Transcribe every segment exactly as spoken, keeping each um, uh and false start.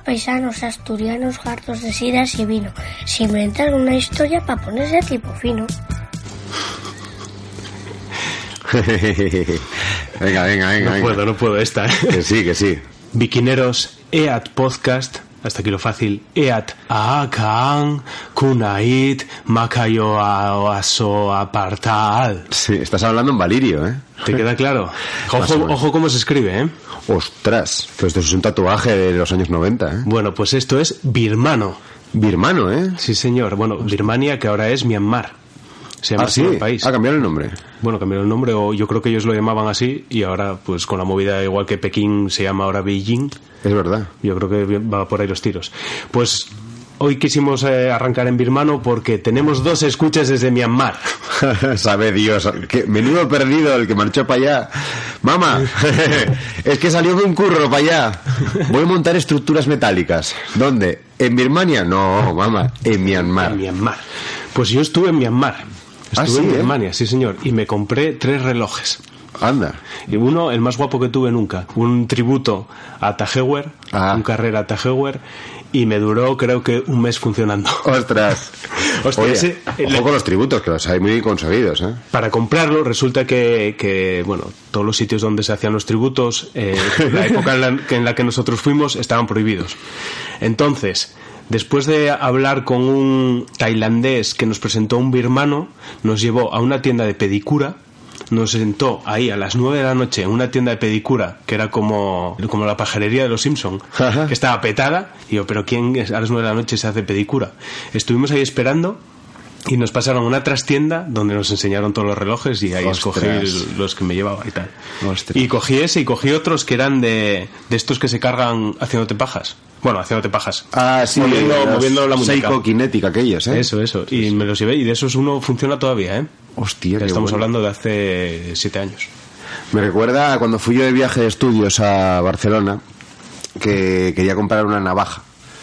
paisanos asturianos hartos de sidas y vino. Se inventaron una historia para ponerse tipo fino. venga, venga, venga. No venga. puedo, no puedo esta. ¿eh? Que sí, que sí. Bikineros, eat podcast, hasta aquí lo fácil, eat aakaan, kunait, makayo aso apartal. Sí, estás hablando en valirio, ¿eh? ¿Te queda claro? Ojo, ojo cómo se escribe, ¿eh? Ostras, pues esto es un tatuaje de los años noventa, ¿eh? Bueno, pues esto es birmano. Birmano, ¿eh? Sí, señor. Bueno, Birmania, que ahora es Myanmar. Se llama ah, así sí, el país. ha cambiado el nombre. Bueno, cambiaron el nombre, o yo creo que ellos lo llamaban así, y ahora, pues con la movida, igual que Pekín se llama ahora Beijing. Es verdad. Yo creo que va por ahí los tiros. Pues hoy quisimos eh, arrancar en birmano porque tenemos dos escuchas desde Myanmar. Sabe Dios, que menudo perdido el que marchó para allá. Mamá, es que salió de un curro para allá. Voy a montar estructuras metálicas. ¿Dónde? ¿En Birmania? No, mamá, en Myanmar. En Myanmar. Pues yo estuve en Myanmar. Estuve ah, ¿sí, en eh? Birmania, sí señor, y me compré tres relojes. Anda. Y uno, el más guapo que tuve nunca, un tributo a Tajewer, ah. un carrera a Tajewer, y me duró creo que un mes funcionando. Ostras. Hostia, Oye, ese, ojo le... con los tributos, que los hay muy conseguidos, ¿eh? Para comprarlo resulta que, que, bueno, todos los sitios donde se hacían los tributos, eh, la época en la, que, en la que nosotros fuimos, estaban prohibidos. Entonces, después de hablar con un tailandés que nos presentó un birmano, nos llevó a una tienda de pedicura, nos sentó ahí a las nueve de la noche en una tienda de pedicura que era como, como la pajarería de los Simpson, que estaba petada, y yo, pero ¿quién a las nueve de la noche se hace pedicura? Estuvimos ahí esperando y nos pasaron a una trastienda donde nos enseñaron todos los relojes, y ahí Ostras. escogí los que me llevaba y tal. Ostras. Y cogí ese y cogí otros que eran de, de estos que se cargan haciéndote pajas. Bueno, haciéndote pajas. Ah, sí, moviendo, moviendo la muñeca. Seiko-kinética aquellos, ¿eh? Eso, eso. Y me los llevé, y de esos uno funciona todavía, ¿eh? Hostia, que qué estamos bueno. hablando de hace siete años. Me recuerda a cuando fui yo de viaje de estudios a Barcelona, que quería comprar una navaja.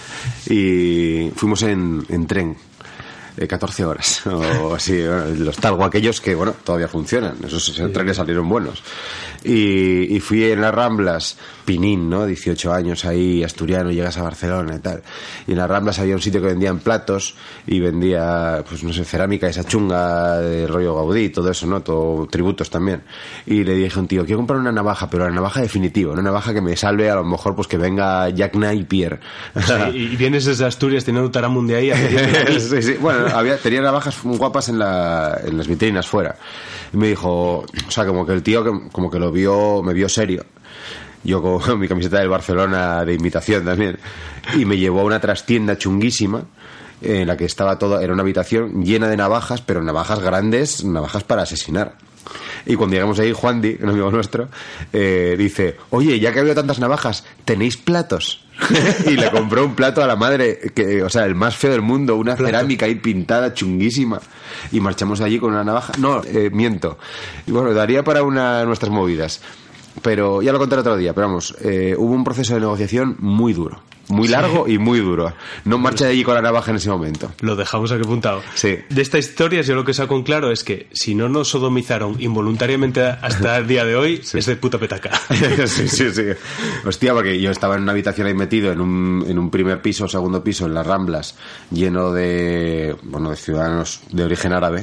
Y fuimos en, en tren. catorce horas o así, bueno, los Talgo aquellos que bueno todavía funcionan, esos sí. trenes salieron buenos, y, y fui en las Ramblas, Pinín, ¿no? dieciocho años ahí, asturiano, llegas a Barcelona y tal, y en las Ramblas había un sitio que vendían platos y vendía, pues no sé, cerámica esa chunga de rollo Gaudí, todo eso, ¿no? Todo, tributos también, y le dije a un tío, quiero comprar una navaja, pero la navaja definitiva, una navaja que me salve, a lo mejor pues que venga Jack Napier. Sí, y vienes desde Asturias teniendo Taramundi ahí. sí, sí, bueno, había, tenía navajas muy guapas en, la, en las vitrinas fuera. Y me dijo, o sea, como que el tío que, como que lo vio, me vio serio. Yo con mi camiseta del Barcelona de imitación también. Y me llevó a una trastienda chunguísima en la que estaba todo, era una habitación llena de navajas, pero navajas grandes, navajas para asesinar. Y cuando llegamos ahí, Juan Di, un amigo nuestro, eh, dice, oye, ya que había tantas navajas, ¿tenéis platos? Y le compró un plato a la madre, que, o sea, el más feo del mundo, una plato. Cerámica ahí pintada, chunguísima. Y marchamos allí con una navaja. No, eh, miento. Y bueno, daría para una nuestras movidas. Pero ya lo contaré otro día. Pero vamos, eh, hubo un proceso de negociación muy duro. Muy largo sí. y muy duro. No marcha de allí con la navaja en ese momento. Lo dejamos aquí apuntado. Sí. De esta historia, yo lo que saco en claro es que si no nos sodomizaron involuntariamente hasta el día de hoy, sí. es de puta petaca. sí, sí, sí. Hostia, porque yo estaba en una habitación ahí metido, en un, en un primer piso, segundo piso, en las Ramblas, lleno de, bueno, de ciudadanos de origen árabe.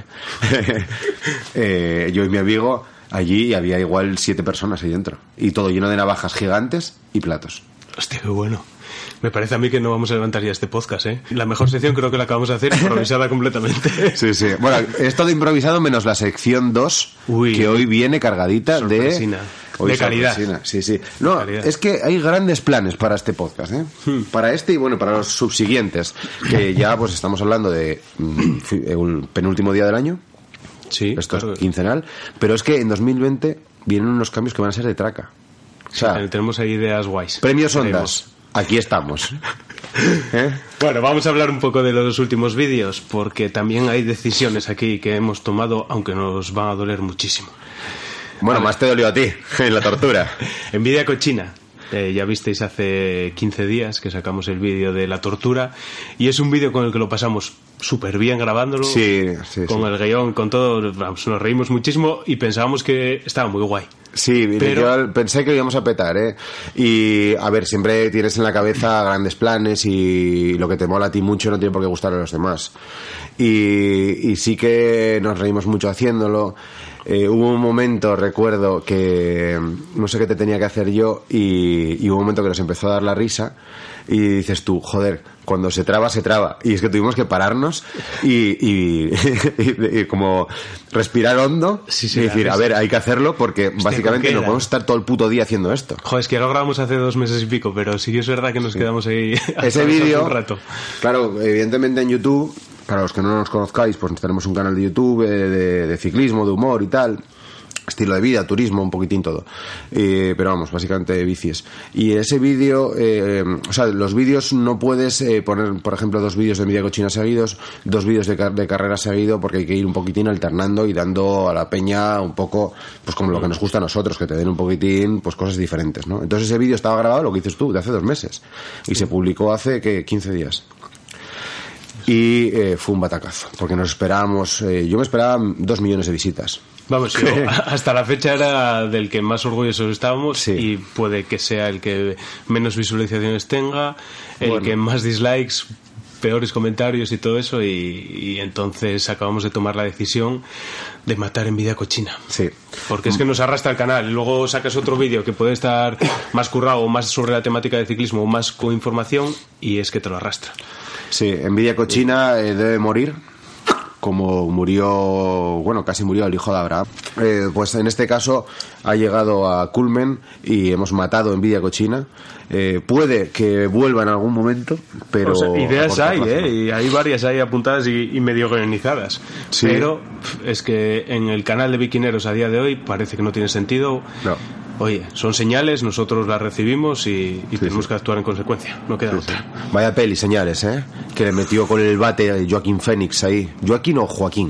eh, yo y mi amigo, allí había igual siete personas ahí dentro. Y todo lleno de navajas gigantes y platos. Hostia, qué bueno. Me parece a mí que no vamos a levantar ya este podcast, ¿eh? La mejor sección creo que la acabamos de hacer improvisada completamente. Sí, sí. Bueno, es todo improvisado menos la sección dos, Uy, que hoy viene cargadita de... Hoy de calidad. Sí, sí. No, es que hay grandes planes para este podcast, ¿eh? Hmm. Para este y bueno, para los subsiguientes, que ya pues estamos hablando de mm, el penúltimo día del año. Sí, esto claro. es quincenal, pero es que en dos mil veinte vienen unos cambios que van a ser de traca. O sea, sí, tenemos ahí ideas guays. Premios Ondas. Aquí estamos. ¿Eh? Bueno, vamos a hablar un poco de los últimos vídeos, porque también hay decisiones aquí que hemos tomado, aunque nos van a doler muchísimo. Bueno, más te dolió a ti, en la tortura. Envidia cochina. Eh, ya visteis hace quince días que sacamos el vídeo de la tortura y es un vídeo con el que lo pasamos súper bien grabándolo, sí, sí, con sí. el guión, con todo, vamos, nos reímos muchísimo y pensábamos que estaba muy guay. Sí, pero yo pensé que lo íbamos a petar, ¿eh? Y, a ver, siempre tienes en la cabeza grandes planes y lo que te mola a ti mucho no tiene por qué gustar a los demás. Y, y sí que nos reímos mucho haciéndolo. Eh, hubo un momento, recuerdo, que no sé qué te tenía que hacer yo y, y hubo un momento que nos empezó a dar la risa y dices tú, joder, cuando se traba, se traba. Y es que tuvimos que pararnos y, y, y, y como respirar hondo sí, sí, y decir, a ver, hay que hacerlo porque Hostia, básicamente no podemos estar todo el puto día haciendo esto. Joder, es que lo grabamos hace dos meses y pico, pero sí que es verdad que nos sí. quedamos ahí ese vídeo un rato. Claro, evidentemente en YouTube, para los que no nos conozcáis, pues tenemos un canal de YouTube eh, de, de ciclismo, de humor y tal, estilo de vida, turismo, un poquitín todo, eh, pero vamos, básicamente bicis. Y ese vídeo, eh, o sea, los vídeos no puedes eh, poner, por ejemplo, dos vídeos de media cochina seguidos, dos vídeos de, car- de carrera seguido, porque hay que ir un poquitín alternando y dando a la peña un poco, pues como lo que nos gusta a nosotros, que te den un poquitín, pues cosas diferentes, ¿no? Entonces ese vídeo estaba grabado, lo que dices tú, de hace dos meses, y se publicó hace, ¿qué? quince días. Y eh, fue un batacazo, porque nos esperábamos, eh, yo me esperaba dos millones de visitas. Vamos, yo hasta la fecha era del que más orgullosos estábamos sí. y puede que sea el que menos visualizaciones tenga, el bueno. que más dislikes, peores comentarios y todo eso, y, y entonces acabamos de tomar la decisión de matar Envidia Cochina. Sí. Porque es que nos arrastra el canal y luego sacas otro vídeo que puede estar más currado o más sobre la temática de ciclismo o más con información y es que te lo arrastra. Sí, Envidia Cochina eh, debe morir, como murió, bueno, casi murió el hijo de Abraham. Eh, pues en este caso ha llegado a culmen y hemos matado Envidia Cochina. Eh, puede que vuelva en algún momento, pero... O sea, ideas hay, ¿eh? Y hay varias ahí apuntadas y, y medio organizadas. Sí. Pero es que en el canal de Bikineros a día de hoy parece que no tiene sentido. No. Oye, son señales, nosotros las recibimos y, y sí, tenemos sí. que actuar en consecuencia. No queda sí, otra. Vaya peli, señales, ¿eh? Que le metió con el bate Joaquín Phoenix ahí. ¿Joaquín o Joaquín?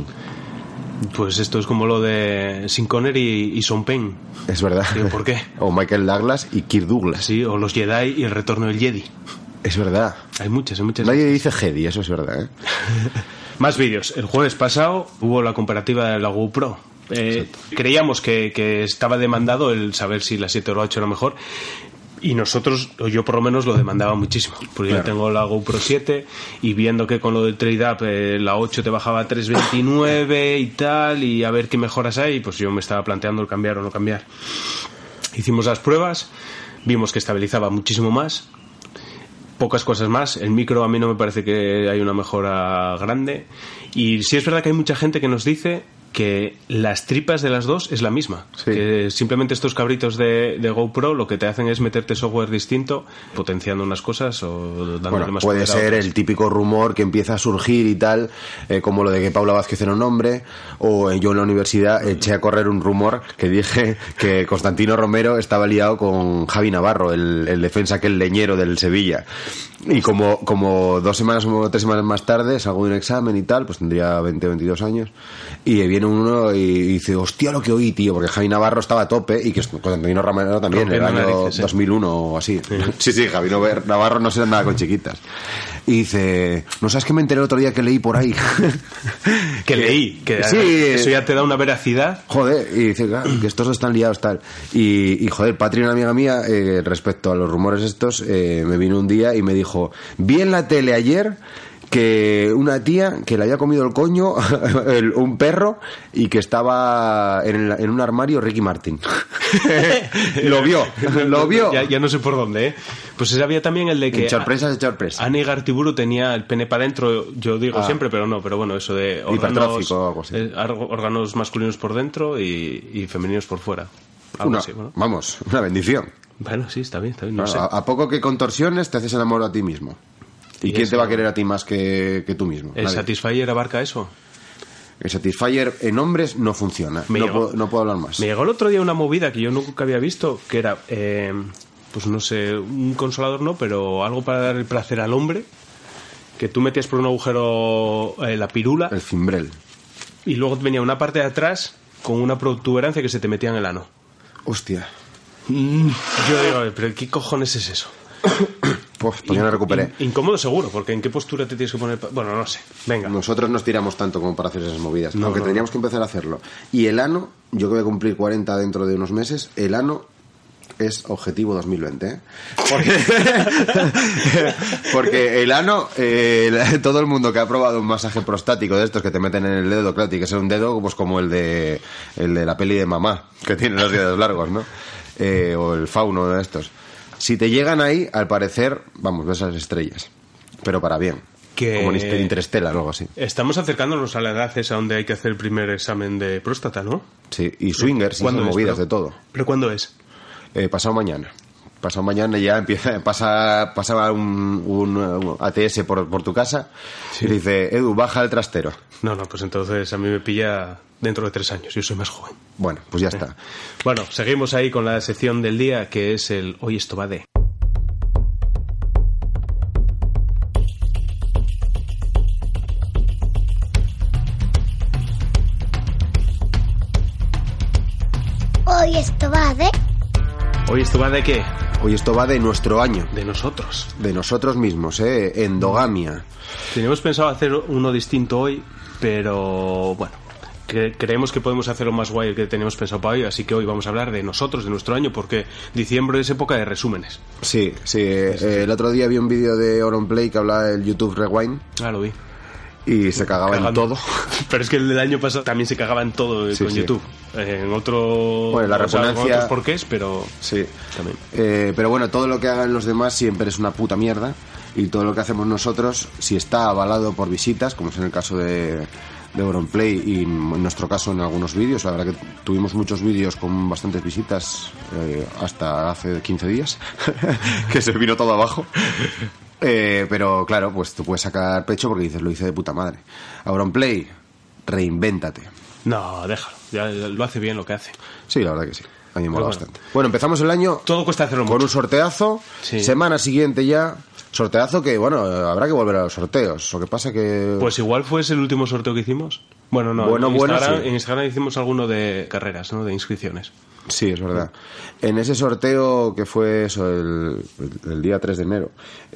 Pues esto es como lo de Sean Connery y Sean Penn. Es verdad. ¿Sí? ¿Por qué? O Michael Douglas y Kirk Douglas. Sí, o los Jedi y el retorno del Jedi. Es verdad. Hay muchas, hay muchas. Nadie dice Jedi, eso es verdad, ¿eh? Más vídeos. El jueves pasado hubo la comparativa de la GoPro. Eh, creíamos que, que estaba demandado el saber si la siete o la ocho era mejor y nosotros, o yo por lo menos lo demandaba muchísimo porque claro. Yo tengo la GoPro siete y viendo que con lo del trade up eh, la ocho te bajaba a tres veintinueve y tal y a ver qué mejoras hay, pues yo me estaba planteando el cambiar o no cambiar. Hicimos las pruebas, vimos que estabilizaba muchísimo más, pocas cosas más. El micro a mí no me parece que hay una mejora grande y sí es verdad que hay mucha gente que nos dice que las tripas de las dos es la misma, sí. Que simplemente estos cabritos de, de GoPro lo que te hacen es meterte software distinto, potenciando unas cosas o dándole bueno, más puede poder a ser otras. El típico rumor que empieza a surgir y tal, eh, como lo de que Paula Vázquez era un hombre, o yo en la universidad eché a correr un rumor que dije que Constantino Romero estaba liado con Javi Navarro, el, el defensa aquel leñero del Sevilla, y como, como dos semanas o tres semanas más tarde salgo de un examen y tal, pues tendría veinte o veintidós años y viene uno y dice, hostia lo que oí, tío, porque Javi Navarro estaba a tope y que Constantino Romero también, en el año narices, dos mil uno o así. Sí, sí, sí, Javi Navarro no se andaba con chiquitas. Y dice, ¿no sabes que me enteré el otro día que leí por ahí? que leí, que sí, eso ya te da una veracidad. Joder, y dice, claro, que estos están liados tal. Y, y joder, Patri, una amiga mía, eh, respecto a los rumores estos, eh, me vino un día y me dijo, vi en la tele ayer que una tía que le había comido el coño el, un perro y que estaba en, en un armario Ricky Martin. lo vio, lo vio. Ya, ya no sé por dónde, ¿eh? Pues había también el de que sorpresas de sorpresa. Ani Gartiburu tenía el pene para adentro, yo digo ah. siempre, pero no, pero bueno, eso de órganos, o algo así. Eh, órganos masculinos por dentro y, y femeninos por fuera. Algo una, así, ¿no? Vamos, una bendición. Bueno, sí, está bien, está bien. No bueno, sé. a, a poco que contorsiones te haces el amor a ti mismo. ¿Y, ¿Y quién eso, te va a querer a ti más que, que tú mismo? ¿El Nadie. Satisfyer abarca eso? El Satisfyer en hombres no funciona. No, llegó, puedo, no puedo hablar más. Me llegó el otro día una movida que yo nunca había visto, que era, eh, pues no sé, un consolador no, pero algo para dar el placer al hombre, que tú metías por un agujero eh, la pirula. El cimbrel. Y luego venía una parte de atrás con una protuberancia que se te metía en el ano. Hostia. Mm, yo digo, pero ¿qué cojones es eso? Pues, pues ya lo recuperé. In, incómodo seguro, porque ¿en qué postura te tienes que poner? Pa- bueno, no sé, venga. Nosotros nos tiramos tanto como para hacer esas movidas, No, aunque no, tendríamos no. que empezar a hacerlo. Y el ano, yo que voy a cumplir cuarenta dentro de unos meses, el ano es objetivo dos mil veinte, ¿eh? Porque, porque el ano, eh, todo el mundo que ha probado un masaje prostático de estos que te meten en el dedo, claro, tiene que ser un dedo pues como el de el de la peli de mamá, que tiene los dedos largos, ¿no? Eh, o el fauno de estos. Si te llegan ahí, al parecer, vamos, ves las estrellas, pero para bien. Que- Como en Interstellar o algo así. Estamos acercándonos a la edad esa donde hay que hacer el primer examen de próstata, ¿no? Sí, y swingers y ¿Cuándo esas es, movidas pero- de todo. ¿Pero cuándo es? Eh, pasado mañana. Pasado mañana ya empieza, pasa, pasaba un, un, un A T S por, por tu casa y dice, Edu, baja el trastero. No, no, pues entonces a mí me pilla dentro de tres años, yo soy más joven. Bueno, pues ya está. Bueno, seguimos ahí con la sección del día, que es el Hoy esto va de... Hoy esto va de... ¿Hoy esto va de qué? Hoy esto va de nuestro año, De nosotros. de nosotros mismos, ¿eh? Endogamia. Teníamos pensado hacer uno distinto hoy, pero bueno, cre- creemos que podemos hacerlo más guay el que teníamos pensado para hoy, así que hoy vamos a hablar de nosotros, de nuestro año, porque diciembre es época de resúmenes. Sí, sí. eh, el otro día vi un vídeo de Auronplay que hablaba del YouTube Rewind Ah, lo vi. y se cagaba en Cagando. todo. Pero es que el del año pasado también se cagaba en todo eh, Sí, con sí. YouTube. Eh, en otro... Bueno, la o sea, con repugnancia- otros porqués, pero Sí. también. Eh, pero bueno, todo lo que hagan los demás siempre es una puta mierda. Y todo lo que hacemos nosotros, si está avalado por visitas, como es en el caso de, de Auronplay y en nuestro caso en algunos vídeos, la verdad que tuvimos muchos vídeos con bastantes visitas eh, hasta hace quince días, que se vino todo abajo. Eh, pero claro, pues tú puedes sacar pecho porque dices, lo hice de puta madre. Auronplay, reinvéntate. No, déjalo. Ya lo hace bien lo que hace. Sí, la verdad que sí. A mí me mola Pues bueno. bastante. Bueno, empezamos el año Todo cuesta hacerlo con mucho. un sorteazo. Sí. Semana siguiente ya. Sorteazo que, bueno, habrá que volver a los sorteos. Lo que pasa que... Pues igual fue ese el último sorteo que hicimos. Bueno, no, Bueno, en, bueno, Instagram, sí. en Instagram hicimos alguno de carreras, ¿no? De inscripciones. Sí, es verdad. En ese sorteo que fue eso, el, el- el día tres de enero,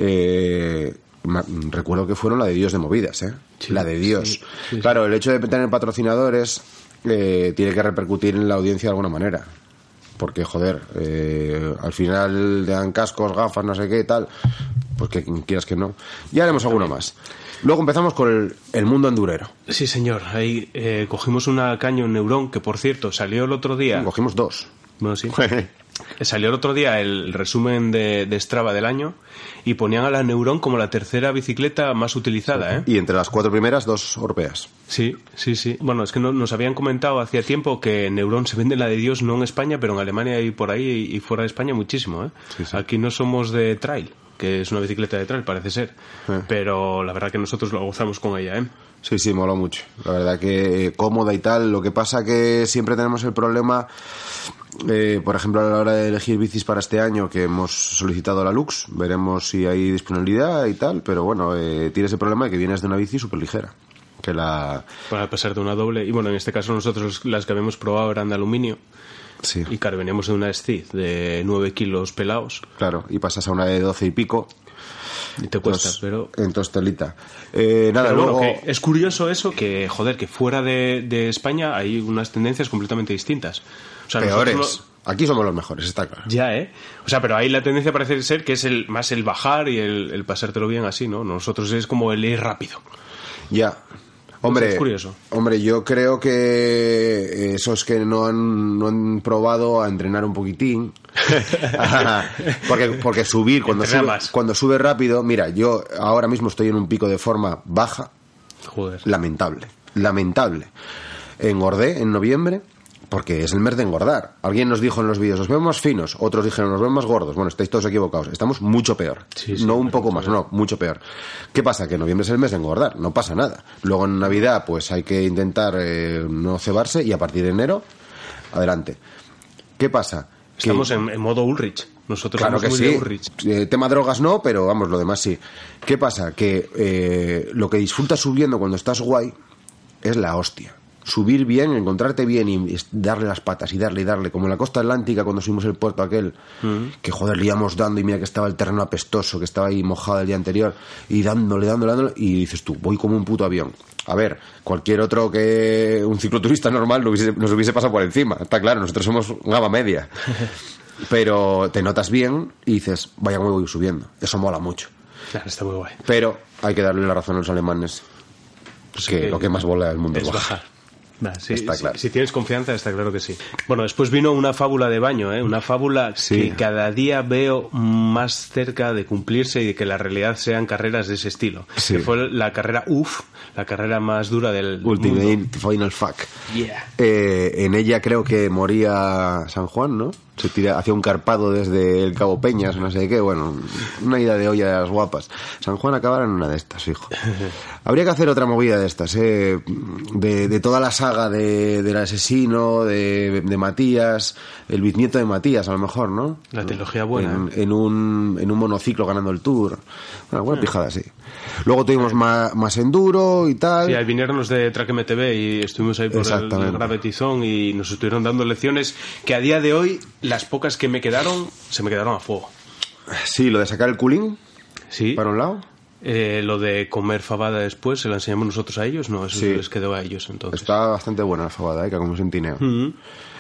eh, ma- recuerdo que fueron la de Dios de movidas, ¿eh? Sí, la de Dios. sí, sí, Claro, el hecho de tener patrocinadores eh, tiene que repercutir en la audiencia de alguna manera. Porque, joder, eh, al final te dan cascos, gafas, no sé qué, tal. Pues que quieras que no. Ya haremos alguno más. Luego empezamos con el, el mundo endurero. Sí, señor. Ahí eh, cogimos una caño Neuron, que por cierto salió el otro día. Cogimos dos. Bueno, sí. Salió el otro día el resumen de, de Strava del año y ponían a la Neuron como la tercera bicicleta más utilizada, ¿eh? Y entre las cuatro primeras, dos europeas. Sí, sí, sí. Bueno, es que no- nos habían comentado hacía tiempo que Neuron se vende la de Dios no en España, pero en Alemania y por ahí y, y fuera de España muchísimo, ¿eh? Sí, sí. Aquí no somos de trail, que es una bicicleta de trail, parece ser. Eh. Pero la verdad que nosotros lo gozamos con ella, ¿eh? Sí, sí, mola mucho. La verdad que eh, cómoda y tal. Lo que pasa que siempre tenemos el problema, eh, por ejemplo, a la hora de elegir bicis para este año, que hemos solicitado la Lux. Veremos si hay disponibilidad y tal. Pero bueno, eh, tienes el problema de que vienes de una bici súper ligera. Que la... Para pasar de una doble. Y bueno, en este caso nosotros las que habíamos probado eran de aluminio. Sí, Y claro, veníamos de una Steed de nueve kilos pelados. claro. Y pasas a una de doce y pico. Y te cuesta, Pues, pero... entonces telita. Eh, nada, Pero bueno, luego... que es curioso eso, que joder, que fuera de, de España hay unas tendencias completamente distintas. O sea, Peores. nosotros Aquí somos los mejores, está claro. no- Ya, ¿eh? O sea, pero ahí la tendencia parece ser que es el más el bajar y el, el pasártelo bien así, ¿no? Nosotros es como el ir rápido. Ya. Hombre, es curioso. hombre, yo creo que esos que no han, no han probado a entrenar un poquitín, porque, porque subir, cuando Entrena sube, más. cuando sube rápido, mira, yo ahora mismo estoy en un pico de forma baja, Joder. lamentable, lamentable. Engordé en noviembre porque es el mes de engordar. Alguien nos dijo en los vídeos, os vemos más finos, otros dijeron, nos vemos más gordos. Bueno, estáis todos equivocados, estamos mucho peor. Sí, sí, no un pero poco más, no, mucho peor. ¿Qué pasa? Que noviembre es el mes de engordar, no pasa nada. Luego en Navidad pues hay que intentar eh, no cebarse y a partir de enero, adelante. ¿Qué pasa? Que- Estamos en, en modo Ulrich. Nosotros Claro somos que muy de sí. Ulrich. Eh, tema drogas no, pero vamos, lo demás sí. ¿Qué pasa? Que eh, lo que disfrutas subiendo cuando estás guay es la hostia. subir bien, encontrarte bien y darle las patas y darle y darle, como en la costa atlántica cuando subimos el puerto aquel, uh-huh. que joder, le íbamos dando y mira que estaba el terreno apestoso, que estaba ahí mojado el día anterior, y dándole, dándole, dándole, y dices tú, voy como un puto avión. A ver, cualquier otro que un cicloturista normal nos hubiese, nos hubiese pasado por encima, está claro, nosotros somos gama media, pero te notas bien y dices, vaya cómo voy subiendo, eso mola mucho. Claro, está muy guay. Pero hay que darle la razón a los alemanes, pues que, que lo que más bola del mundo es bajar. bajar. Nah, sí, está claro. si, si tienes confianza, está claro que sí. Bueno, después vino una fábula de baño, ¿eh? Una fábula sí. que cada día veo más cerca de cumplirse y de que la realidad sean carreras de ese estilo. Sí. Que fue la carrera U F, la carrera más dura del Ultimate mundo. Final Fuck. Yeah. Eh, en ella creo que moría San Juan, ¿no? Se tira, hacía un carpado desde el Cabo Peñas, no sé qué, bueno, una ida de olla de las guapas. San Juan acabará en una de estas, fijo. Habría que hacer otra movida de estas, ¿eh? De, de toda la saga de, del asesino, de, de Matías, el bisnieto de Matías, a lo mejor, ¿no? La trilogía buena. En, en, un, en un monociclo ganando el Tour. Una buena pijada, sí. Luego tuvimos más, más enduro y tal. Sí, ahí vinieron los de Track M T V y estuvimos ahí por el, el Gravetizón y nos estuvieron dando lecciones que a día de hoy, las pocas que me quedaron, se me quedaron a fuego. Sí, lo de sacar el culín. Sí. Para un lado. Eh, lo de comer fabada después, ¿se la enseñamos nosotros a ellos? No, eso sí. les quedó a ellos entonces. Está bastante buena la fabada, ¿eh? Que como un tineo. Uh-huh.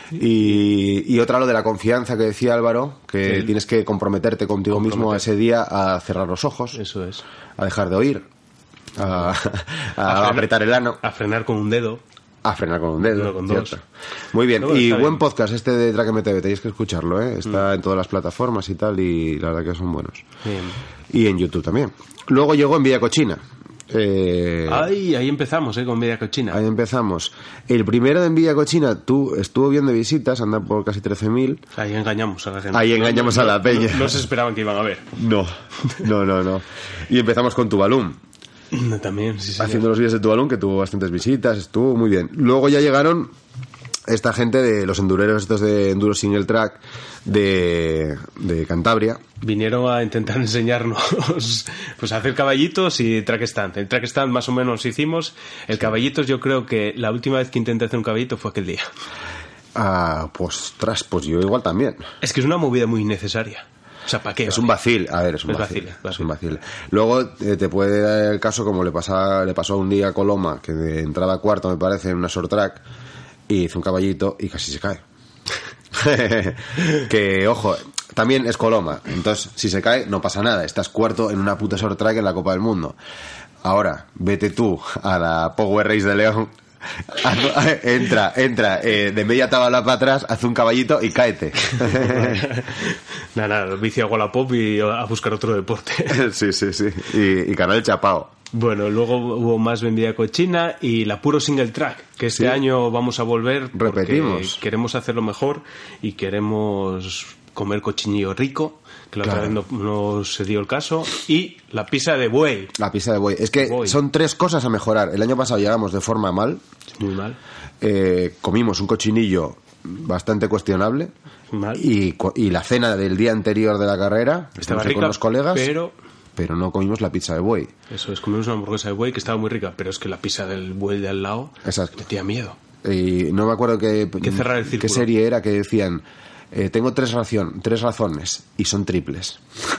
Y, y otra, lo de la confianza que decía Álvaro, que sí. tienes que comprometerte contigo mismo ese día a cerrar los ojos. Eso es. A dejar de oír. A, a, a frenar, apretar el ano. A frenar con un dedo. A frenar con un dedo. No con dos. Muy bien. No, y buen bien. podcast este de Track M T V, tenéis que escucharlo, ¿eh? Está mm. en todas las plataformas y tal, y la verdad que son buenos. Bien. Y en YouTube también. Luego llegó En Villa Cochina. Eh, Ay, ahí empezamos, ¿eh? Con Villa Cochina. Ahí empezamos. El primero de En Villa Cochina, tú estuvo bien de visitas, anda por casi trece mil. Ahí engañamos a la gente. Ahí engañamos no, a la peña. No, no se esperaban que iban a ver. No, no, no, no. Y empezamos con Tuvalu. También, sí, sí. Haciendo los vídeos de Tuvalu, que tuvo bastantes visitas, estuvo muy bien. Luego ya llegaron esta gente de los endureros estos de Enduro Single Track de, de Cantabria. Vinieron a intentar enseñarnos pues a hacer caballitos y track stand. El track stand más o menos hicimos. El caballitos, yo creo que la última vez que intenté hacer un caballito fue aquel día. Ah, pues tras, pues yo igual también. Es que es una movida muy innecesaria. O sea, ¿para qué? Es vale? un vacil, a ver, es un es vacil, vacil, vacil. Es un vacil. Luego eh, te puede dar el caso como le pasa, le pasó un día a Coloma, que de entrada a cuarto me parece en una short track, y hizo un caballito y casi se cae. Que, ojo, también es Coloma, entonces si se cae no pasa nada, estás cuarto en una puta short track en la Copa del Mundo. Ahora, vete tú a la Power Race de León, entra, entra, eh, de media tabla para atrás, haz un caballito y cáete. Nada, nada, vicio a Wallapop y a buscar otro deporte. Sí, sí, sí. Y, y canal chapao. Bueno, luego hubo más En Villa Cochina y la puro single track, que este sí. año vamos a volver. Repetimos. Queremos hacerlo mejor y queremos comer cochinillo rico, que la claro. otra vez no, no se dio el caso, y la pizza de buey. La pizza de buey. Es que buey. Son tres cosas a mejorar. El año pasado llegamos de forma mal. Muy mal. Eh, comimos un cochinillo bastante cuestionable. Mal. Y, y la cena del día anterior de la carrera, estaba rica, con los colegas, pero... pero no comimos la pizza de buey. Eso es, comimos una hamburguesa de buey que estaba muy rica, pero es que la pizza del buey de al lado me tenía miedo. Y no me acuerdo qué, que cerrar el qué serie era que decían... Eh, tengo tres, ración, tres razones y son triples.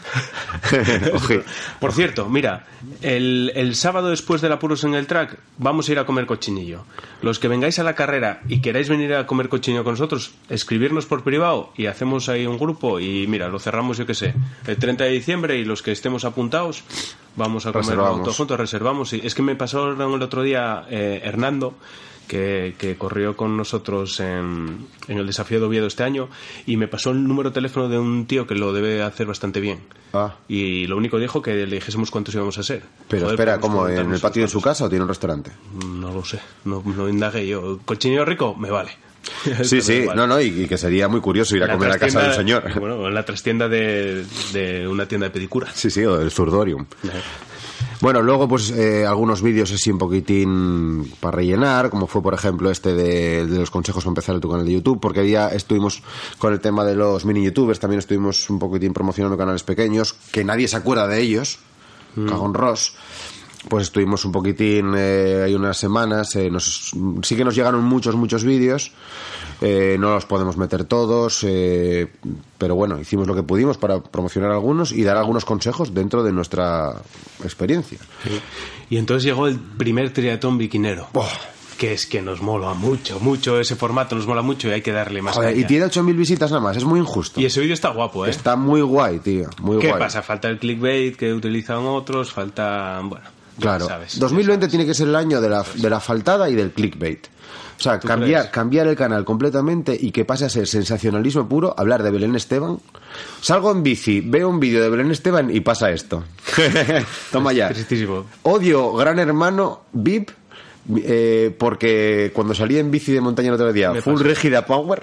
Por cierto, mira, el, el sábado después del Apuros en el track vamos a ir a comer cochinillo. Los que vengáis a la carrera y queráis venir a comer cochinillo con nosotros, escribirnos por privado y hacemos ahí un grupo y mira, lo cerramos, yo qué sé, el treinta de diciembre y los que estemos apuntados vamos a comer todos juntos, reservamos. Y es que me pasó el otro día eh, Hernando, Que, que corrió con nosotros en, en el desafío de Oviedo este año y me pasó el número de teléfono de un tío que lo debe hacer bastante bien. Ah. Y lo único que dijo que le dijésemos cuántos íbamos a ser. Pero Joder, espera, ¿cómo? ¿En el patio de su casa o tiene un restaurante? No lo sé, no, no indagué yo. ¿Cochinillo rico? Me vale. Sí, sí, vale. no, no, y, y que sería muy curioso ir a comer a casa de un señor. Bueno, en la trastienda de, de una tienda de pedicura. Sí, sí, o del Zurdorium. Bueno, luego pues eh, algunos vídeos así un poquitín para rellenar, como fue por ejemplo este de, de los consejos para empezar tu canal de YouTube, porque ya estuvimos con el tema de los mini youtubers, también estuvimos un poquitín promocionando canales pequeños, que nadie se acuerda de ellos, mm. Cagón Ross. pues estuvimos un poquitín, eh, hay unas semanas, eh, nos, sí que nos llegaron muchos, muchos vídeos, eh, no los podemos meter todos, eh, pero bueno, hicimos lo que pudimos para promocionar algunos y dar algunos consejos dentro de nuestra experiencia. Sí. Y entonces llegó el primer triatlón biquinero. Oh. Que es que nos mola mucho, mucho ese formato, nos mola mucho y hay que darle más. Joder, caña. y tiene ocho mil visitas nada más, es muy injusto. Y ese vídeo está guapo, ¿eh? Está muy guay, tío, muy ¿Qué guay. pasa? Falta el clickbait que utilizan otros, falta... Bueno, claro, sabes, dos mil veinte sabes. tiene que ser el año de la, de la faltada y del clickbait. O sea, cambiar, cambiar el canal completamente y que pase a ser sensacionalismo puro, hablar de Belén Esteban. Salgo en bici, veo un vídeo de Belén Esteban y pasa esto. Toma ya. Tristísimo. Odio Gran Hermano V I P. Eh, porque cuando salí en bici de montaña el otro día, Me full pasó. rígida power,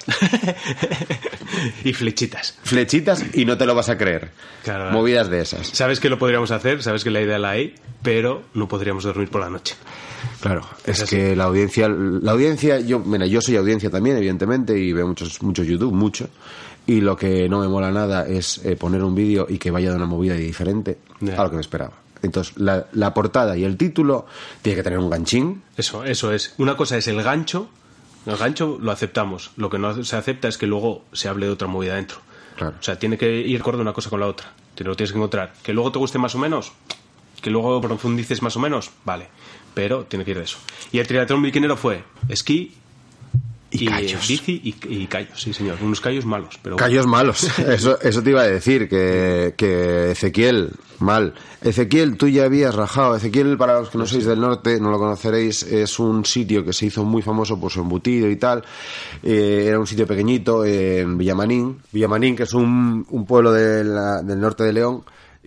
Y flechitas. flechitas y no te lo vas a creer. Claro. Movidas de esas. Sabes que lo podríamos hacer, sabes que la idea la hay, pero no podríamos dormir por la noche. Claro, es, Es así. que la audiencia, la audiencia, yo, mira, yo soy audiencia también, evidentemente, y veo muchos, muchos YouTube, mucho. Y lo que no me mola nada es eh, poner un vídeo y que vaya de una movida diferente Ya. a lo que me esperaba. Entonces, la, la portada y el título tiene que tener un ganchín. Eso, eso es. Una cosa es el gancho. El gancho lo aceptamos. Lo que no se acepta es que luego se hable de otra movida dentro. Claro. O sea, tiene que ir acorde una cosa con la otra. Te lo tienes que encontrar. Que luego te guste más o menos. Que luego profundices más o menos. Vale. Pero tiene que ir de eso. Y el triatlón biquinero fue esquí Y callos. bici y, y callos. Sí, señor. Unos callos malos. Pero bueno. Callos malos. Eso, eso te iba a decir, que, que Ezequiel, mal. Ezequiel, tú ya habías rajado. Ezequiel, para los que no sois del norte, no lo conoceréis, es un sitio que se hizo muy famoso por su embutido y tal. Eh, era un sitio pequeñito en Villamanín. Villamanín, que es un, un pueblo de la- del norte de León.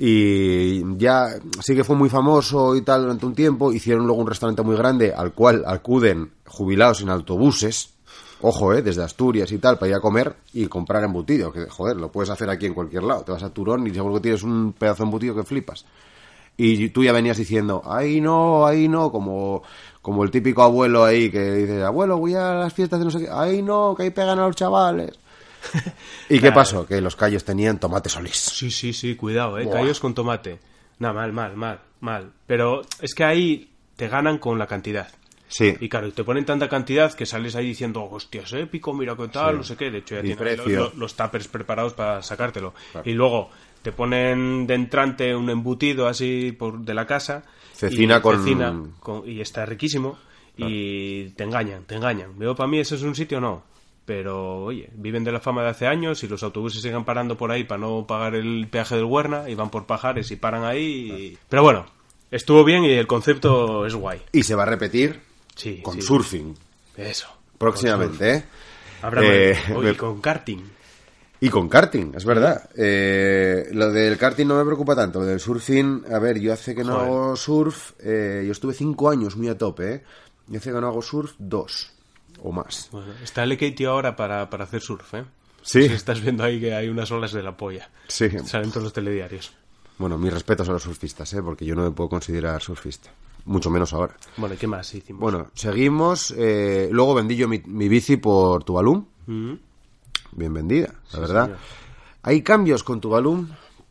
Y ya sí que fue muy famoso y tal durante un tiempo. Hicieron luego un restaurante muy grande al cual acuden jubilados en autobuses. Ojo, eh, desde Asturias y tal, para ir a comer y comprar embutido, que joder, lo puedes hacer aquí en cualquier lado. Te vas a Turón y seguro que tienes un pedazo de embutido que flipas. Y tú ya venías diciendo, ahí no, ahí no, como, como el típico abuelo ahí que dice, abuelo, voy a las fiestas de no sé qué, ahí no, que ahí pegan a los chavales. ¿Y qué Claro. pasó? Que los callos tenían tomate solís. Sí, sí, sí, cuidado, ¿eh? Buah. Callos con tomate. Nada, mal, mal, mal, mal. Pero es que ahí te ganan con la cantidad. Sí. Y claro, te ponen tanta cantidad que sales ahí diciendo, hostia, es épico, mira qué tal, Sí. no sé qué. De hecho, ya Y tienen precio. los, los tuppers preparados para sacártelo. Claro. Y luego te ponen de entrante un embutido así por de la casa. Cecina y, con- cecina con- y está riquísimo. Y te engañan, te engañan. Veo, para mí eso es un sitio, no. Pero, oye, viven de la fama de hace años y los autobuses siguen parando por ahí para no pagar el peaje del Huerna y van por Pajares y paran ahí. y- Pero bueno, estuvo bien y el concepto es guay. Y se va a repetir Sí, con sí. surfing Eso. próximamente, ¿eh? Habrá Eh, más. Oye, me- con karting. Y con karting, es verdad. Eh, lo del karting no me preocupa tanto. Lo del surfing, a ver, yo hace que no Joder. hago surf. Eh, yo estuve cinco años muy a tope, ¿eh? Yo hace que no hago surf dos o más. Bueno, está el Katie ahora para, para hacer surf, ¿eh? Sí. Si estás viendo ahí que hay unas olas de la polla. Sí. Salen todos los telediarios. Bueno, mis respetos a los surfistas, ¿eh? Porque yo no me puedo considerar surfista. Mucho menos ahora. Bueno, ¿y qué más hicimos? Bueno, seguimos. Eh, luego vendí yo mi, mi bici por Tuvalu. Mm. Bien vendida, la Sí, verdad. señor. Hay cambios con Tuvalu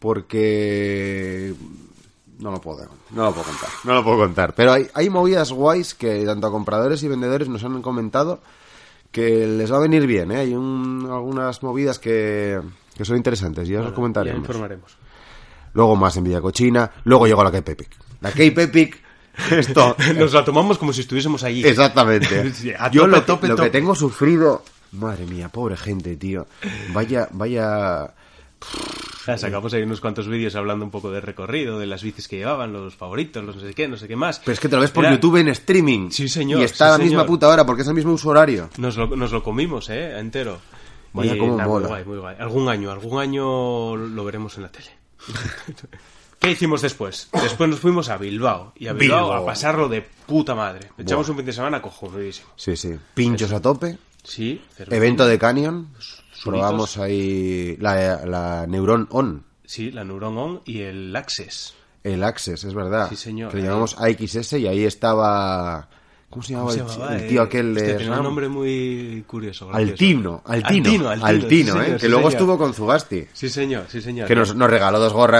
porque no lo puedo, no lo puedo contar, no lo puedo contar. Pero hay, hay movidas guays que tanto a compradores y vendedores nos han comentado que les va a venir bien, ¿eh? Hay un- algunas movidas que, que son interesantes, ya os Bueno, los comentaremos. Ya informaremos. Luego más en Villa Cochina, luego llegó la Cape Epic. La Cape Epic, esto... Nos la tomamos como si estuviésemos allí. Exactamente. Sí, a Yo tope, lo, tope, lo tope. que tengo sufrido... Madre mía, pobre gente, tío. Vaya, vaya... Ya sacamos ahí unos cuantos vídeos hablando un poco de recorrido, de las bicis que llevaban, los favoritos, los no sé qué, no sé qué más. Pero es que te lo ves por Era- YouTube en streaming. Sí, señor, Y está sí, a la misma señor. puta hora porque es el mismo uso horario. Nos lo, nos lo comimos, ¿eh? Entero. Vaya Y, cómo nada, mola. Muy guay, muy guay. Algún año, algún año lo veremos en la tele. ¿Qué hicimos después? Después nos fuimos a Bilbao. Y a Bilbao, Bilbao. a pasarlo de puta madre. Echamos Buah. un fin de semana cojonudísimo. Sí, sí. Pinchos a tope. Sí, cervecina. Evento de Canyon. Suritos. Probamos ahí la, la Neuron On. Sí, la Neuron On y el Access. El Access, es verdad. Sí, señor. Que le llamamos A X S y ahí estaba... ¿Cómo se llamaba, ¿Cómo el, se chi- llamaba? el tío Eh, aquel de hostia, tenía un Ram? nombre muy curioso. gracioso. Altino, Altino. Altino, Altino, Altino, sí, ¿eh? señor, Que sí, luego señor. estuvo con Zugasti. Sí, señor, sí, señor. Que nos, nos regaló dos gorras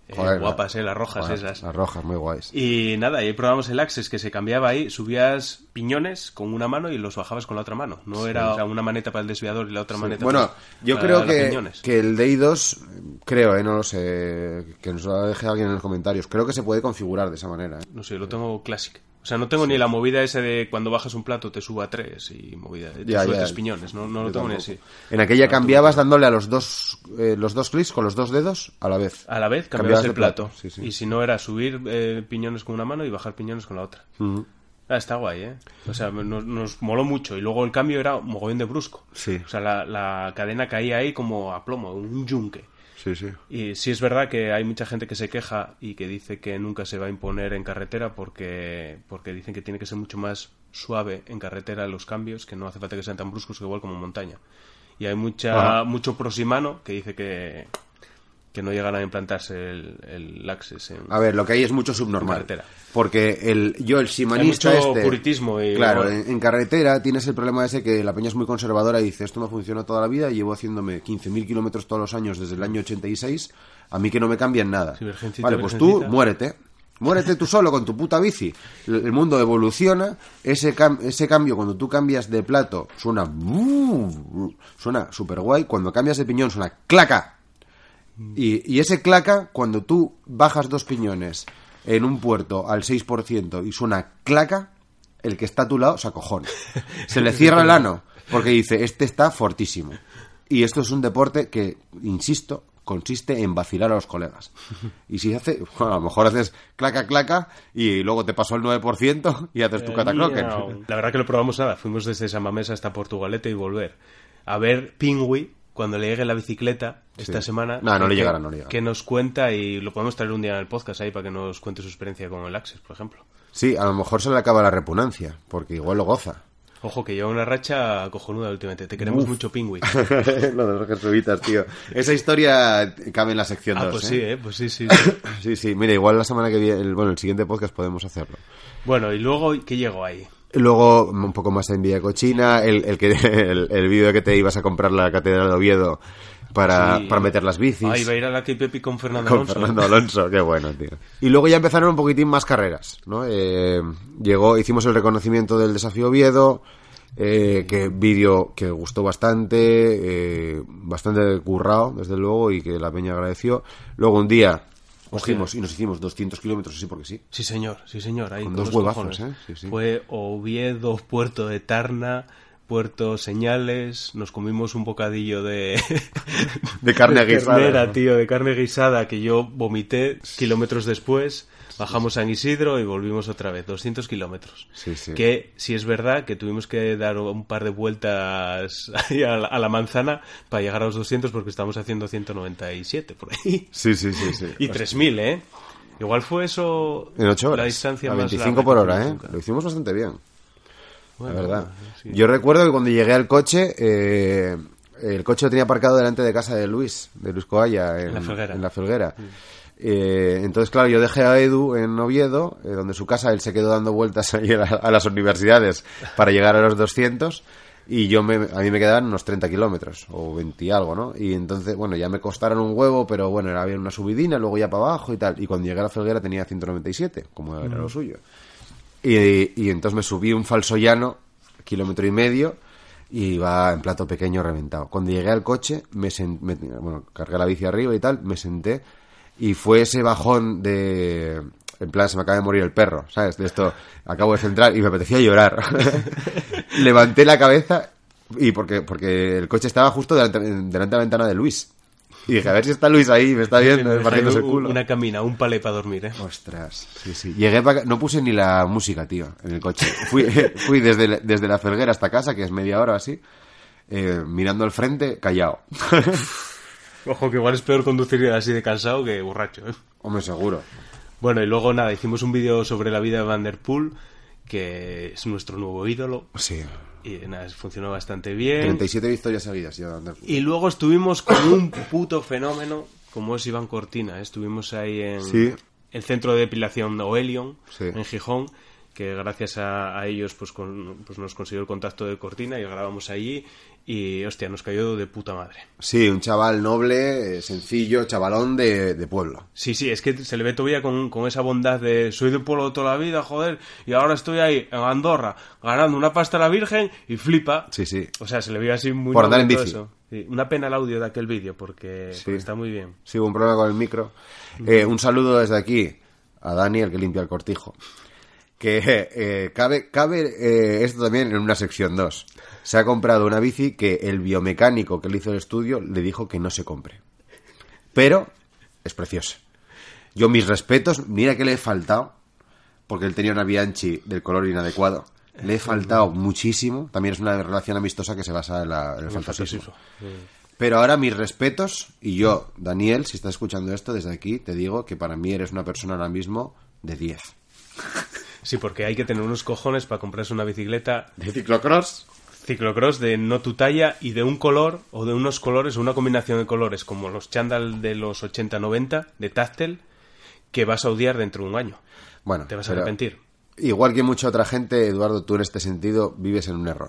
Joder, eh, guapas, eh, las rojas joder, esas. Las rojas, muy guays. Y nada, y ahí probamos el Access, que se cambiaba ahí, subías piñones con una mano y los bajabas con la otra mano. No sí. era o sea, una maneta para el desviador y la otra sí. maneta bueno, para, yo para creo que, piñones. Que el D I dos, creo, eh, no lo sé, que nos lo deje alguien en los comentarios, creo que se puede configurar de esa manera. Eh. No sé, lo tengo Classic. O sea, no tengo sí. ni la movida ese de cuando bajas un plato te suba tres y movida te ya, sube ya, tres piñones, no, no lo tengo tampoco. Ni así. En aquella no, cambiabas dándole a los dos eh, los dos clics con los dos dedos a la vez. A la vez cambiabas, cambiabas el plato. plato. Sí, sí. Y si no era subir eh, piñones con una mano y bajar piñones con la otra. Uh-huh. Ah, está guay, ¿eh? O sea, nos, nos moló mucho. Y luego el cambio era un mogollón de brusco. Sí. O sea, la, la cadena caía ahí como a plomo, un yunque. Sí, sí. Y sí es verdad que hay mucha gente que se queja y que dice que nunca se va a imponer en carretera porque, porque dicen que tiene que ser mucho más suave en carretera los cambios, que no hace falta que sean tan bruscos igual como en montaña. Y hay mucha ah. mucho prosimano que dice que, que no llegan a implantarse el, el Access en A ver, lo que hay es mucho subnormal. Porque el, yo, el simanista hay mucho este... puritismo. Y, claro, bueno. en, en carretera tienes el problema ese que la peña es muy conservadora y dice, esto me funciona toda la vida, llevo haciéndome quince mil kilómetros todos los años desde el año ochenta y seis, a mí que no me cambian nada. Sí, vale, pues tú muérete. Muérete tú solo con tu puta bici. El, el mundo evoluciona, ese, cam, ese cambio cuando tú cambias de plato suena... Suena súper guay, cuando cambias de piñón suena claca. Y, y ese claca, cuando tú bajas dos piñones en un puerto al seis por ciento y suena claca, el que está a tu lado se acojona. Se le cierra el ano porque dice, este está fortísimo. Y esto es un deporte que, insisto, consiste en vacilar a los colegas. Y si hace, bueno, a lo mejor haces claca, claca y luego te pasó el nueve por ciento y haces tu eh, catacroken. La verdad que lo probamos nada. Fuimos desde San Mamés hasta Portugalete y volver. A ver Pingüi cuando le llegue la bicicleta esta sí. semana. No, no que, le llegará, no le llegará. Que nos cuenta y lo podemos traer un día en el podcast ahí para que nos cuente su experiencia con el Access, por ejemplo. Sí, a lo mejor se le acaba la repugnancia, porque igual lo goza. Ojo, que lleva una racha cojonuda últimamente. Te queremos Uf. mucho, Pingüi. Lo de los jesuitas, tío. Esa historia cabe en la sección ah, dos. Pues ¿eh? sí, ¿eh? Pues sí, sí. Sí, sí, sí. Mira, igual la semana que viene, el, bueno, el siguiente podcast podemos hacerlo. Bueno, y luego, ¿qué llegó ahí? Luego, un poco más en Villa Cochina, el, el, que, el, el vídeo que te ibas a comprar la Catedral de Oviedo para, sí. para meter las bicis. Ah, iba a ir a la K-Pepi con Fernando con Alonso. Con Fernando Alonso, qué bueno, tío. Y luego ya empezaron un poquitín más carreras, ¿no? Eh, llegó, hicimos el reconocimiento del Desafío Oviedo, eh, que vídeo que gustó bastante, eh, bastante currado, desde luego, y que la peña agradeció. Luego un día... Cogimos y nos hicimos doscientos kilómetros así porque sí. Sí, señor, sí, señor. Ahí, con dos huevazos, ¿eh? Sí, sí. Fue Oviedo, Puerto de Tarna, Puerto Señales, nos comimos un bocadillo de... de carne de guisada. Ternera, tío, de carne guisada que yo vomité kilómetros después. Bajamos a San Isidro y volvimos otra vez, doscientos kilómetros. Sí, sí. Que sí es verdad que tuvimos que dar un par de vueltas ahí a, la, a la manzana para llegar a los doscientos porque estamos haciendo ciento noventa y siete por ahí. Sí, sí, sí. sí. Y tres mil, ¿eh? Igual fue eso... En ocho horas. La distancia a más veinticinco por hora, ¿eh? Nunca. Lo hicimos bastante bien. Bueno, la verdad. Sí. Yo recuerdo que cuando llegué al coche... Eh, el coche lo tenía aparcado delante de casa de Luis, de Luis Coalla, en, en la Felguera. En la Felguera. Sí. Eh, entonces, claro, yo dejé a Edu en Oviedo, eh, donde su casa, él se quedó dando vueltas ahí a, la, a las universidades para llegar a los doscientos, y yo me, a mí me quedaban unos treinta kilómetros, o veinte y algo, ¿no? Y entonces, bueno, ya me costaron un huevo, pero bueno, era bien una subidina, luego ya para abajo y tal, y cuando llegué a la Felguera tenía ciento noventa y siete, como era mm. lo suyo. Y, y entonces me subí un falso llano, kilómetro y medio, y iba en plato pequeño reventado. Cuando llegué al coche, me, sent, me bueno, cargué la bici arriba y tal, me senté, y fue ese bajón de... En plan, se me acaba de morir el perro, ¿sabes? De esto, acabo de centrar y me apetecía llorar. Levanté la cabeza y porque porque el coche estaba justo delante, delante de la ventana de Luis. Y dije, a ver si está Luis ahí, me está viendo, me partiéndose el culo. Una camina, un palé para dormir, ¿eh? Ostras, sí, sí. Llegué para... No puse ni la música, tío, en el coche. Fui, fui desde, desde la Felguera hasta casa, que es media hora así, eh, mirando al frente, callado. Ojo, que igual es peor conducir así de cansado que borracho, ¿eh? Hombre, seguro. Bueno, y luego nada, hicimos un vídeo sobre la vida de Van der Poel, que es nuestro nuevo ídolo. Sí. Y nada, funcionó bastante bien. treinta y siete victorias seguidas ya Van der Poel. Y luego estuvimos con un puto fenómeno, como es Iván Cortina. Estuvimos ahí en sí. el centro de depilación Oelion, sí. en Gijón. que gracias a, a ellos pues, con, pues nos consiguió el contacto de Cortina y grabamos allí y, hostia, nos cayó de puta madre. Sí, un chaval noble, sencillo, chavalón de, de pueblo. Sí, sí, es que se le ve todavía con, con esa bondad de soy de pueblo toda la vida, joder, y ahora estoy ahí en Andorra ganando una pasta a la Virgen y flipa. Sí, sí. O sea, se le ve así muy... Por andar en todo bici. eso. Sí, una pena el audio de aquel vídeo porque, Sí. porque está muy bien. Sí, hubo un problema con el micro. Eh, un saludo desde aquí a Dani, el que limpia el cortijo. Que eh, cabe, cabe eh, esto también en una sección dos. Se ha comprado una bici que el biomecánico que le hizo el estudio le dijo que no se compre. Pero es preciosa. Yo mis respetos, mira que le he faltado, porque él tenía una Bianchi del color inadecuado. Le he faltado muchísimo. También es una relación amistosa que se basa en, la, en el fantasismo. Pero ahora mis respetos, y yo, Daniel, si estás escuchando esto desde aquí, te digo que para mí eres una persona ahora mismo de diez. Sí, porque hay que tener unos cojones para comprarse una bicicleta ¿De ciclocross? ciclocross de no tu talla y de un color o de unos colores o una combinación de colores como los chándal de los ochenta noventa de Táctil que vas a odiar dentro de un año. Bueno, te vas a pero arrepentir. Igual que mucha otra gente, Eduardo, tú en este sentido vives en un error.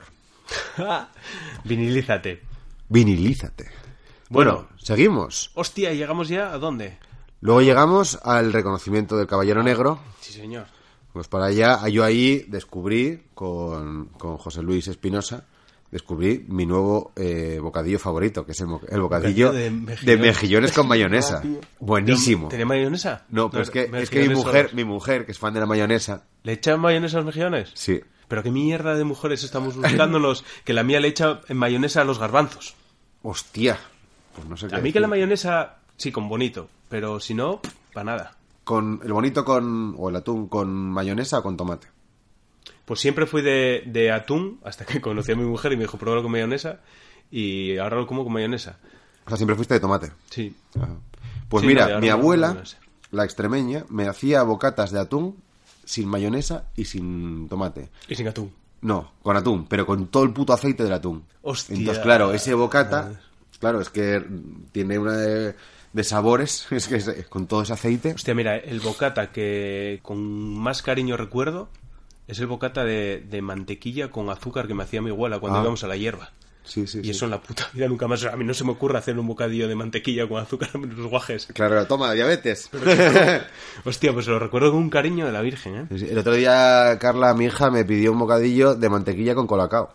Vinilízate. Vinilízate. Bueno, Bueno, seguimos. Hostia, ¿llegamos ya a dónde? Luego llegamos al reconocimiento del Caballero Negro. Sí, señor. Pues para allá, yo ahí descubrí, con, con José Luis Espinosa, descubrí mi nuevo eh, bocadillo favorito, que es el, mo- el bocadillo, Bocadillo de de, mejillones. mejillones con mayonesa. Buenísimo. ¿Tenía mayonesa? No, pero es que, es que mi mejillones mujer, solos. mi mujer, que es fan de la mayonesa, ¿Le echan mayonesa a los mejillones? sí. ¿Pero qué mierda de mujeres estamos buscándonos que la mía le echa en mayonesa a los garbanzos? Hostia. Pues no sé qué A mí que la decir. mayonesa, sí, con bonito, pero si no, para nada. Con el bonito con, o el atún con mayonesa o con tomate. Pues siempre fui de, de atún hasta que conocí a mi mujer y me dijo, pruébalo con mayonesa y ahora lo como con mayonesa. O sea, siempre fuiste de tomate. Sí. Ajá. Pues Sí, mira, no, de ahora mi no, abuela, mayonesa. la extremeña, me hacía bocatas de atún sin mayonesa y sin tomate. Y sin atún. No, con atún, pero con todo el puto aceite del atún. Hostia. Entonces, claro, ese bocata, claro, es que tiene una de, de sabores, es que es- con todo ese aceite. Hostia, mira, el bocata que con más cariño recuerdo es el bocata de, de mantequilla con azúcar que me hacía mi abuela cuando Ah. íbamos a la hierba. Sí, sí, Y sí. eso en la puta vida nunca más. A mí no se me ocurre hacer un bocadillo de mantequilla con azúcar en los guajes. Claro, toma, diabetes. Hostia, pues lo recuerdo con un cariño de la Virgen, ¿eh? Sí, sí. El otro día, Carla, mi hija, me pidió un bocadillo de mantequilla con colacao.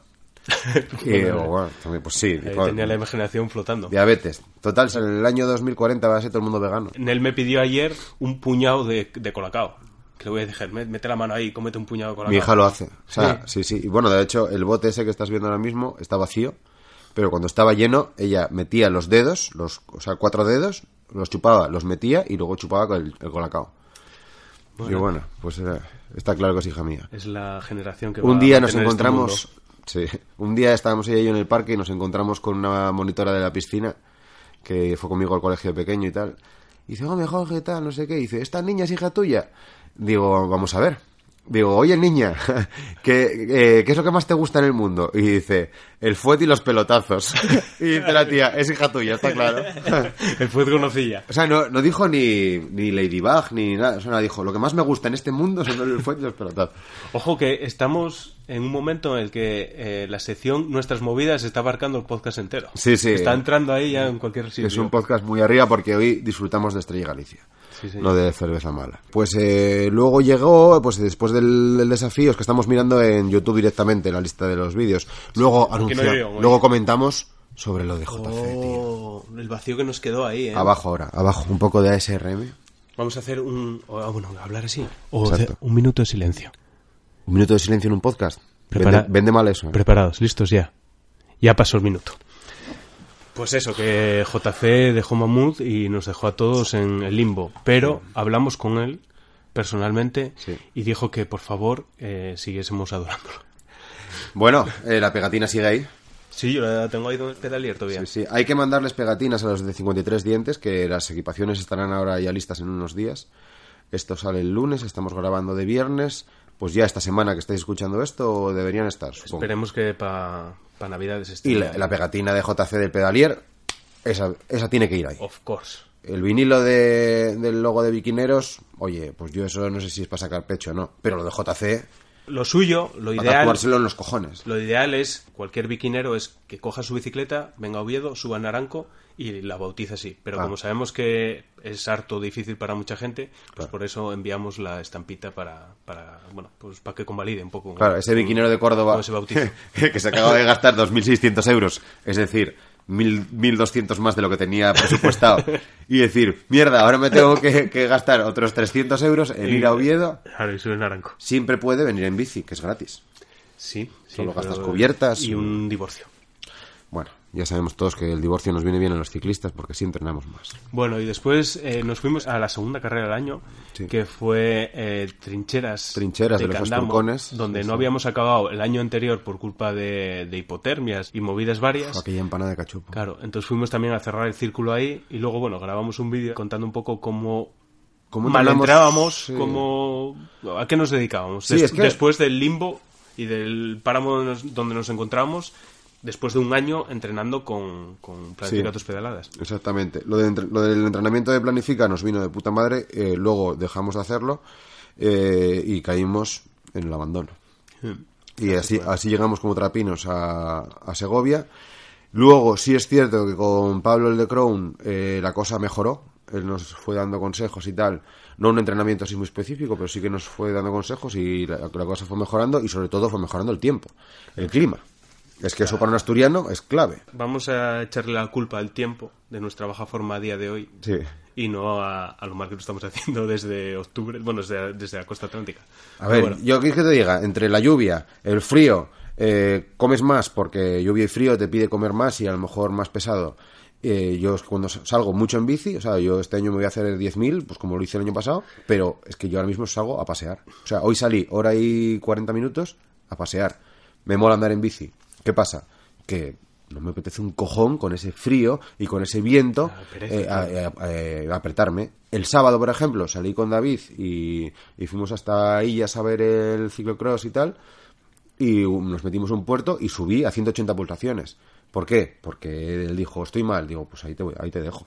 Y digo, bueno, también, pues sí. Ahí dijo, tenía la imaginación flotando. diabetes. Total, en el año dos mil cuarenta va a ser todo el mundo vegano. Él me pidió ayer un puñado de, de colacao. Que le voy a decir, "Met- mete la mano ahí, cómete un puñado de colacao". Mi hija lo hace. O sea, sí, sí. Y bueno, de hecho, el bote ese que estás viendo ahora mismo está vacío. Pero cuando estaba lleno, ella metía los dedos, los, o sea, cuatro dedos, los chupaba, los metía y luego chupaba con el, el colacao. Bueno. Y bueno, pues era- está claro que es hija mía. Es la generación que va Un a día nos mantener este encontramos, mundo. sí, un día estábamos ella y yo en el parque y nos encontramos con una monitora de la piscina que fue conmigo al colegio de pequeño y tal. Y dice, hombre, Jorge, tal, no sé qué. Y dice, ¿esta niña es hija tuya? Digo, vamos a ver. Digo, oye, niña, ¿qué, eh, ¿qué es lo que más te gusta en el mundo? Y dice, el fuet y los pelotazos. Y dice la tía, es hija tuya, está claro. El fútbol conocilla. O sea, no, no dijo ni, ni Ladybug ni nada. O sea, dijo, lo que más me gusta en este mundo son el fuet y los pelotazos. Ojo que estamos en un momento en el que eh, la sección Nuestras Movidas está abarcando el podcast entero. Sí, sí. Está entrando ahí ya en cualquier sitio. Es un podcast muy arriba porque hoy disfrutamos de Estrella Galicia, Sí, señor. no de cerveza mala. Pues eh, luego llegó, pues después del, del desafío, es que estamos mirando en YouTube directamente la lista de los vídeos. Luego anunció, no veo, luego comentamos sobre lo de J C, tío. Oh, el vacío que nos quedó ahí, ¿eh? Abajo ahora, abajo, un poco de A S R M. Vamos a hacer un... o, bueno, hablar así. O Exacto. de- un minuto de silencio. Un minuto de silencio en un podcast. Prepara- Vende, vende mal eso. ¿eh? Preparados, listos ya. Ya pasó el minuto. Pues eso, que J C dejó Mammoth y nos dejó a todos en el limbo. Pero hablamos con él personalmente Sí. y dijo que por favor eh, siguiésemos adorándolo. Bueno, eh, la pegatina sigue ahí. Sí, yo la tengo ahí donde pedalier todavía. Sí, sí. Hay que mandarles pegatinas a los de cincuenta y tres dientes, que las equipaciones estarán ahora ya listas en unos días. Esto sale el lunes, estamos grabando de viernes. Pues ya esta semana que estáis escuchando esto deberían estar, supongo. Esperemos que para pa Navidades esté. Y la, la pegatina de J C del pedalier, esa, esa tiene que ir ahí. Of course. El vinilo de, del logo de Biquineros, oye, pues yo eso no sé si es para sacar pecho o no, pero lo de J C, Lo suyo, lo para ideal, tatuárselo en los cojones. lo ideal es, cualquier biquinero es que coja su bicicleta, venga a Oviedo, suba a Naranco y la bautice así. Pero Ah. como sabemos que es harto difícil para mucha gente, pues Claro. por eso enviamos la estampita para, para bueno, pues para que convalide un poco. Claro, ese biquinero de Córdoba cómo se bautiza. que se acaba de gastar dos mil seiscientos euros, es decir, mil doscientos más de lo que tenía presupuestado, y decir, mierda, ahora me tengo que, que gastar otros trescientos euros en ir a Oviedo, Claro, y sube Naranco. siempre puede venir en bici, que es gratis. Sí, sí. Solo gastas pero- cubiertas Y y- un divorcio. Bueno, ya sabemos todos que el divorcio nos viene bien a los ciclistas porque sí entrenamos más. Bueno, y después eh, nos fuimos a la segunda carrera del año, Sí. que fue eh, Trincheras, Trincheras de los Candamo, Asturcones. donde Sí, no sí. habíamos acabado el año anterior por culpa de, de hipotermias y movidas varias. Aquella empanada de cachopo. Claro, entonces fuimos también a cerrar el círculo ahí y luego, bueno, grabamos un vídeo contando un poco cómo ¿Cómo mal entrenamos? entrábamos, Sí. cómo, a qué nos dedicábamos. Sí, Des- es que- Después del limbo y del páramo donde nos, donde nos encontramos, después de un año entrenando con, con Planifica Sí. tus pedaladas. Exactamente. Lo, de entre- lo del entrenamiento de Planifica nos vino de puta madre, eh, luego dejamos de hacerlo eh, y caímos en el abandono. Y así, así llegamos como trapinos a, a Segovia. Luego, sí es cierto que con Pablo el de Crown eh, la cosa mejoró. Él nos fue dando consejos y tal. No un entrenamiento así muy específico, pero sí que nos fue dando consejos y la, la cosa fue mejorando y sobre todo fue mejorando el tiempo, el clima. Es que eso para un asturiano es clave. Vamos a echarle la culpa al tiempo de nuestra baja forma a día de hoy Sí. y no a, a lo mal que lo estamos haciendo desde octubre, bueno, desde, desde la costa atlántica. A ver, Pero bueno, yo qué que te diga, entre la lluvia, el frío, eh, comes más porque lluvia y frío te pide comer más y a lo mejor más pesado. Eh, yo cuando salgo mucho en bici, o sea, yo este año me voy a hacer diez mil, pues como lo hice el año pasado, pero es que yo ahora mismo salgo a pasear. O sea, hoy salí hora y cuarenta minutos a pasear. Me mola andar en bici. ¿Qué pasa? Que no me apetece un cojón con ese frío y con ese viento Ah, pereza, eh, a, claro. a- a- a apretarme. El sábado, por ejemplo, salí con David y, y fuimos hasta Illas a ver el ciclocross y tal, y um, nos metimos a un puerto y subí a ciento ochenta pulsaciones. ¿Por qué? Porque él dijo, estoy mal. Digo, pues ahí te voy, ahí te dejo.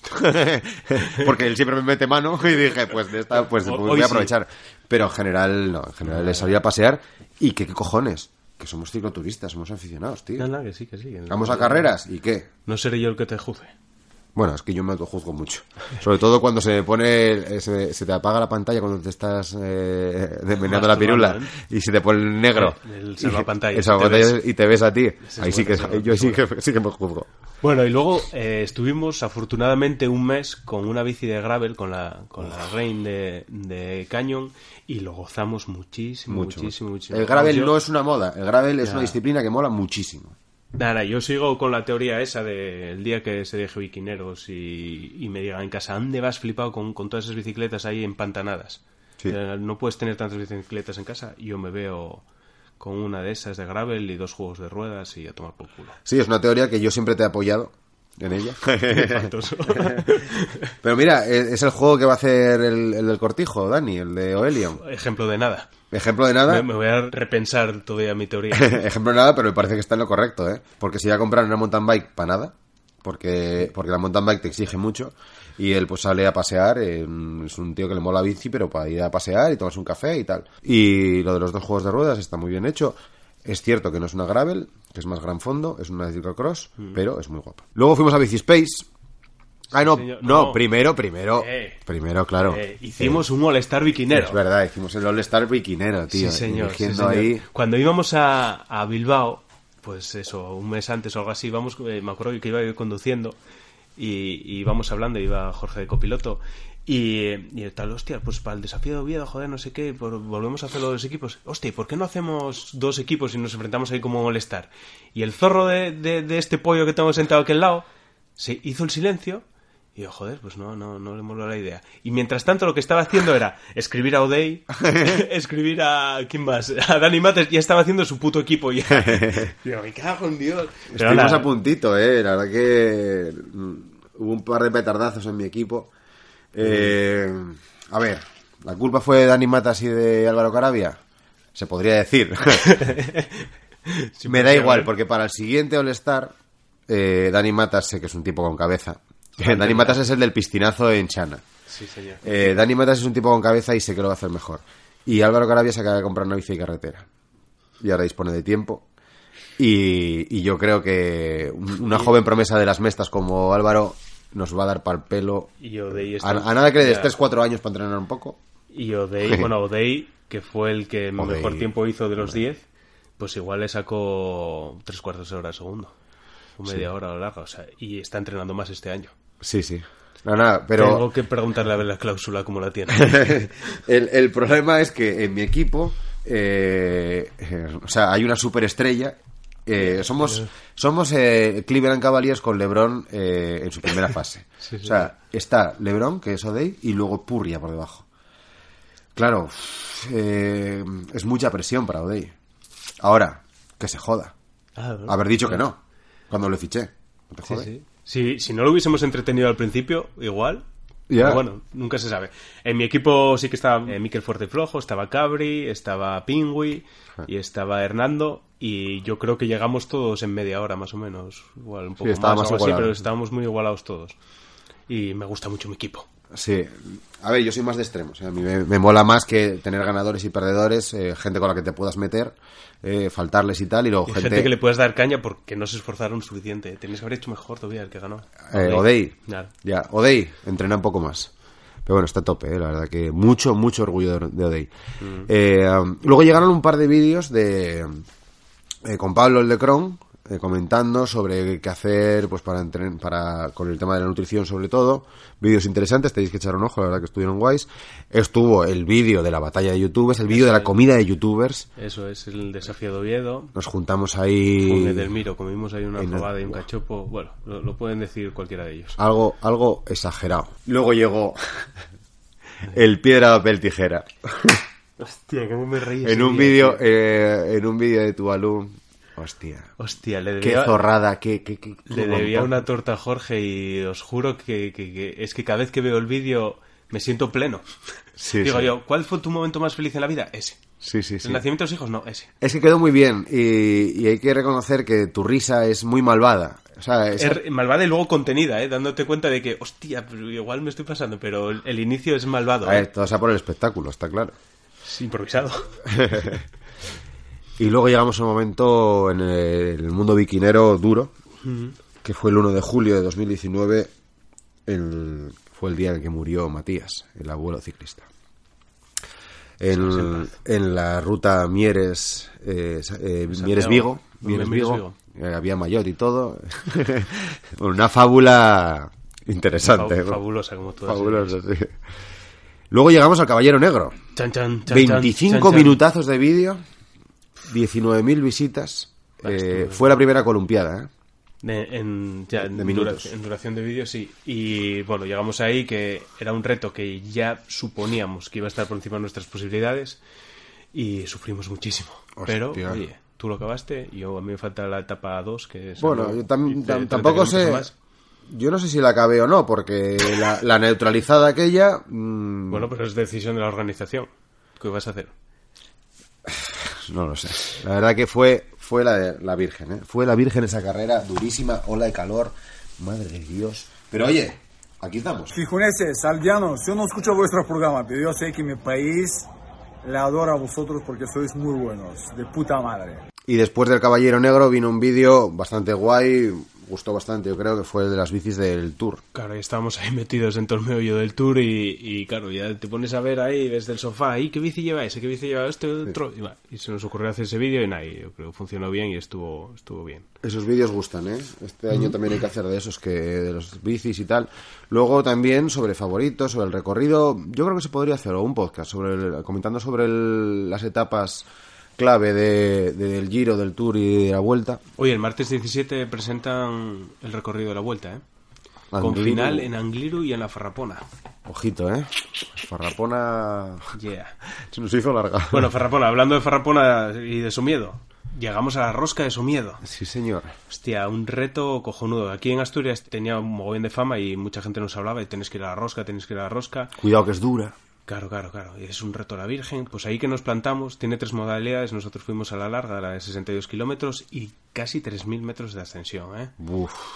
Porque él siempre me mete mano y dije, pues de esta, pues, Hoy pues voy a sí. aprovechar. Pero en general, no, en general le salí a pasear y que qué cojones, que somos cicloturistas, somos aficionados, tío. nada, que sí, que sí. Vamos a carreras y qué. No seré yo el que te juzgue. Bueno, es que yo me autojuzgo mucho. Sobre todo cuando se pone, eh, se, se te apaga la pantalla cuando te estás eh, desmeneando la pirula Masturbando, y se te pone el negro. El salvapantallas, El salvapantallas y te ves. y te ves a ti. es Ahí sí que bueno, ese yo es sí que, sí que me juzgo. Bueno, y luego eh, estuvimos afortunadamente un mes con una bici de gravel, con la, con la Rain de, de Canyon, y lo gozamos muchísimo, Mucho. muchísimo, muchísimo. El gravel Yo- no es una moda. El gravel es Ya. una disciplina que mola muchísimo. Nada, yo sigo con la teoría esa de el día que se deje biquineros y, y me digan en casa, ¿dónde vas flipado con, con todas esas bicicletas ahí empantanadas? Sí. Eh, no puedes tener tantas bicicletas en casa. Yo me veo con una de esas de gravel y dos juegos de ruedas y a tomar por culo. Sí, es una teoría que yo siempre te he apoyado en ella. Espantoso. Pero mira, es es el juego que va a hacer el, el del cortijo, Dani, el de Oelion. Ejemplo de nada. Ejemplo de nada. Me, me voy a repensar todavía mi teoría. Ejemplo de nada, pero me parece que está en lo correcto, ¿eh? Porque si va a comprar una mountain bike para nada, porque, porque la mountain bike te exige mucho, y él pues sale a pasear, eh, es un tío que le mola la bici, pero para ir a pasear y tomarse un café y tal. Y lo de los dos juegos de ruedas está muy bien hecho. Es cierto que no es una gravel, que es más gran fondo, es una ciclocross, pero es muy guapa. Luego fuimos a Bici Space. Ah, no, señor. no, No. primero, primero, Eh. primero, claro. Eh, hicimos un All-Star biquinero. Es verdad, hicimos el All-Star biquinero, tío. Sí, señor. sí, eligiendo señor. ahí. Cuando íbamos a, a Bilbao, pues eso, un mes antes o algo así, vamos, eh, me acuerdo que iba yo conduciendo y, y íbamos hablando, iba Jorge de copiloto y, y el tal, hostia, pues para el desafío de Oviedo, joder, no sé qué, por- volvemos a hacer los dos equipos. Hostia, ¿y por qué no hacemos dos equipos y nos enfrentamos ahí como All-Star? Y el zorro de, de, de este pollo que tengo sentado aquí al lado se hizo el silencio. Y yo, joder, pues no, no, no le moló la idea. Y mientras tanto lo que estaba haciendo era escribir a O'Day, escribir a... ¿quién más? A Dani Mates, ya estaba haciendo su puto equipo ya. Yo, me cago en Dios. Pero Estuvimos nada, a puntito, eh. La verdad que mm, hubo un par de petardazos en mi equipo. Eh, a ver, ¿la culpa fue de Dani Matas y de Álvaro Carabia? Se podría decir. sí, Me da porque, igual, ¿eh? porque para el siguiente All-Star, eh, Dani Matas sé que es un tipo con cabeza Dani Matas es el del piscinazo en Chana. Sí, señor. Eh, Dani Matas es un tipo con cabeza y sé que lo va a hacer mejor. Y Álvaro Carabia se acaba de comprar una bici de carretera. Y ahora dispone de tiempo. Y, y yo creo que una joven promesa de las mestas como Álvaro nos va a dar pa'l pelo. Y O'Day está... a, a nada que le des tres cuatro años para entrenar un poco. Y O'Day, bueno, O'Day, que fue el que O'Day. mejor tiempo hizo de los diez, pues igual le sacó tres cuartos de hora al segundo. O media Sí. hora a lo largo. O sea, y está entrenando más este año. Sí, sí. No, nada, pero... Tengo que preguntarle a ver la cláusula cómo la tiene. el, el problema es que en mi equipo, eh, eh, o sea, hay una superestrella. Eh, somos somos eh, Cleveland Cavaliers con LeBron eh, en su primera fase. Sí, sí, o sea, está LeBron, que es O'Day, y luego Purria por debajo. Claro, eh, es mucha presión para O'Day. Ahora, que se joda. Ah, ¿no? Haber dicho que no, cuando lo fiché. ¿No te Sí, jode? sí. Si, si no lo hubiésemos entretenido al principio, igual. Ya. Pero bueno, nunca se sabe. En mi equipo sí que estaba eh, Miquel Fuerte Flojo, estaba Cabri, estaba Pingüi y estaba Hernando. Y yo creo que llegamos todos en media hora más o menos. Igual un poco Sí, estaba más, más o algo así, igualado. pero estábamos muy igualados todos. Y me gusta mucho mi equipo. Sí, a ver, yo soy más de extremos. ¿eh? A mí me, me mola más que tener ganadores y perdedores, eh, gente con la que te puedas meter, eh, faltarles y tal, y luego Y gente... gente que le puedes dar caña porque no se esforzaron suficiente. Tenías que haber hecho mejor todavía el que ganó. Eh, O'Day. Claro. Ya, O'Day, entrena un poco más. Pero bueno, está a tope, eh, la verdad que mucho, mucho orgullo de, de O'Day. Mm. Eh, um, luego llegaron un par de vídeos de eh, con Pablo el de Cron, eh, comentando sobre qué hacer pues para entrenar, para con el tema de la nutrición sobre todo. Vídeos interesantes, tenéis que echar un ojo, la verdad que estuvieron guays. Estuvo el vídeo de la batalla de youtubers, el vídeo de la comida de youtubers. Eso es el desafío de Oviedo. Nos juntamos ahí... Con Edelmiro comimos ahí una en el- fabada y un cachopo. Bueno, lo, lo pueden decir cualquiera de ellos. Algo, algo exagerado. Luego llegó el piedra, papel, tijera. Hostia, cómo me reí. En un vídeo, eh, en un vídeo de tu alumno. Hostia. Hostia, le Qué debía, zorrada, qué, qué, qué- le qué debía montón. una torta a Jorge y os juro que, que- que- es que cada vez que veo el vídeo me siento pleno. Sí, Digo sí. yo, ¿cuál fue tu momento más feliz en la vida? Ese. Sí, sí, sí. ¿El nacimiento de los hijos? No, ese. Es que quedó muy bien y, y hay que reconocer que tu risa es muy malvada. O sea, esa- Es malvada y luego contenida, ¿eh? Dándote cuenta de que, hostia, pero igual me estoy pasando, pero el, el inicio es malvado. a ¿eh? ver, todo sea por el espectáculo, está claro. Es improvisado. Y luego llegamos a un momento en el, el mundo biquinero duro, que fue el uno de julio de dos mil diecinueve, el, fue el día en el que murió Matías, el abuelo ciclista. En, en la ruta Mieres, eh, eh, Mieres Vigo, Mieres Mieres Vigo, eh, había maillot y todo. Una fábula interesante. Fa- ¿no? fabulosa, como tú has Fabulosa, sí. Luego llegamos al Caballero Negro. Chan, chan, chan, veinticinco chan, chan. minutazos de vídeo, diecinueve mil visitas. Eh, fue la primera columpiada, ¿eh? De, en, ya, en De minutos. dura- en duración de vídeo, sí. Y bueno, llegamos ahí que era un reto que ya suponíamos que iba a estar por encima de nuestras posibilidades y sufrimos muchísimo. Hostia. Pero, oye, tú lo acabaste y yo, a mí me falta la etapa dos, que es... Bueno, algo- yo tam- y tam- treinta tampoco kilómetros sé. más. Yo no sé si la acabé o no, porque la, la neutralizada aquella. mmm, Bueno, pero es decisión de la organización. ¿Qué vas a hacer? no lo sé. La verdad que fue fue la, de- la Virgen, ¿eh? Fue la Virgen esa carrera, durísima, ola de calor. Madre de Dios. Pero oye, aquí estamos. Fijuneses, aldeanos, yo no escucho vuestro programa, pero yo sé que mi país le adora a vosotros porque sois muy buenos, de puta madre. Y después del Caballero Negro vino un vídeo bastante guay, gustó bastante, yo creo que fue el de las bicis del Tour. Claro, y estábamos ahí metidos en todo el meollo del tour y, y claro, ya te pones a ver ahí desde el sofá, ¿y qué bici lleva ese? ¿Qué bici lleva este otro? Y, va, y se nos ocurrió hacer ese vídeo y nada, y yo creo que funcionó bien y estuvo, estuvo bien. Esos vídeos gustan, ¿eh? Este año también hay que hacer de esos, que de los bicis y tal. Luego también sobre favoritos, sobre el recorrido. Yo creo que se podría hacer un podcast sobre el- comentando sobre el- las etapas clave de, de- del Giro, del Tour y de la Vuelta. Oye, el martes diecisiete presentan el recorrido de la vuelta, ¿eh? Con Angliru. final en Angliru y en la Farrapona. Ojito, ¿eh? Farrapona... Yeah. Se nos hizo larga. Bueno, Farrapona, hablando de Farrapona y de Somiedo, llegamos a la rosca de Somiedo. Sí, señor. Hostia, un reto cojonudo. Aquí en Asturias tenía un mogollón de fama y mucha gente nos hablaba y tenés que ir a la rosca, tenés que ir a la rosca. Cuidado que es dura. Claro, claro, claro. Y es un reto a la Virgen. Pues ahí que nos plantamos, tiene tres modalidades. Nosotros fuimos a la larga, a la de sesenta y dos kilómetros y casi tres mil metros de ascensión, ¿eh? Uf.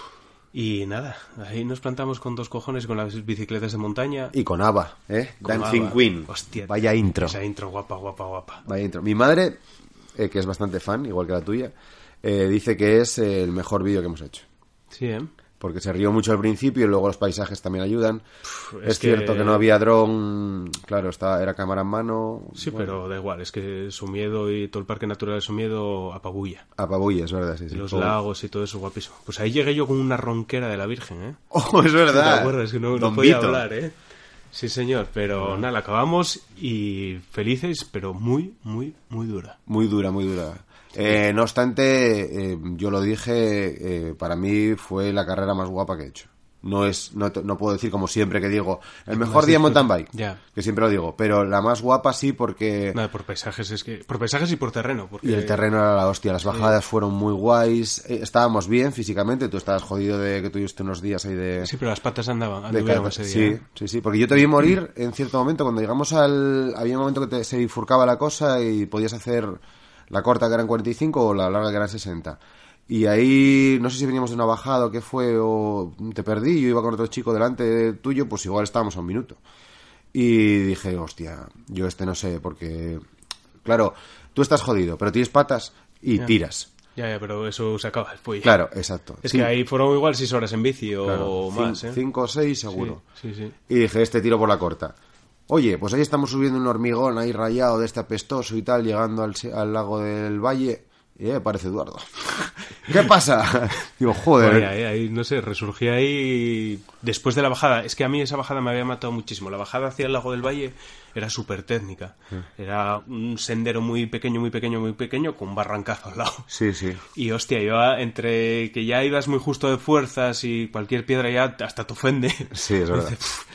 Y nada, ahí nos plantamos con dos cojones con las bicicletas de montaña. Y con ABBA, ¿eh? Con Dancing ABBA. Queen. Hostia, Vaya intro. Esa intro guapa, guapa, guapa. Vaya intro. Mi madre, eh, que es bastante fan, igual que la tuya, eh, dice que es eh, el mejor vídeo que hemos hecho. Sí, ¿eh? Porque se rió mucho al principio y luego los paisajes también ayudan. Uf, es es cierto que... que no había dron, claro, estaba, era cámara en mano. Sí, bueno, pero da igual, es que Somiedo y todo el parque natural de Somiedo apabulla. apabulla, es verdad, sí, sí. Y los Como- lagos y todo eso, guapísimo. Pues ahí llegué yo con una ronquera de la Virgen, ¿eh? Oh, es ¿Te verdad. acuerdas? Que no, no Don podía Vito. hablar, ¿eh? Sí, señor, pero nada, la acabamos y felices, pero muy, muy, muy dura. Muy dura, muy dura. Eh, no obstante, eh, yo lo dije, eh, para mí fue la carrera más guapa que he hecho. No es, no, te- no puedo decir como siempre que digo el mejor Más día en disfruta. mountain bike, Ya. que siempre lo digo, pero la más guapa sí porque Nada, por paisajes es que... Por paisajes y por terreno, porque... y el terreno era la hostia, las bajadas fueron muy guays, eh, estábamos bien físicamente, tú estabas jodido de que tuviste unos días ahí de Sí, pero las patas andaban, de anduvieron caza. ese día. Sí, ¿eh? sí, sí, porque yo te vi morir en cierto momento cuando llegamos al había un momento que te- se bifurcaba la cosa y podías hacer la corta que eran cuarenta y cinco o la larga que eran sesenta. Y ahí, no sé si veníamos de una bajada o qué fue, o te perdí, yo iba con otro chico delante tuyo, pues igual estábamos a un minuto. Y dije, hostia, yo este no sé, porque, claro, tú estás jodido, pero tienes patas y Ya. tiras. Ya, ya, pero eso se acaba después. Claro, exacto. Es Sí, que ahí fueron igual seis horas en bici o claro, más, cin- ¿eh? Cinco o seis seguro. Sí, sí, sí. Y dije, este tiro por la corta. Oye, pues ahí estamos subiendo un hormigón ahí rayado de este apestoso y tal, llegando al, se- al lago del Valle. Y eh, parece Eduardo. ¿Qué pasa? Digo, joder. Vaya, eh, ahí, no sé, resurgí ahí después de la bajada. Es que a mí esa bajada me había matado muchísimo. La bajada hacia el lago del Valle era súper técnica. Era un sendero muy pequeño, muy pequeño, muy pequeño, con un barrancazo al lado. Sí, sí. Y hostia, yo ah, entre que ya ibas muy justo de fuerzas y cualquier piedra ya hasta te ofende. Sí, es verdad.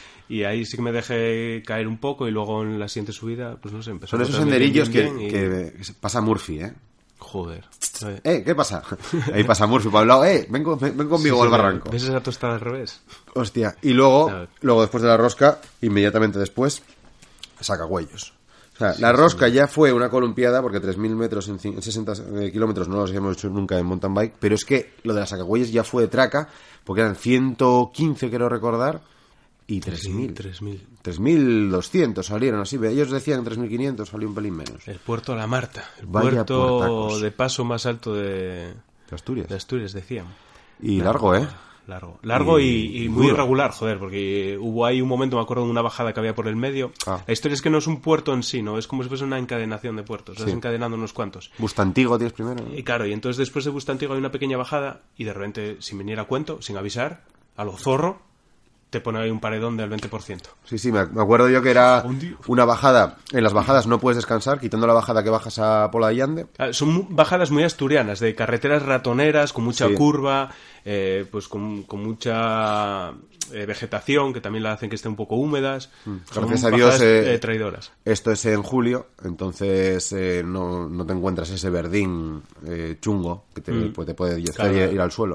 Y ahí sí que me dejé caer un poco y luego en la siguiente subida, pues no sé, empezó Son a esos encontrarme senderillos bien, que, bien, bien y- que pasa Murphy, ¿eh? Joder. Eh, ¿qué pasa? Ahí pasa Murphy para un lado. Eh, ven, con- ven conmigo Sí, al sí, barranco. ¿Ves esa tostada al revés? Hostia. Y luego, A ver. luego después de la rosca, inmediatamente después, sacahuellos. O sea, la rosca ya fue una columpiada porque tres mil metros en, cin- en sesenta eh, kilómetros no los habíamos hecho nunca en mountain bike, pero es que lo de las sacahuellos ya fue de traca porque eran ciento quince, quiero recordar, y tres mil. tres mil. tres mil doscientos salieron así. Ellos decían tres mil quinientos, salió un pelín menos. El puerto La Marta. El Vaya puerto puertacos. de paso más alto de, De Asturias. de Asturias, decían. Y largo, ¿eh? Largo, largo y, Y y muy duro. irregular, joder, porque hubo ahí un momento, me acuerdo de una bajada que había por el medio. Ah. La historia es que no es un puerto en sí, ¿no? Es como si fuese una encadenación de puertos, vas Sí. encadenando unos cuantos. Bustantigo tienes primero. ¿no? Y claro, y entonces después de Bustantigo hay una pequeña bajada y de repente, sin venir a cuento, sin avisar, a lo zorro, te pone ahí un paredón del veinte por ciento. Sí, sí, me me acuerdo yo que era Hundido. una bajada. En las bajadas no puedes descansar, quitando la bajada que bajas a Pola de Llande. Ah, Son mu- bajadas muy asturianas, de carreteras ratoneras, con mucha Sí. curva, eh, pues con, con mucha eh, vegetación, que también la hacen que esté un poco húmedas. Son Gracias a Dios, bajadas, eh, eh, traidoras. Esto es en julio, entonces eh, no, no te encuentras ese verdín eh, chungo que te, pues, te puede hacer Claro. ir al suelo.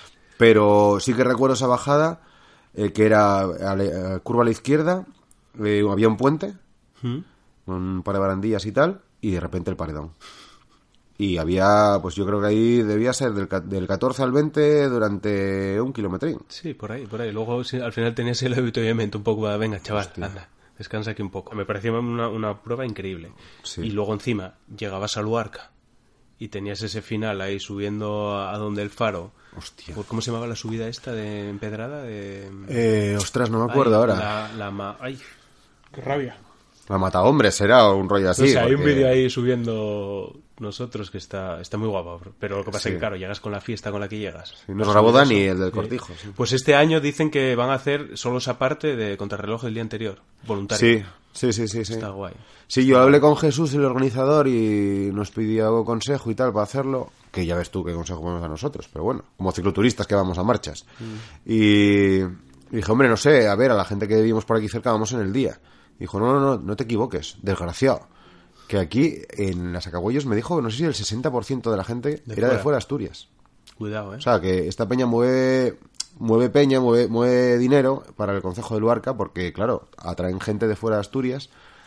Pero sí que recuerdo esa bajada, eh, que era a la- a curva a la izquierda, eh, había un puente, ¿Mm? con un par de barandillas y tal, y de repente el paredón. Y había, pues yo creo que ahí debía ser del, ca- del catorce al veinte durante un kilometrín. Sí, por ahí, por ahí. Luego sí, al final tenías el avituallamiento un poco, va, venga, chaval, anda, descansa aquí un poco. Me pareció una, una prueba increíble. Sí. Y luego encima llegabas a Luarca y tenías ese final ahí subiendo a, a donde el faro. Hostia. Por- ¿Cómo se llamaba la subida esta de empedrada? De... Eh, ostras, no me acuerdo Ay, ahora. La, la ma- Ay, qué rabia. La mata hombres será o un rollo así. O sea, hay un porque- vídeo ahí subiendo nosotros que está, está muy guapo. Pero lo que pasa Sí. es que, claro, llegas con la fiesta con la que llegas. Sí, nos Vas grabó subiendo Dani, eso. el del Sí. Cortijo. Sí. Pues este año dicen que van a hacer solo esa parte de contrarreloj del día anterior. Voluntario. Sí, sí, sí, sí, sí. Está guay. Sí, yo hablé con Jesús, el organizador, y nos pidió consejo y tal para hacerlo. Que ya ves tú qué consejo ponemos a nosotros, pero bueno, como cicloturistas que vamos a marchas. Mm. Y dije, hombre, no sé, a ver, a la gente que vivimos por aquí cerca vamos en el día. Dijo, no, no, no, no te equivoques, desgraciado. Que aquí, en las Sacahuellos, me dijo, no sé si el sesenta por ciento de la gente De era fuera. de fuera de Asturias. Cuidado, ¿eh? O sea, que esta peña mueve mueve peña, mueve, mueve dinero para el concejo de Luarca, porque, claro, atraen gente de fuera de Asturias.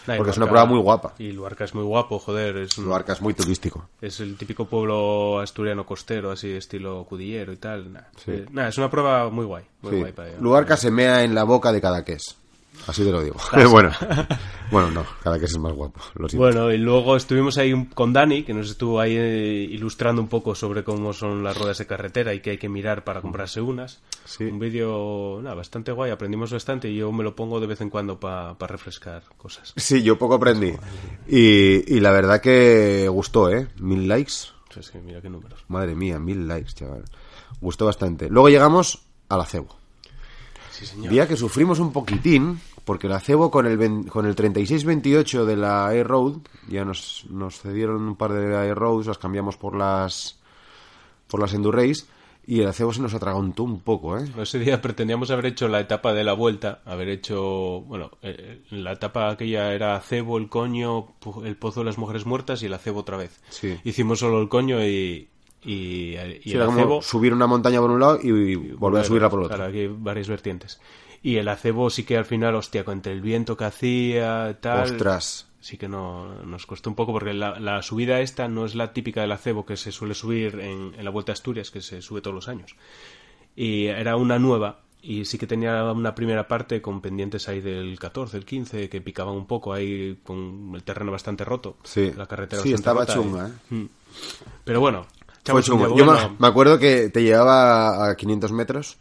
Nah, porque Luarca, es una prueba muy guapa. Y Luarca es muy guapo, joder. Es un, Luarca es muy turístico. Es el típico pueblo asturiano costero, así estilo Cudillero y tal. Nah, Sí. eh, nah, es una prueba muy guay. Muy Sí. guay para Luarca se mea en la boca de Cadaqués. Así te lo digo. bueno, bueno, no, Cadaqués es más guapo. Lo siento. Bueno, y luego estuvimos ahí un- con Dani, que nos estuvo ahí eh, ilustrando un poco sobre cómo son las ruedas de carretera y qué hay que mirar para comprarse unas. Sí. Un vídeo nah, bastante guay, aprendimos bastante y yo me lo pongo de vez en cuando para refrescar cosas. Sí, yo poco aprendí. Y, y la verdad que gustó, ¿eh? Mil likes. Pues que mira qué números. Madre mía, mil likes, chaval. Gustó bastante. Luego llegamos al acebo. Sí, señor. Día que sufrimos un poquitín, porque el acebo con el, ven- con el treinta y seis veintiocho de la Air Road, ya nos, nos cedieron un par de Air Roads, las cambiamos por las por las Endurace, y el acebo se nos atragantó un poco, ¿eh? Ese día pretendíamos haber hecho la etapa de la vuelta, haber hecho, bueno, eh, la etapa aquella era acebo, el coño, pu- el pozo de las mujeres muertas y el acebo otra vez. Sí. Hicimos solo el coño y, y, y Sí, el era como acebo. subir una montaña por un lado y, volver a subirla por el otro. Claro, aquí hay varias vertientes. Y el acebo sí que al final, hostia, entre el viento que hacía, tal. Ostras. Sí que no, nos costó un poco porque la, la subida esta no es la típica del acebo que se suele subir en, en la Vuelta a Asturias, que se sube todos los años. Y era una nueva y sí que tenía una primera parte con pendientes ahí del catorce, el quince, que picaban un poco ahí con el terreno bastante roto. Sí. La carretera Sí, bastante estaba rota chunga, y- ¿eh? Mm. Pero bueno, Fue echamos un chungo. día Yo me, bueno. me acuerdo que te llevaba a quinientos metros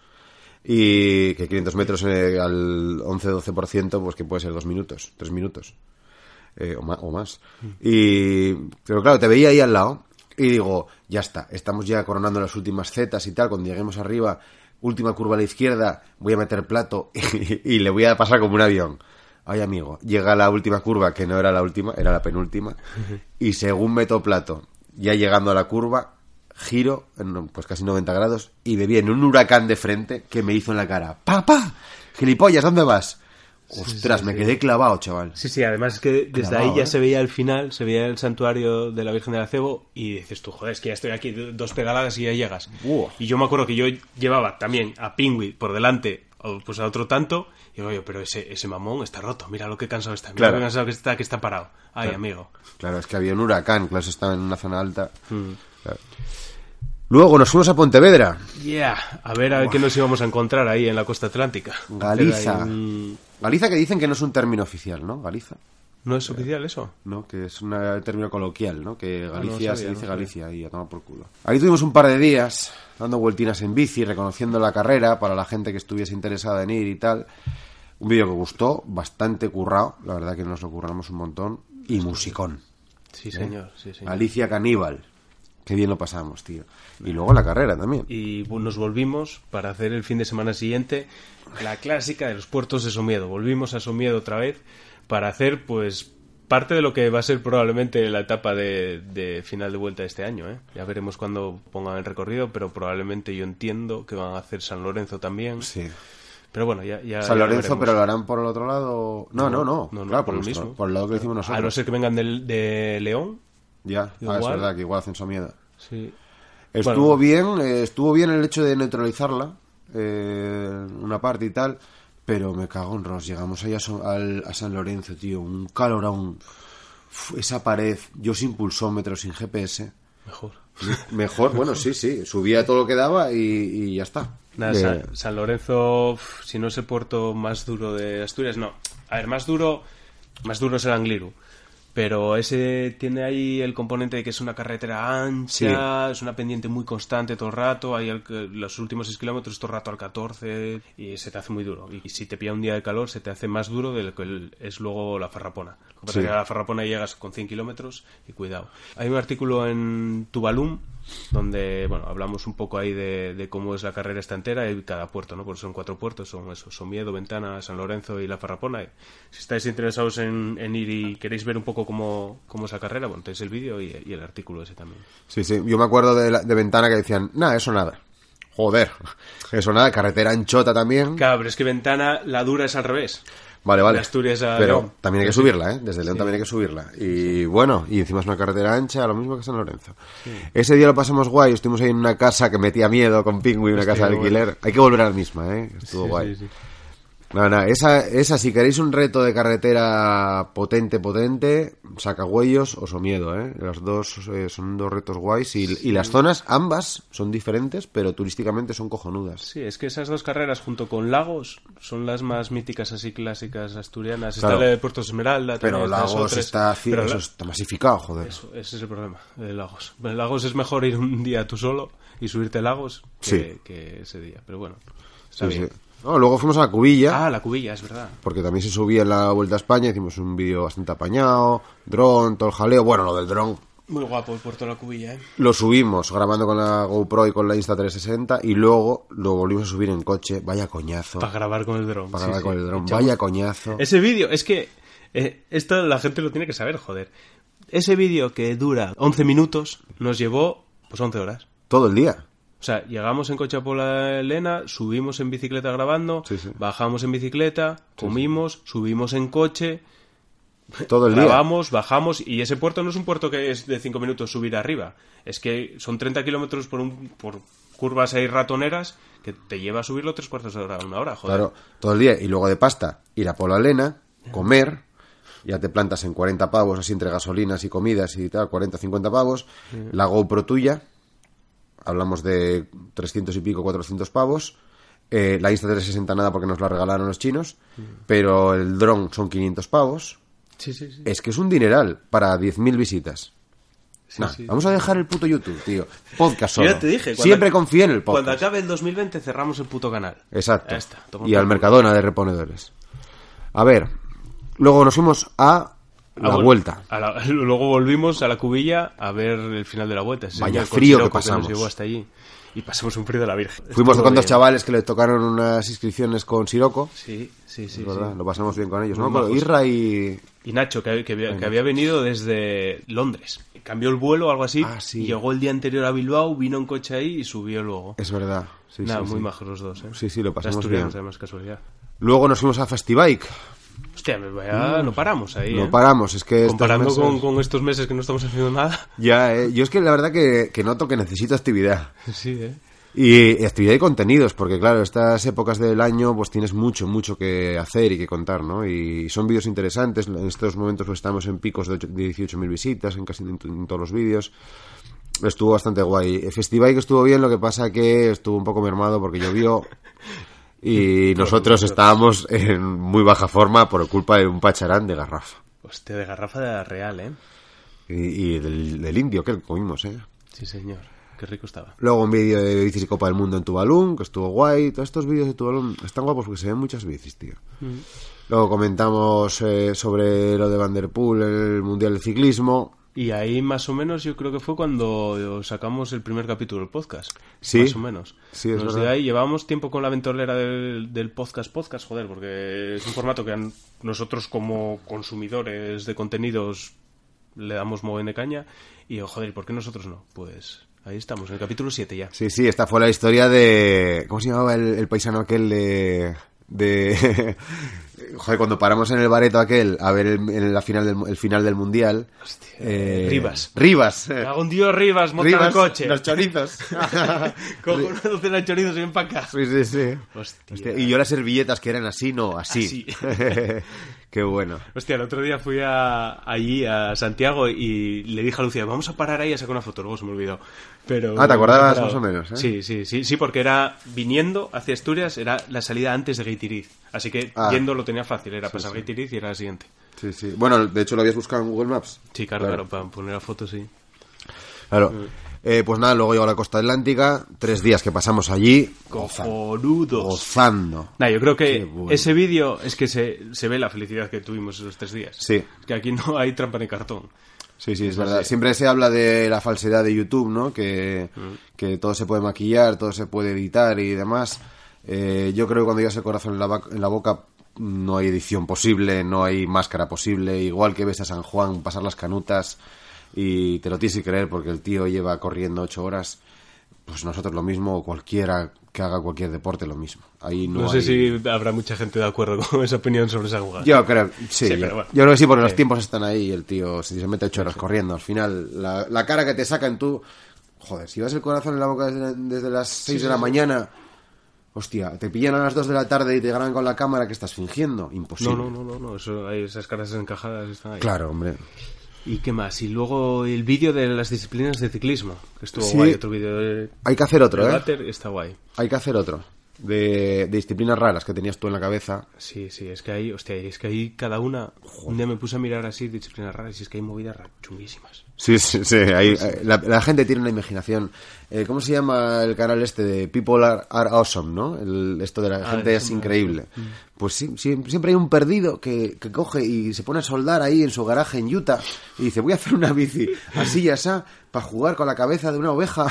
y que quinientos metros eh, al once doce por ciento, pues que puede ser dos minutos, tres minutos eh, o, ma- o más. Y, pero claro, te veía ahí al lado y digo, ya está, estamos ya coronando las últimas zetas y tal, cuando lleguemos arriba, última curva a la izquierda, voy a meter plato y, y le voy a pasar como un avión. Ay, amigo, llega la última curva, que no era la última, era la penúltima, y según meto plato, ya llegando a la curva, giro, en, pues casi noventa grados, y me viene un huracán de frente que me hizo en la cara. ¡Papá! ¡Gilipollas! ¿Dónde vas? Ostras, sí, me sí. quedé clavado, chaval. Sí, sí, además es que desde Clavado, ahí ya ¿eh? se veía el final, se veía el santuario de la Virgen del Acebo y dices tú, joder, es que ya estoy aquí, do- dos pedaladas y ya llegas. Buah. Y yo me acuerdo que yo llevaba también a Pingüi por delante, o, pues a otro tanto, y digo, oye, pero ese, ese mamón está roto, mira lo que cansado está, mira Claro. lo que cansado que está, que está parado. Ay, amigo. Claro, es que había un huracán, claro, eso estaba en una zona alta. Mm. Claro. Luego nos fuimos a Pontevedra. Yeah, a ver a ver qué nos íbamos a encontrar ahí en la costa atlántica. Galiza. Hacer ahí un- Galiza, que dicen que no es un término oficial, ¿no? Galiza. ¿No es oficial eso? ¿No? Que es un término coloquial, ¿no? Que Galicia sabía, se no dice sabía. Galicia y a tomar por culo. Ahí tuvimos un par de días dando vueltinas en bici, reconociendo la carrera para la gente que estuviese interesada en ir y tal. Un vídeo que gustó, bastante currado, la verdad que nos lo curramos un montón. Y musicón. Sí, señor, sí, señor. Alicia Caníbal. Qué bien lo pasamos, tío. Y luego la carrera también. Y bu- nos volvimos para hacer el fin de semana siguiente la clásica de los puertos de Somiedo. Volvimos a Somiedo otra vez para hacer, pues, parte de lo que va a ser probablemente la etapa de, de final de vuelta de este año, ¿eh? Ya veremos cuando pongan el recorrido, pero probablemente yo entiendo que van a hacer San Lorenzo también. Sí. Pero bueno, ya, ya San ya lo Lorenzo, veremos. pero lo harán por el otro lado. No, no, no. No, no, claro, por por, el nuestro- mismo. por el lado que hicimos nosotros. A no ser que vengan del- de León. Ya, ah, es Igual. verdad que igual hacen Somiedo. Sí. Estuvo Bueno. bien, eh, estuvo bien el hecho de neutralizarla, eh, una parte y tal, pero me cago en Ross. Llegamos allá a, So- al- a San Lorenzo, tío, un calorón. Uf, esa pared, yo sin pulsómetro, sin G P S. Mejor. Mejor, bueno, sí, sí, subía todo lo que daba y, y ya está. Nada, De- San, San Lorenzo, uf, si no es el puerto más duro de Asturias, no. A ver, más duro, más duro es el Angliru. Pero ese tiene ahí el componente de que es una carretera ancha, es una pendiente muy constante todo el rato, hay el- los últimos seis kilómetros todo el rato al catorce y se te hace muy duro. Y si te pilla un día de calor se te hace más duro de lo que el- es luego la Farrapona. Lo que pasa Sí. es que a la Farrapona llegas con cien kilómetros y cuidado. Hay un artículo en Tuvalu donde, bueno, hablamos un poco ahí de, de cómo es la carrera esta entera y cada puerto, ¿no? Porque son cuatro puertos, son eso, Somiedo, Ventana, San Lorenzo y la Farrapona. Y si estáis interesados en, en ir y queréis ver un poco cómo, cómo es la carrera, bueno, tenéis el vídeo y, y el artículo ese también. Sí, sí, yo me acuerdo de, la- de Ventana que decían, nada, eso nada. Joder, eso nada, carretera anchota también. Claro, pero es que Ventana, la dura es al revés. Vale, vale. De Asturias a Pero León. también hay que subirla, ¿eh? Desde León también hay que subirla. Y bueno, y encima es una carretera ancha, lo mismo que San Lorenzo. Ese día lo pasamos guay, estuvimos ahí en una casa que metía miedo con Pingüi, una Hostia, casa de bueno. alquiler. Hay que volver a la misma, ¿eh? Estuvo Sí, guay. sí, sí. No, no, esa, esa, si queréis un reto de carretera potente, potente, Sacahuellos o Somiedo, ¿eh? Los dos eh, son dos retos guays y, sí. y las zonas, ambas, son diferentes, pero turísticamente son cojonudas. Sí, es que esas dos carreras, junto con Lagos, son las más míticas, así clásicas asturianas. Claro. Está la de Puerto Esmeralda. Pero Lagos tres, está, pero eso la... está masificado, joder. Eso, ese es el problema de Lagos. En Lagos es mejor ir un día tú solo y subirte a Lagos que, sí. que ese día, pero bueno, está sí, bien. Sí. No, luego fuimos a la Cubilla. Ah, la Cubilla, es verdad. Porque también se subía en la Vuelta a España, hicimos un vídeo bastante apañado, dron, todo el jaleo. Bueno, lo del dron. Muy guapo el puerto de la Cubilla, ¿eh? Lo subimos grabando con la GoPro y con la Insta trescientos sesenta y luego lo volvimos a subir en coche. Vaya coñazo. Para grabar con el dron. Para grabar sí, con sí. el dron. Echamos... Vaya coñazo. Ese vídeo, es que eh, esto la gente lo tiene que saber, joder. Ese vídeo que dura once minutos nos llevó pues once horas. Todo el día. O sea, llegamos en coche a Pola Elena, subimos en bicicleta grabando, sí, sí. bajamos en bicicleta, comimos, sí, sí. subimos en coche, todo el grabamos, día. bajamos, y ese puerto no es un puerto que es de cinco minutos subir arriba, es que son treinta kilómetros por, un, por curvas ahí ratoneras que te lleva a subirlo tres cuartos de hora, una hora, joder. Claro, todo el día, y luego de pasta, ir a Pola Elena, comer, ya te plantas en cuarenta pavos, así entre gasolinas y comidas y tal, cuarenta, cincuenta pavos, sí. La GoPro tuya... Hablamos de trescientos y pico, cuatrocientos pavos. Eh, la Insta trescientos sesenta nada porque nos la regalaron los chinos. Mm. Pero el dron son quinientos pavos. Sí, sí, sí. Es que es un dineral para diez mil visitas. Sí, nah, sí, vamos sí. a dejar el puto YouTube, tío. Podcast solo. Ya te dije. Siempre confía en el podcast. Cuando acabe el dos mil veinte cerramos el puto canal. Exacto. Está, y al Mercadona de reponedores. A ver. Luego nos fuimos a... La ah, vuelta. A la, luego volvimos a la Cubilla a ver el final de la vuelta. Ese Vaya frío que pasamos. Que nos llevó hasta allí. Y pasamos un frío de la Virgen. Fuimos Estuvo con dos bien. chavales que le tocaron unas inscripciones con Siroco. Sí, sí, sí. Es verdad, sí. Lo pasamos bien con ellos, Muy ¿no? majos. Irra y... Y Nacho, que, que, había, que había venido desde Londres. Cambió el vuelo o algo así. Ah, sí. Llegó el día anterior a Bilbao, vino en coche ahí y subió luego. Es verdad. Sí, Nada, sí, muy sí. majos los dos, ¿eh? Sí, sí, lo pasamos Asturianos, bien. además, casualidad. Luego nos fuimos a Festibike. Hostia, vaya, no paramos ahí, No ¿eh? paramos, es que... Comparando estos meses... con, con estos meses que no estamos haciendo nada. Ya, eh. Yo es que la verdad que, que noto que necesito actividad. Sí, ¿eh? Y, y actividad y contenidos, porque claro, estas épocas del año pues tienes mucho, mucho que hacer y que contar, ¿no? Y son vídeos interesantes. En estos momentos pues estamos en picos de dieciocho mil visitas en casi en, en todos los vídeos. Estuvo bastante guay. Festival que estuvo bien, lo que pasa que estuvo un poco mermado porque llovió y nosotros estábamos en muy baja forma por culpa de un pacharán de garrafa. Hostia, de garrafa de la real, ¿eh? Y, y del, del indio que comimos, ¿eh? Sí, señor. Qué rico estaba. Luego un vídeo de bicis y Copa del Mundo en Tuvalu, que estuvo guay. Todos estos vídeos de Tuvalu están guapos porque se ven muchas bicis, tío. Mm. Luego comentamos eh, sobre lo de Van der Poel, el Mundial de Ciclismo. Y ahí más o menos yo creo que fue cuando sacamos el primer capítulo del podcast. Sí. Más o menos. Sí, es Nos verdad. de ahí llevábamos tiempo con la ventolera del, del podcast podcast, joder, porque es un formato que a nosotros como consumidores de contenidos le damos muy bien de caña. Y joder, ¿por qué nosotros no? Pues... Ahí estamos, en el capítulo siete ya. Sí, sí, esta fue la historia de... ¿Cómo se llamaba el, el paisano aquel de... de... Joder, cuando paramos en el bareto aquel a ver el, en la final del, el final del Mundial... Hostia, eh... Rivas. Rivas. Hago un tío Rivas, monta Rivas, el coche. Los chorizos. Cojo una docena de chorizos y ven para acá. Sí, sí, sí. Hostia. Hostia, y yo las servilletas que eran así, no, así. Así. Qué bueno. Hostia, el otro día fui a, allí a Santiago y le dije a Lucía, vamos a parar ahí a sacar una foto, luego se me olvidó. Pero, ah, ¿te acordabas pero, más o menos? ¿eh? Sí, sí, sí, sí, porque era viniendo hacia Asturias, era la salida antes de Gaitiriz. Así que ah. yendo lo tenía fácil, era sí, pasar sí. Gaitiriz y era la siguiente. Sí, sí. Bueno, de hecho lo habías buscado en Google Maps. Sí, claro, claro, claro para poner la foto, sí. Claro. Mm. Eh, pues nada, luego llegó a la costa atlántica, tres días que pasamos allí. Cojonudos. Gozando. Nah, yo creo que bueno. ese vídeo es que se, se ve la felicidad que tuvimos esos tres días. Sí. Es que aquí no hay trampa ni cartón. Sí, sí, es Pues verdad. sí. Siempre se habla de la falsedad de YouTube, ¿no? Que, mm. que todo se puede maquillar, todo se puede editar y demás. Eh, yo creo que cuando llevas el corazón en la, en la boca no hay edición posible, no hay máscara posible. Igual que ves a San Juan pasar las canutas y te lo tienes que creer porque el tío lleva corriendo ocho horas, pues nosotros lo mismo, cualquiera que haga cualquier deporte lo mismo. Ahí no, no sé hay... si habrá mucha gente de acuerdo con esa opinión sobre esa jugada. Yo creo, sí, sí yo, pero bueno. yo creo que sí, porque sí. los tiempos están ahí y el tío si se mete ocho horas corriendo. Al final, la, la cara que te sacan tú, joder, si vas el corazón en la boca desde, desde las seis sí, de la sí, mañana, hostia, te pillan a las dos de la tarde y te graban con la cámara, que estás fingiendo. Imposible. No, no, no, no, no. Eso, hay esas caras encajadas están ahí. Claro, hombre. ¿Y qué más? Y luego el vídeo de las disciplinas de ciclismo, que estuvo Sí. guay. Otro vídeo de... Hay que hacer otro, de ¿eh? Váter, está guay. Hay que hacer otro. De, de disciplinas raras que tenías tú en la cabeza. Sí, sí, es que hay, hostia, es que hay cada una. Un día me puse a mirar así disciplinas raras y es que hay movidas ra- chunguísimas. Sí, sí, sí. Hay, la, la gente tiene una imaginación. Eh, ¿Cómo se llama el canal este de People Are, are Awesome, ¿no? El, esto de la Ah, gente eso es me- increíble. Pues sí, sí, siempre hay un perdido que, que coge y se pone a soldar ahí en su garaje en Utah y dice, voy a hacer una bici así y así para jugar con la cabeza de una oveja.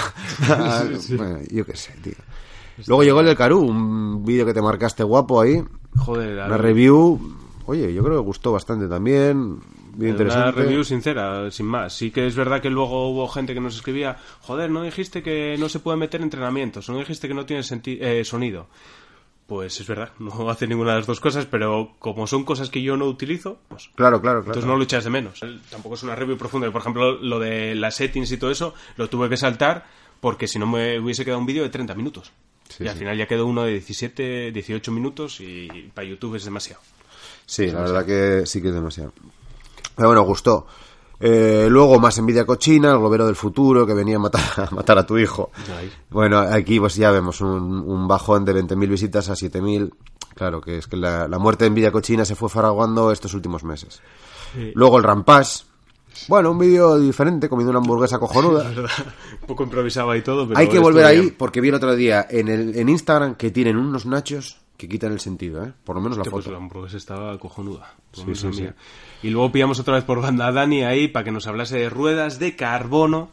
Bueno, yo qué sé, tío. Luego llegó el del Karú, un vídeo que te marcaste guapo ahí. Joder, Una algo- review, oye, yo creo que gustó bastante también. Bien Una interesante. review sincera, sin más. Sí que es verdad que luego hubo gente que nos escribía, joder, no dijiste que no se puede meter entrenamientos, no dijiste que no tiene senti- eh, sonido. Pues es verdad, no hace ninguna de las dos cosas, pero como son cosas que yo no utilizo, pues Claro, claro, claro. entonces no lo echas de menos. Tampoco es una review profunda. Por ejemplo, lo de las settings y todo eso, lo tuve que saltar porque si no me hubiese quedado un vídeo de treinta minutos. Sí, y al sí. final ya quedó uno de diecisiete, dieciocho minutos y para YouTube es demasiado. Sí, la verdad que sí que es demasiado. Pero bueno, gustó. Eh, luego más envidia cochina, el globero del futuro que venía a matar a, matar a tu hijo. Ahí. Bueno, aquí pues ya vemos un, un bajón de veinte mil visitas a siete mil. Claro, que es que la, la muerte de envidia cochina se fue fraguando estos últimos meses. Sí. Luego el Rampage. Bueno, un vídeo diferente, comiendo una hamburguesa cojonuda. Es verdad, un poco improvisaba y todo, pero Hay que volver estuvo ahí bien. porque vi el otro día en, el, en Instagram que tienen unos nachos que quitan el sentido, ¿eh? Por lo menos la Hostia, pues foto. la hamburguesa estaba cojonuda. Sí, Madre sí, sí. mía. Y luego pillamos otra vez por banda a Dani ahí para que nos hablase de ruedas de carbono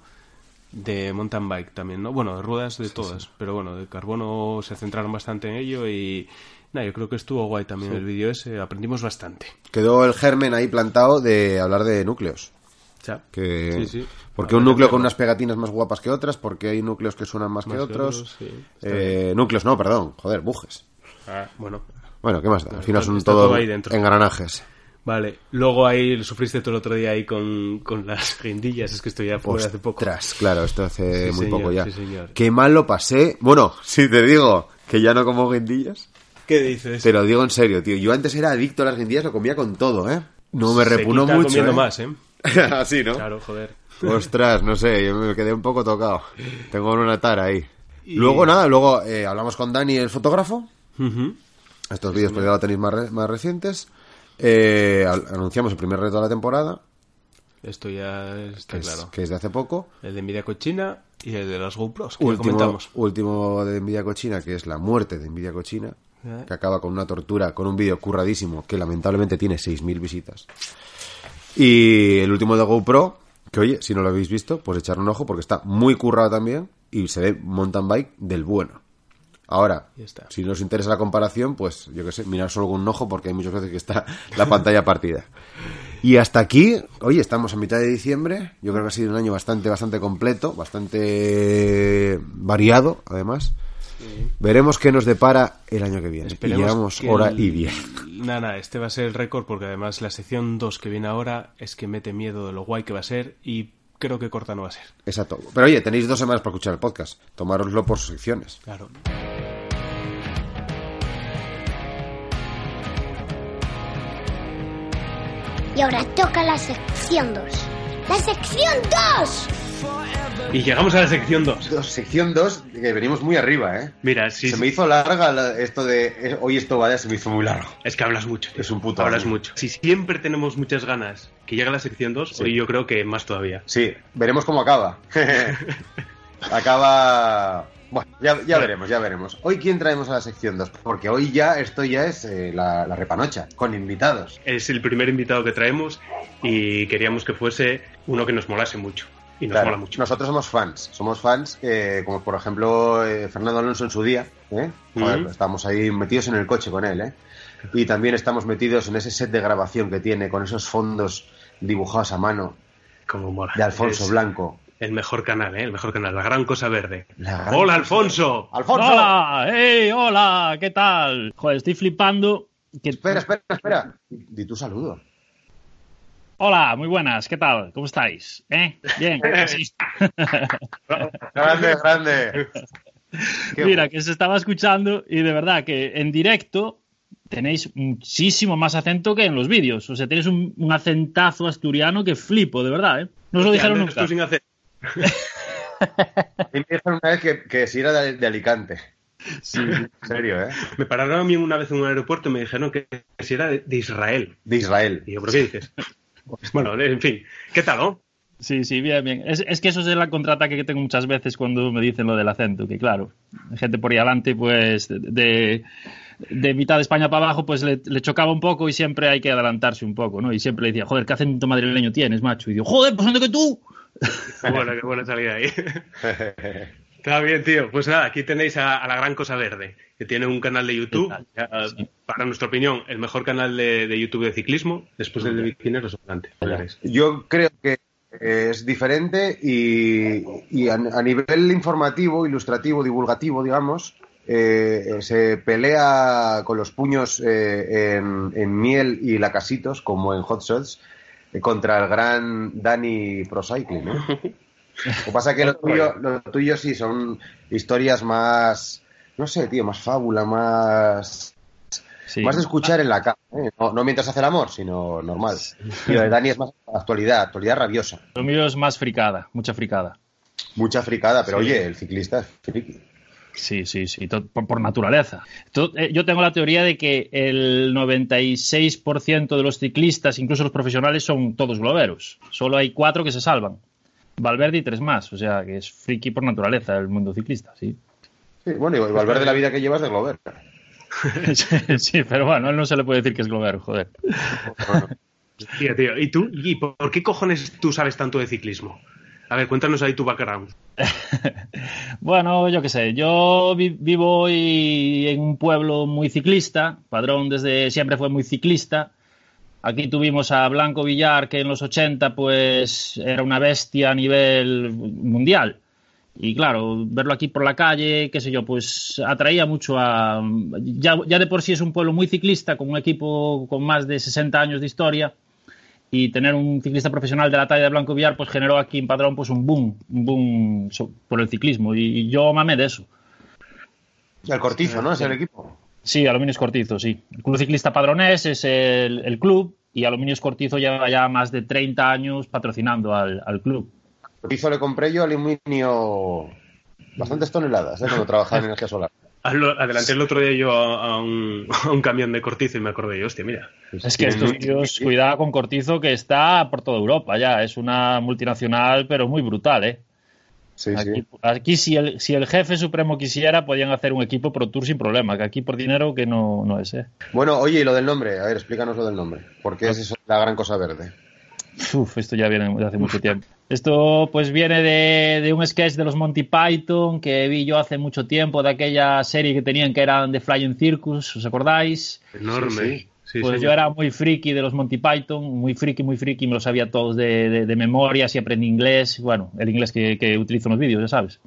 de mountain bike también, ¿no? Bueno, de ruedas de todas, pero bueno, de carbono se centraron bastante en ello y nada, yo creo que estuvo guay también el vídeo ese, aprendimos bastante. Quedó el germen ahí plantado de hablar de núcleos. Ya. Que... Sí, sí. Porque A un ver, núcleo hacerlo. con unas pegatinas más guapas que otras, porque hay núcleos que suenan más, Más que que otros. otros, sí. Está Eh, núcleos no, perdón, joder, bujes. Ah, bueno. Bueno, ¿qué más da? Al final está son todo todo ahí dentro. engranajes. Vale, luego ahí lo sufriste todo el otro día ahí con, con las guindillas, es que esto ya fue hace poco. Ostras, claro, esto hace Sí, muy señor, poco ya. sí, señor. Qué mal lo pasé. Bueno, si te digo que ya no como guindillas, ¿Qué dices? te lo digo en serio, tío. Yo antes era adicto a las guindillas, lo comía con todo, ¿eh? No me Se repuno quita mucho. comiendo ¿eh? más, ¿eh? Así, ¿no? Claro, joder. Ostras, no sé, yo me quedé un poco tocado. Tengo una tara ahí. Y- Luego, nada, luego eh, hablamos con Dani, el fotógrafo. Ujú. Estos vídeos pues ya lo tenéis más, re- más recientes. Eh, al- anunciamos el primer reto de la temporada, Esto ya está que es, claro. que es de hace poco. El de Nvidia Cochina y el de las GoPros, que ya Último, comentamos. último de Envidia Cochina, que es la muerte de Envidia Cochina, Eh. que acaba con una tortura, con un vídeo curradísimo, que lamentablemente tiene seis mil visitas. Y el último de GoPro, que oye, si no lo habéis visto, pues echar un ojo, porque está muy currado también, y se ve mountain bike del bueno. Ahora, Ya está. si no os interesa la comparación, pues yo qué sé, mirar solo con un ojo, porque hay muchas veces que está la pantalla partida. Y hasta aquí, oye, estamos a mitad de diciembre. Yo creo que ha sido un año bastante, bastante completo, bastante variado, además. Veremos qué nos depara el año que viene. Y llevamos que hora el- y diez. Nada, nada, este va a ser el récord porque además la sección dos que viene ahora es que mete miedo de lo guay que va a ser y creo que corta no va a ser. Exacto. Pero oye, tenéis dos semanas para escuchar el podcast. Tomároslo por sus secciones. Claro. Y ahora toca la sección dos. ¡La sección dos! Y llegamos a la sección dos. Sección dos, que venimos muy arriba, ¿eh? Mira, sí, se sí. me hizo larga la- esto de... eh, Hoy esto vaya, se me hizo muy largo. Es que hablas mucho. tío. Es un puto Hablas amo. mucho. Si siempre tenemos muchas ganas que llegue la sección dos, hoy yo creo que más todavía. Sí, veremos cómo acaba. Acaba... Bueno, ya, ya veremos, ya veremos. Hoy, ¿quién traemos a la sección dos? Porque hoy ya, esto ya es eh, la, la repanocha, con invitados. Es el primer invitado que traemos y queríamos que fuese uno que nos molase mucho. Y nos Claro, mola mucho. Nosotros somos fans, somos fans, eh, como por ejemplo eh, Fernando Alonso en su día, ¿eh? Joder, Mm. estamos ahí metidos en el coche con él, ¿eh? Y también estamos metidos en ese set de grabación que tiene, con esos fondos dibujados a mano Como mola. de Alfonso Es Blanco. El mejor canal, ¿eh? El mejor canal. La Gran Cosa Verde. La gran- ¡Hola, Alfonso! ¡Alfonso! ¡Hola! ¡Hey! ¡Hola! ¿Qué tal? Joder, estoy flipando. Que... Espera, espera, espera. Di tu saludo. Hola, muy buenas. ¿Qué tal? ¿Cómo estáis? ¿Eh? Bien. Sí. Grande, grande. Mira, que se estaba escuchando y de verdad que en directo tenéis muchísimo más acento que en los vídeos. O sea, tenéis un, un acentazo asturiano que flipo, de verdad, ¿eh? No os lo dijeron nunca. Esto sin hacer. A mí me dijeron una vez que, que si era de, de Alicante. Sí, en serio, ¿eh? Me pararon a mí una vez en un aeropuerto y me dijeron que si era de, de Israel. De Israel. Y yo, ¿pero qué dices? Bueno, en fin, ¿qué tal, no? Sí, sí, bien, bien. Es, es que eso es el contraataque que tengo muchas veces cuando me dicen lo del acento, que claro, gente por ahí adelante, pues, de, de mitad de España para abajo, pues le, le chocaba un poco y siempre hay que adelantarse un poco, ¿no? Y siempre le decía, joder, ¿qué acento madrileño tienes, macho? Y digo, joder, pues ando que tú. Bueno, qué buena salida ahí. Está bien, tío. Pues nada, aquí tenéis a, a la Gran Cosa Verde, que tiene un canal de YouTube, ya, sí. Para nuestra opinión, el mejor canal de, de YouTube de ciclismo, después del de Bikineros adelante. Yo creo que es diferente y, y a, a nivel informativo, ilustrativo, divulgativo, digamos, eh, se pelea con los puños eh, en, en Miel y Lacasitos, como en Hot Shots, eh, contra el gran Dani Pro Cycling, ¿no? Lo que pasa es que lo tuyo, lo tuyo sí son historias más, no sé, tío, más fábula, más... Sí. Más de escuchar en la cama, ¿eh? no, no mientras hace el amor, sino normal. Y lo de Dani es más actualidad, actualidad rabiosa. Lo mío es más fricada, mucha fricada. Mucha fricada, pero sí. Oye, el ciclista es friki. Sí, sí, sí, todo, por, por naturaleza. Todo, eh, yo tengo la teoría de que el noventa y seis por ciento de los ciclistas, incluso los profesionales, son todos globeros. Solo hay cuatro que se salvan. Valverde y tres más, o sea, que es friki por naturaleza el mundo ciclista, sí. Sí, bueno, y Valverde la vida que llevas de globero. Sí, pero bueno, a él no se le puede decir que es globero, joder. Tío, tío, ¿y tú? ¿Y por qué cojones tú sabes tanto de ciclismo? A ver, cuéntanos ahí tu background. Bueno, yo qué sé, yo vi- vivo y en un pueblo muy ciclista, Padrón desde siempre fue muy ciclista. Aquí tuvimos a Blanco Villar, que en los ochenta pues era una bestia a nivel mundial. Y claro, verlo aquí por la calle, qué sé yo, pues atraía mucho a... Ya, ya de por sí es un pueblo muy ciclista, con un equipo con más de sesenta años de historia, y tener un ciclista profesional de la talla de Blanco Villar pues generó aquí en Padrón pues un boom, un boom por el ciclismo, y yo mamé de eso. El Cortizo, ¿no? Es el equipo. Sí, Aluminios Cortizo, sí. El Club Ciclista Padronés es el, el club, y Aluminios Cortizo lleva ya más de treinta años patrocinando al, al club. Cortizo le compré yo aluminio bastantes toneladas, ¿eh? Cuando trabajaba en energía solar. Adelanté el otro día yo a, a, un, a un camión de Cortizo y me acordé yo, hostia, mira. Es que estos tíos, cuidado con Cortizo, que está por toda Europa ya. Es una multinacional, pero muy brutal, ¿eh? Sí, aquí, sí. aquí si, el, si el jefe supremo quisiera, podían hacer un equipo Pro Tour sin problema, que aquí por dinero que no, no es, ¿eh? Bueno, oye, y lo del nombre, a ver, explícanos lo del nombre. ¿Por qué es eso la Gran Cosa Verde? Uf, esto ya viene de hace mucho tiempo. Esto pues viene de, de un sketch de los Monty Python que vi yo hace mucho tiempo, de aquella serie que tenían que eran The Flying Circus, ¿os acordáis? Enorme. Sí, sí. Sí, pues señor. Yo era muy friki de los Monty Python, muy friki, muy friki, me lo sabía todos de, de, de memoria, si aprendí inglés, bueno, el inglés que, que utilizo en los vídeos, ya sabes.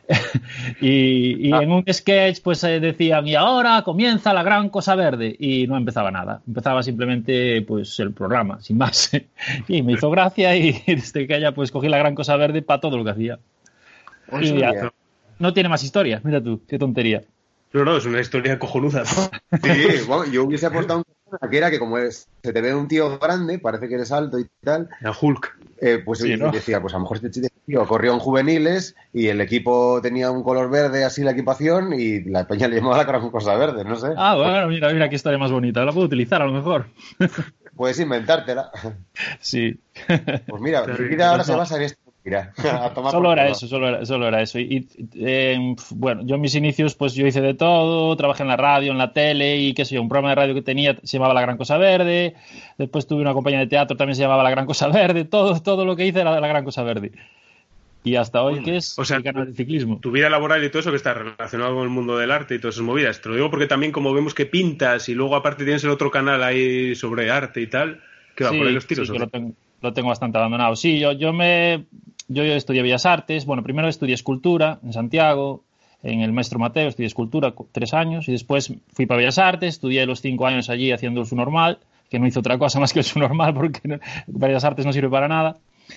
y y ah. en un sketch pues eh, decían, y ahora comienza la Gran Cosa Verde, y no empezaba nada, empezaba simplemente pues el programa, sin más. Y me hizo gracia, y desde que ella pues cogí la Gran Cosa Verde para todo lo que hacía. Oh, y ya, no tiene más historia, mira tú, qué tontería. No, no, es una historia cojonuda, ¿no? Sí, bueno, yo hubiese apostado un... que era que como es, se te ve un tío grande, parece que eres alto y tal. La Hulk. Eh, pues sí, ¿no? Decía, pues a lo mejor este tío corrió en juveniles y el equipo tenía un color verde así la equipación y la peña le llamaba la Gran Cosa Verde, no sé. Ah, bueno, mira, mira qué historia más bonita, la puedo utilizar a lo mejor. Puedes inventártela. Sí. Pues mira, mi vida ahora se basa en esto. Mira, a tomar solo era todo. eso, solo era, solo era eso. Y, eh, bueno, yo en mis inicios, pues yo hice de todo, trabajé en la radio, en la tele, y qué sé yo, un programa de radio que tenía se llamaba La Gran Cosa Verde, después tuve una compañía de teatro, también se llamaba La Gran Cosa Verde, todo, todo lo que hice era La Gran Cosa Verde. Y hasta hoy, ¿qué es? O sea, el canal de ciclismo. Tu vida laboral y todo eso que está relacionado con el mundo del arte y todas esas movidas. Te lo digo porque también como vemos que pintas y luego aparte tienes el otro canal ahí sobre arte y tal, que va sí, por ahí los tiros. Sí, que lo tengo, lo tengo bastante abandonado. Sí, yo, yo me... Yo estudié Bellas Artes, bueno, primero estudié escultura en Santiago, en el Maestro Mateo, estudié escultura tres años, y después fui para Bellas Artes, estudié los cinco años allí haciendo el su normal, que no hice otra cosa más que el su normal, porque no, Bellas Artes no sirve para nada.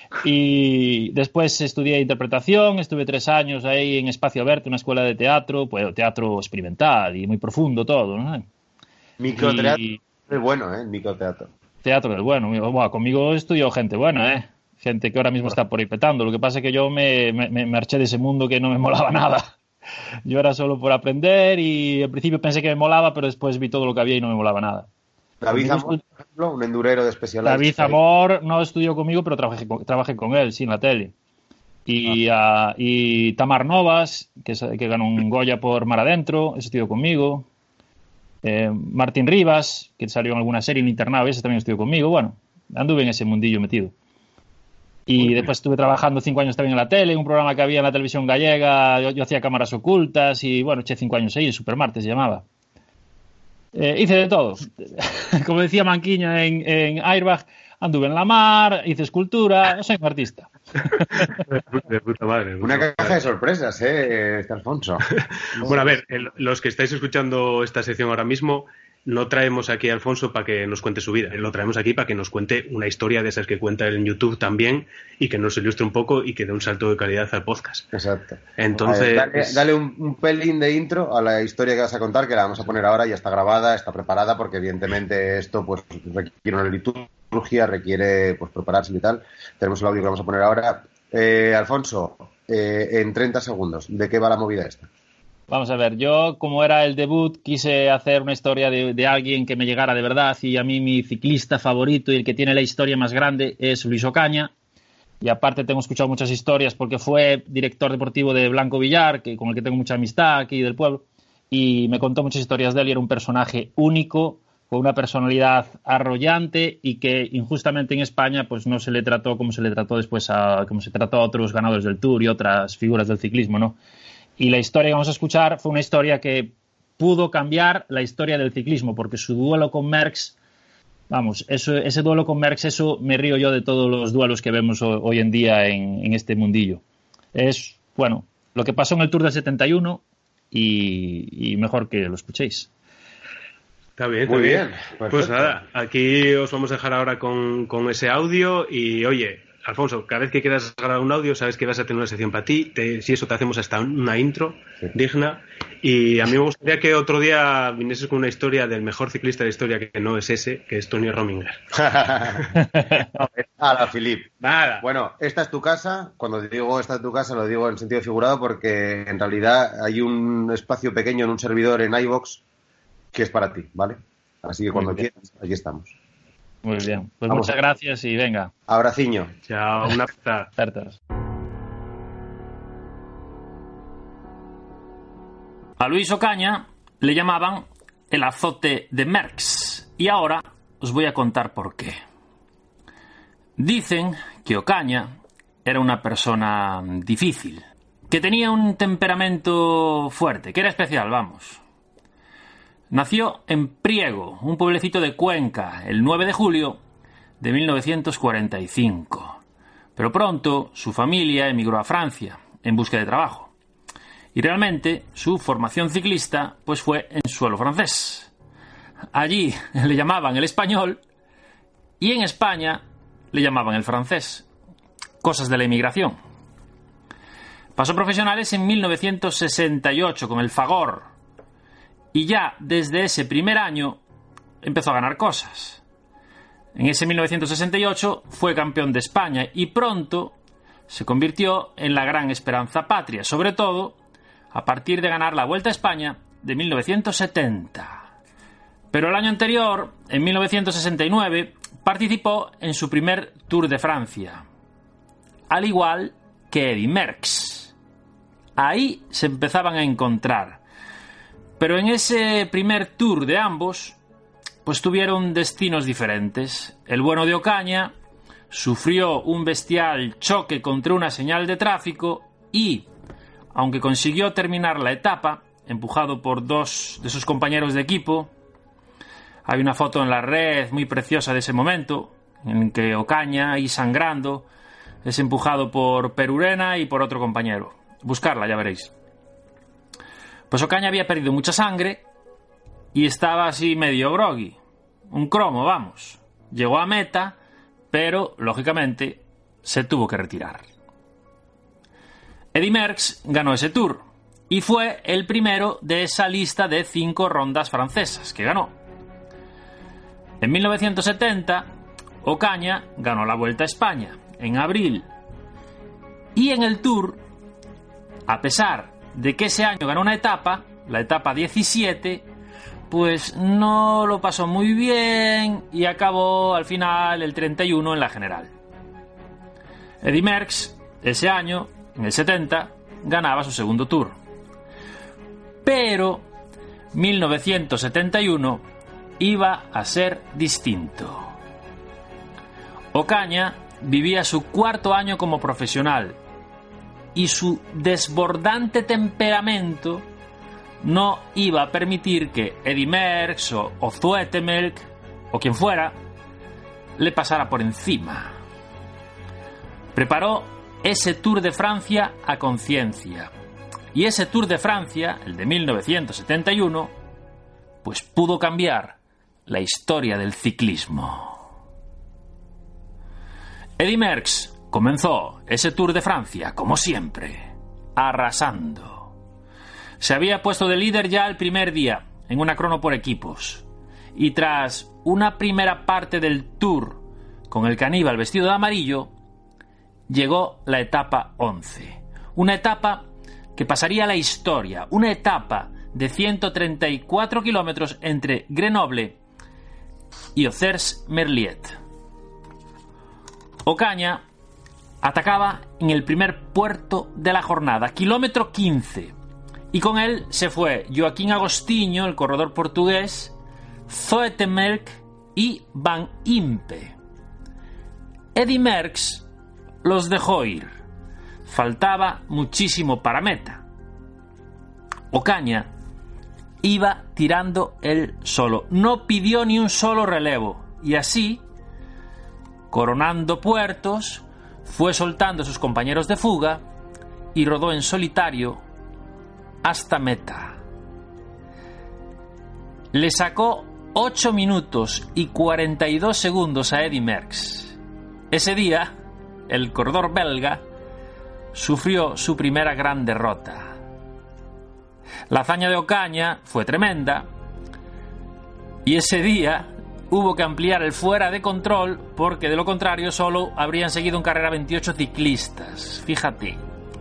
Y después estudié interpretación, estuve tres años ahí en Espacio Aberto, una escuela de teatro, pues teatro experimental y muy profundo todo, ¿no? Microteatro y... es bueno, ¿eh? Microteatro. Teatro del bueno. Bueno, conmigo estudió gente buena, ¿eh? Gente que ahora mismo está por ahí petando. Lo que pasa es que yo me, me, me marché de ese mundo que no me molaba nada. Yo era solo por aprender y al principio pensé que me molaba, pero después vi todo lo que había y no me molaba nada. David Amor, por ejemplo, un endurero de especialidad. David Amor no estudió conmigo, pero trabajé con, trabajé con él, sí, en la tele. Y, ah. uh, y Tamar Novas, que, que ganó un Goya por Mar Adentro, ese estudió conmigo. Eh, Martín Rivas, que salió en alguna serie en internado, ese también estudió conmigo. Bueno, anduve en ese mundillo metido. Y después estuve trabajando cinco años también en la tele, en un programa que había en la televisión gallega. Yo, yo hacía cámaras ocultas y, bueno, eché cinco años ahí, en Supermarte se llamaba. Eh, hice de todo. Como decía Manquiña en, en Airbag, anduve en la mar, hice escultura, soy un artista. De puta madre. Una caja madre. de sorpresas, ¿eh? Este Alfonso. Bueno, a ver, el, los que estáis escuchando esta sección ahora mismo, no traemos aquí a Alfonso para que nos cuente su vida, lo traemos aquí para que nos cuente una historia de esas que cuenta en YouTube también y que nos ilustre un poco y que dé un salto de calidad al podcast. Exacto. Entonces, ver, dale, dale un, un pelín de intro a la historia que vas a contar, que la vamos a poner ahora, ya está grabada, está preparada, porque evidentemente esto pues requiere una liturgia, requiere pues prepararse y tal. Tenemos el audio que vamos a poner ahora. Eh, Alfonso, eh, en treinta segundos, ¿de qué va la movida esta? Vamos a ver, yo como era el debut quise hacer una historia de, de alguien que me llegara de verdad y a mí mi ciclista favorito y el que tiene la historia más grande es Luis Ocaña y aparte tengo escuchado muchas historias porque fue director deportivo de Blanco Villar, que, con el que tengo mucha amistad aquí del pueblo y me contó muchas historias de él y era un personaje único con una personalidad arrollante y que injustamente en España pues no se le trató como se le trató después a, como se trató a otros ganadores del Tour y otras figuras del ciclismo, ¿no? Y la historia que vamos a escuchar fue una historia que pudo cambiar la historia del ciclismo, porque su duelo con Merckx, vamos, eso, ese duelo con Merckx, eso me río yo de todos los duelos que vemos hoy en día en, en este mundillo. Es, bueno, lo que pasó en el Tour del setenta y uno y, y mejor que lo escuchéis. Está bien, está Muy bien. bien. Pues nada, aquí os vamos a dejar ahora con, con ese audio y, oye, Alfonso, cada vez que quieras grabar un audio, sabes que vas a tener una sección para ti. Te, si eso te hacemos hasta una intro sí. digna. Y a mí me gustaría que otro día vinieses con una historia del mejor ciclista de la historia, que no es ese, que es Tony Rominger. Hala, Filip. Nada. Bueno, esta es tu casa. Cuando te digo esta es tu casa, lo digo en sentido figurado porque en realidad hay un espacio pequeño en un servidor en iVoox que es para ti, ¿vale? Así que cuando quieras, aquí estamos. Muy bien, pues Vamos. Muchas gracias y venga. Abraciño. Chao, una pata. A Luis Ocaña le llamaban el azote de Merckx y ahora os voy a contar por qué. Dicen que Ocaña era una persona difícil, que tenía un temperamento fuerte, que era especial, vamos. Nació en Priego, un pueblecito de Cuenca, el nueve de julio de mil novecientos cuarenta y cinco. Pero pronto su familia emigró a Francia en busca de trabajo. Y realmente su formación ciclista pues fue en suelo francés. Allí le llamaban el español y en España le llamaban el francés. Cosas de la inmigración. Pasó profesionales en mil novecientos sesenta y ocho con el Fagor. Y ya desde ese primer año empezó a ganar cosas. En ese mil novecientos sesenta y ocho fue campeón de España y pronto se convirtió en la gran esperanza patria, sobre todo a partir de ganar la Vuelta a España de mil novecientos setenta. Pero el año anterior, en mil novecientos sesenta y nueve, participó en su primer Tour de Francia, al igual que Eddy Merckx. Ahí se empezaban a encontrar. Pero en ese primer Tour de ambos, pues tuvieron destinos diferentes. El bueno de Ocaña sufrió un bestial choque contra una señal de tráfico y, aunque consiguió terminar la etapa, empujado por dos de sus compañeros de equipo, hay una foto en la red muy preciosa de ese momento, en que Ocaña, ahí sangrando, es empujado por Perurena y por otro compañero. Buscarla, ya veréis. Pues Ocaña había perdido mucha sangre y estaba así medio groggy. Un cromo, vamos. Llegó a meta, pero, lógicamente, se tuvo que retirar. Eddy Merckx ganó ese Tour y fue el primero de esa lista de cinco rondas francesas que ganó. En mil novecientos setenta, Ocaña ganó la Vuelta a España en abril. Y en el Tour, a pesar de que ese año ganó una etapa, la etapa diecisiete, pues no lo pasó muy bien y acabó al final el treinta y uno en la general. Eddy Merckx, ese año, en el setenta, ganaba su segundo Tour. Pero mil novecientos setenta y uno iba a ser distinto. Ocaña vivía su cuarto año como profesional y su desbordante temperamento no iba a permitir que Eddy Merckx o, o Zoetemelk o quien fuera le pasara por encima. Preparó ese Tour de Francia a conciencia. Y ese Tour de Francia, el de mil novecientos setenta y uno, pues pudo cambiar la historia del ciclismo. Eddy Merckx comenzó ese Tour de Francia, como siempre, arrasando. Se había puesto de líder ya el primer día, en una crono por equipos. Y tras una primera parte del Tour, con el caníbal vestido de amarillo, llegó la etapa once. Una etapa que pasaría a la historia. Una etapa de ciento treinta y cuatro kilómetros entre Grenoble y Others-Merliet. Ocaña atacaba en el primer puerto de la jornada, kilómetro quince, y con él se fue Joaquín Agostinho, el corredor portugués, Zoetemelk y Van Impe. Eddy Merckx los dejó ir. Faltaba muchísimo para meta. Ocaña iba tirando él solo, no pidió ni un solo relevo, y así, coronando puertos, fue soltando a sus compañeros de fuga y rodó en solitario hasta meta. Le sacó ocho minutos y cuarenta y dos segundos a Eddy Merckx. Ese día, el corredor belga sufrió su primera gran derrota. La hazaña de Ocaña fue tremenda y ese día hubo que ampliar el fuera de control porque de lo contrario solo habrían seguido en carrera veintiocho ciclistas. Fíjate.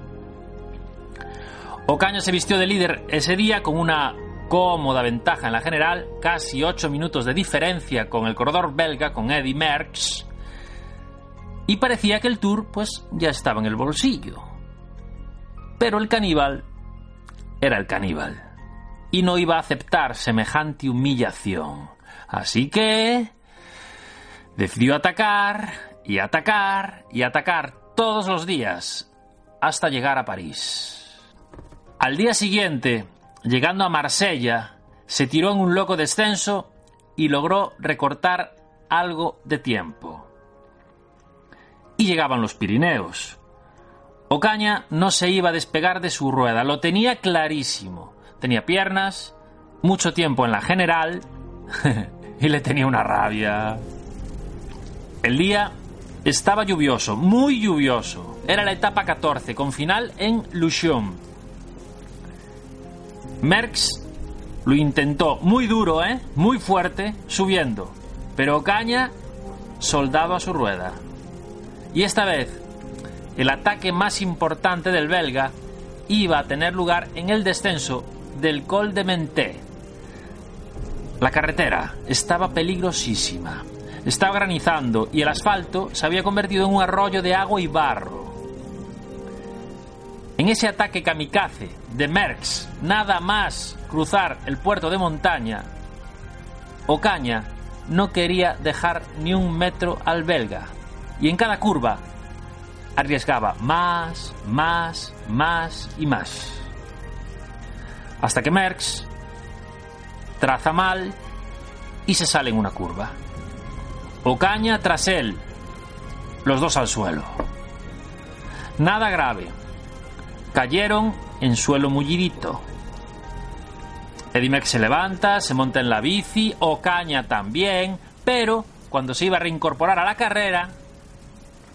Ocaña se vistió de líder ese día con una cómoda ventaja en la general, casi ocho minutos de diferencia con el corredor belga, con Eddy Merckx, y parecía que el Tour pues ya estaba en el bolsillo. Pero el caníbal era el caníbal y no iba a aceptar semejante humillación. Así que decidió atacar y atacar y atacar todos los días hasta llegar a París. Al día siguiente, llegando a Marsella, se tiró en un loco descenso y logró recortar algo de tiempo. Y llegaban los Pirineos. Ocaña no se iba a despegar de su rueda, lo tenía clarísimo. Tenía piernas, mucho tiempo en la general y le tenía una rabia. El día estaba lluvioso, muy lluvioso. Era la etapa catorce, con final en Luchon. Merckx lo intentó muy duro, ¿eh? Muy fuerte, subiendo. Pero Ocaña soldaba su rueda. Y esta vez, el ataque más importante del belga iba a tener lugar en el descenso del Col de Menté. La carretera estaba peligrosísima. Estaba granizando y el asfalto se había convertido en un arroyo de agua y barro. En ese ataque kamikaze de Merckx, nada más cruzar el puerto de montaña, Ocaña no quería dejar ni un metro al belga. Y en cada curva arriesgaba más, más, más y más. Hasta que Merckx traza mal y se sale en una curva. Ocaña tras él, los dos al suelo. Nada grave. Cayeron en suelo mullidito. Eddy Merckx se levanta, se monta en la bici, Ocaña también, pero cuando se iba a reincorporar a la carrera,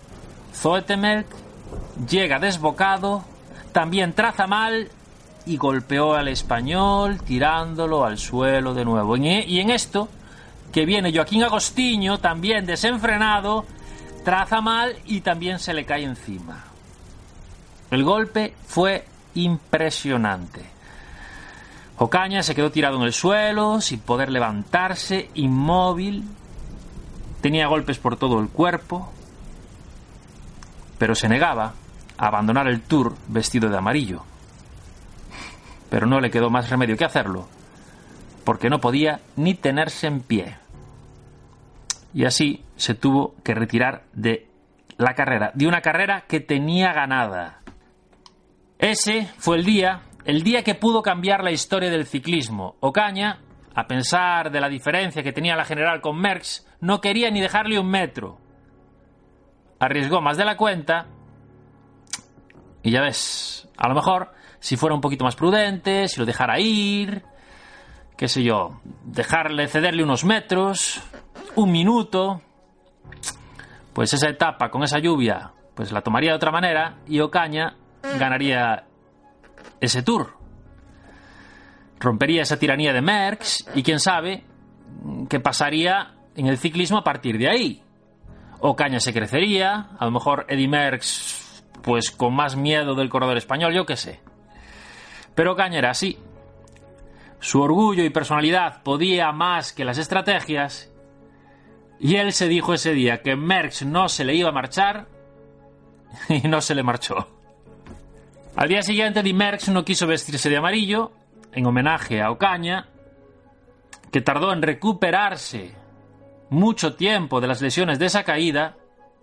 Zoetemelk llega desbocado, también traza mal y golpeó al español tirándolo al suelo de nuevo. Y en esto, que viene Joaquín Agostinho, también desenfrenado, traza mal y también se le cae encima. El golpe fue impresionante. Ocaña se quedó tirado en el suelo, sin poder levantarse, inmóvil. Tenía golpes por todo el cuerpo, pero se negaba a abandonar el Tour vestido de amarillo. Pero no le quedó más remedio que hacerlo, porque no podía ni tenerse en pie. Y así se tuvo que retirar de la carrera, de una carrera que tenía ganada. Ese fue el día, el día que pudo cambiar la historia del ciclismo. Ocaña, a pesar de la diferencia que tenía la general con Merckx, no quería ni dejarle un metro. Arriesgó más de la cuenta y ya ves, a lo mejor si fuera un poquito más prudente, si lo dejara ir, qué sé yo, dejarle, cederle unos metros, un minuto, pues esa etapa con esa lluvia pues la tomaría de otra manera y Ocaña ganaría ese Tour. Rompería esa tiranía de Merckx y quién sabe qué pasaría en el ciclismo a partir de ahí. Ocaña se crecería, a lo mejor Eddy Merckx pues con más miedo del corredor español, yo qué sé. Pero Ocaña era así. Su orgullo y personalidad podía más que las estrategias y él se dijo ese día que Merckx no se le iba a marchar y no se le marchó. Al día siguiente Eddy Merckx no quiso vestirse de amarillo en homenaje a Ocaña, que tardó en recuperarse mucho tiempo de las lesiones de esa caída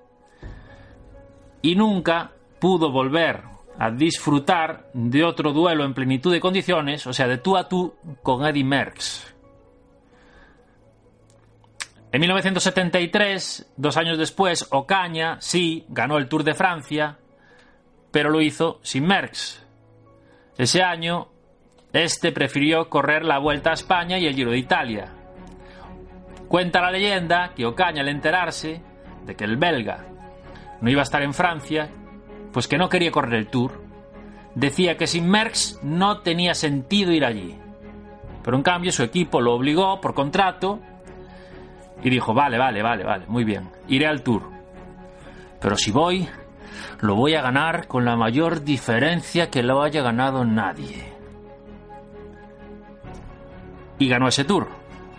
y nunca pudo volver a disfrutar de otro duelo en plenitud de condiciones, o sea, de tú a tú con Eddy Merckx. En mil novecientos setenta y tres, dos años después, Ocaña, sí, ganó el Tour de Francia, pero lo hizo sin Merckx. Ese año, este prefirió correr la Vuelta a España y el Giro de Italia. Cuenta la leyenda que Ocaña, al enterarse de que el belga no iba a estar en Francia, pues que no quería correr el Tour, decía que sin Merckx no tenía sentido ir allí. Pero en cambio su equipo lo obligó por contrato y dijo, vale, vale, vale, vale, muy bien, iré al Tour. Pero si voy, lo voy a ganar con la mayor diferencia que lo haya ganado nadie. Y ganó ese Tour.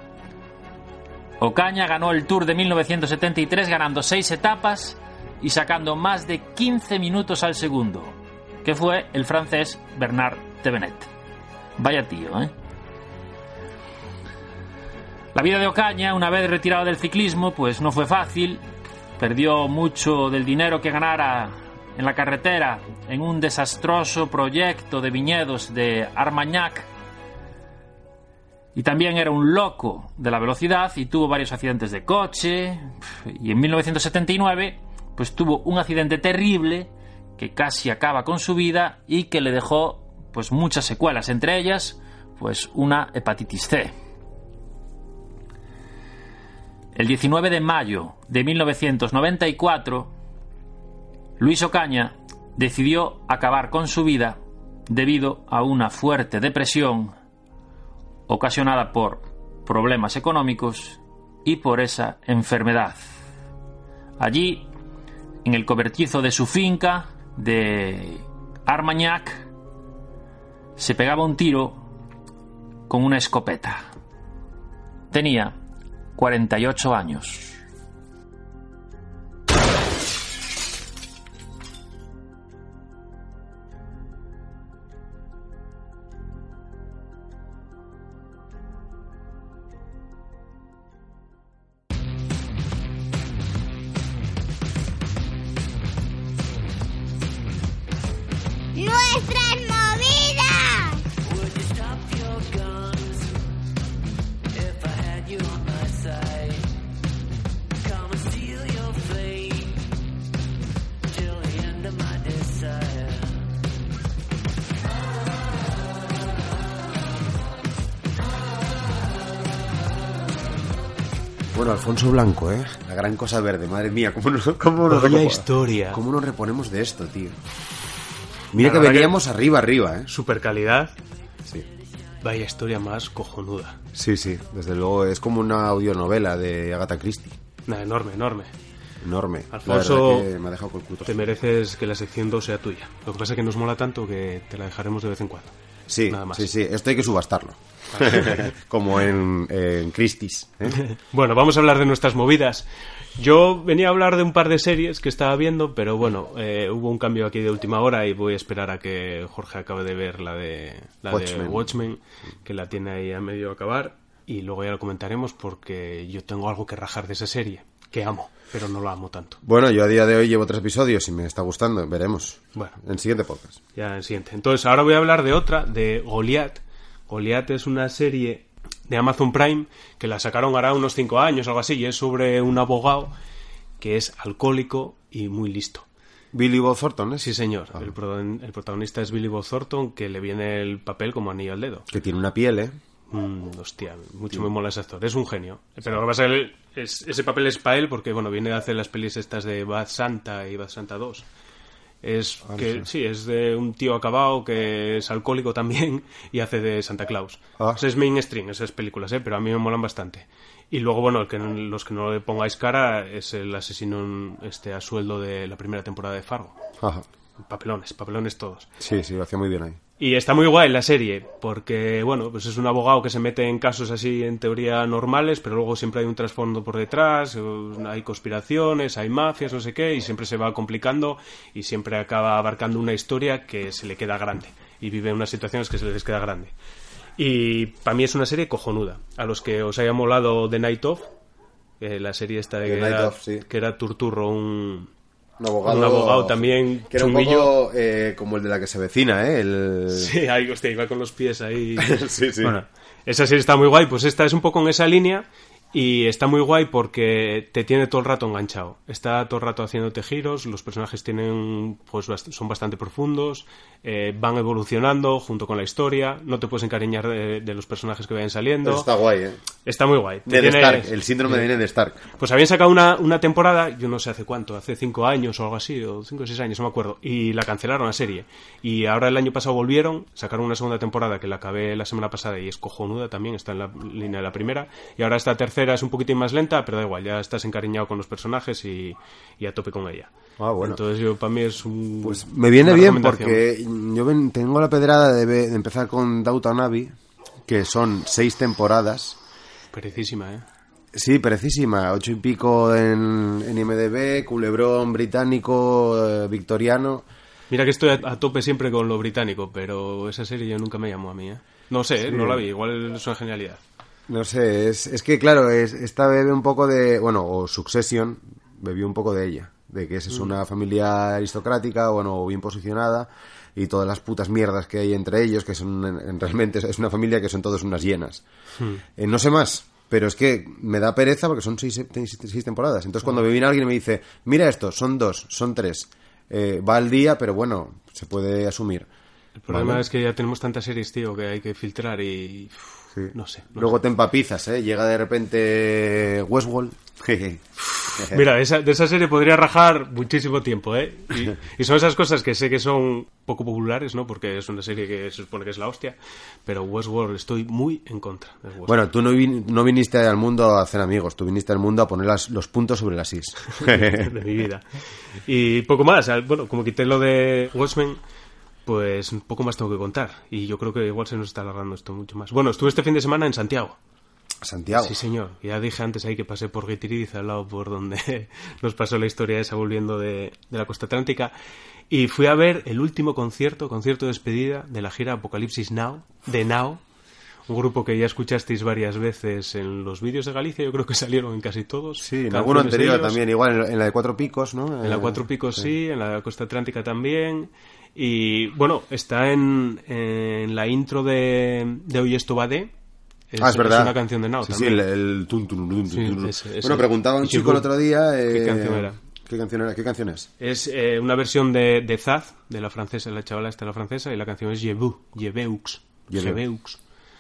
Ocaña ganó el Tour de mil novecientos setenta y tres ganando seis etapas y sacando más de quince minutos al segundo, que fue el francés Bernard Thévenet. Vaya tío, ¿eh? La vida de Ocaña, una vez retirado del ciclismo, pues no fue fácil. Perdió mucho del dinero que ganara en la carretera en un desastroso proyecto de viñedos de Armagnac. Y también era un loco de la velocidad y tuvo varios accidentes de coche. Y en mil novecientos setenta y nueve pues tuvo un accidente terrible que casi acaba con su vida y que le dejó pues muchas secuelas, entre ellas pues una hepatitis C. El diecinueve de mayo de mil novecientos noventa y cuatro, Luis Ocaña decidió acabar con su vida debido a una fuerte depresión ocasionada por problemas económicos y por esa enfermedad. Allí, en el cobertizo de su finca de Armagnac, se pegaba un tiro con una escopeta. Tenía cuarenta y ocho años. ¡Nuestras movidas! Bueno, Alfonso Blanco, ¿eh? La gran cosa verde, madre mía, ¿cómo nos, cómo nos, Vaya repo- historia. ¿Cómo nos reponemos de esto, tío? Mira La que verdad veníamos arriba, arriba, ¿eh? Super calidad. Sí. Vaya historia más cojonuda. Sí, sí, desde luego es como una audionovela de Agatha Christie. Nah, enorme, enorme. Enorme. Alfonso, La verdad que me ha dejado con el culo. te mereces que la sección dos sea tuya. Lo que pasa es que nos mola tanto que te la dejaremos de vez en cuando. Sí, Nada más. sí, sí, esto hay que subastarlo. Como en, en Christie's, ¿eh? Bueno, vamos a hablar de nuestras movidas. Yo venía a hablar de un par de series que estaba viendo, pero bueno, eh, hubo un cambio aquí de última hora y voy a esperar a que Jorge acabe de ver la de la Watchmen. de Watchmen, que la tiene ahí a medio acabar, y luego ya lo comentaremos porque yo tengo algo que rajar de esa serie, que amo, pero no la amo tanto. Bueno, yo a día de hoy llevo tres episodios y me está gustando, veremos. Bueno. En el siguiente podcast. Ya en el siguiente. Entonces, ahora voy a hablar de otra, de Goliath. Goliath es una serie de Amazon Prime que la sacaron hará unos cinco años o algo así, y es sobre un abogado que es alcohólico y muy listo. Billy Bob Thornton, ¿eh? Sí, señor. Ah. El, pro- el protagonista es Billy Bob Thornton, que le viene el papel como anillo al dedo. Que tiene una piel, ¿eh? Mm, hostia, mucho me mola ese actor. Es un genio. Pero lo que pasa es que él- es- ese papel es para él porque, bueno, viene a hacer las pelis estas de Bad Santa y Bad Santa dos. Es Ah, que no sé. sí, es de un tío acabado que es alcohólico también y hace de Santa Claus. Ah. O sea, es mainstream esas películas, ¿eh? Pero a mí me molan bastante. Y luego, bueno, el que, los que no le pongáis cara es el asesino en- este a sueldo de la primera temporada de Fargo. Ajá. Papelones, papelones todos. Sí, sí, lo hacía muy bien ahí. Y está muy guay la serie, porque, bueno, pues es un abogado que se mete en casos así en teoría normales, pero luego siempre hay un trasfondo por detrás, o hay conspiraciones, hay mafias, no sé qué, y siempre se va complicando y siempre acaba abarcando una historia que se le queda grande y vive unas situaciones que se les queda grande. Y para mí es una serie cojonuda. A los que os haya molado The Night Of, eh, la serie esta de The que, Night era, Of, sí. que era Turturro, un... Un abogado, Un abogado también que era un chunguillo. poco eh, como el de la que se vecina, ¿eh? El... Sí, ahí, hostia, iba con los pies ahí. Sí, sí. Bueno, esa serie está muy guay, pues esta es un poco en esa línea y está muy guay porque te tiene todo el rato enganchado. Está todo el rato haciéndote giros, los personajes tienen, pues bast- son bastante profundos, eh, van evolucionando junto con la historia, no te puedes encariñar de, de los personajes que vayan saliendo. Eso está guay, ¿eh? Está muy guay. Te Ned tiene- Stark, el síndrome de Ned Stark. Pues habían sacado una, una temporada, yo no sé hace cuánto, hace cinco años o algo así, o cinco o seis años, no me acuerdo, y la cancelaron la serie. Y ahora el año pasado volvieron, sacaron una segunda temporada que la acabé la semana pasada y es cojonuda también, está en la línea de la primera. Y ahora esta tercera es un poquitín más lenta, pero da igual, ya estás encariñado con los personajes y, y a tope con ella. Ah, bueno. Entonces yo, para mí es un... Pues me viene una bien recomendación. porque yo ven- tengo la pedrada de, ve- de empezar con Downton Abbey, que son seis temporadas. Perecísima, ¿eh? Sí, precisísima. Ocho y pico en, en I M D B, culebrón británico, eh, victoriano. Mira que estoy a, a tope siempre con lo británico, pero esa serie ya nunca me llamó a mí, ¿eh? No sé, ¿eh? No la vi, igual es una genialidad. No sé, es, es que claro, es, esta bebe un poco de, bueno, o Succession bebió un poco de ella, de que es Mm. una familia aristocrática, bueno, bien posicionada, y todas las putas mierdas que hay entre ellos, que son en- en- realmente es una familia que son todos unas hienas. Hmm. Eh, no sé más, pero es que me da pereza porque son seis, seis, seis temporadas. Entonces cuando me viene alguien y me dice, mira esto, son dos, son tres, eh, va al día, pero bueno, se puede asumir. El problema Vale. es que ya tenemos tantas series, tío, que hay que filtrar y... uf, Sí. No sé. no Luego sé. te empapizas, ¿eh? Llega de repente Westworld. Mira, de esa, de esa serie podría rajar muchísimo tiempo, ¿eh? Y, y son esas cosas que sé que son poco populares, ¿no? Porque es una serie que se supone que es la hostia. Pero Westworld, estoy muy en contra de Westworld. Bueno, tú no, vin- no viniste al mundo a hacer amigos, tú viniste al mundo a poner las- los puntos sobre las is. de mi vida. Y poco más. al- Bueno, como quité lo de Watchmen, pues poco más tengo que contar. Y yo creo que igual se nos está alargando esto mucho más. Bueno, estuve este fin de semana en Santiago. Santiago. Sí, señor. Ya dije antes ahí que pasé por Guitiriz, al lado por donde nos pasó la historia esa volviendo de, de la costa atlántica. Y fui a ver el último concierto, concierto de despedida de la gira Apocalipsis Now, de Now. Un grupo que ya escuchasteis varias veces en los vídeos de Galicia, yo creo que salieron en casi todos. Sí, en Canciones alguno de anterior ellos. también, igual en, en la de Cuatro Picos, ¿no? En la Eh, Cuatro Picos sí, en la costa atlántica también. Y bueno, está en, en la intro de, de Hoy Esto va de. Es, ah, es verdad. es una canción de Now sí, también. Sí, el, el tun, tun, tun, Sí, tun. ese- ese. Bueno, preguntaba un Y chico el Chico, otro día... eh, ¿qué canción era? ¿Qué canción era? ¿Qué canción es? Es eh, una versión de, de Zaz, de la francesa, la chavala esta la francesa, y la canción es Je vous, Je veux, Je Je veux. veux.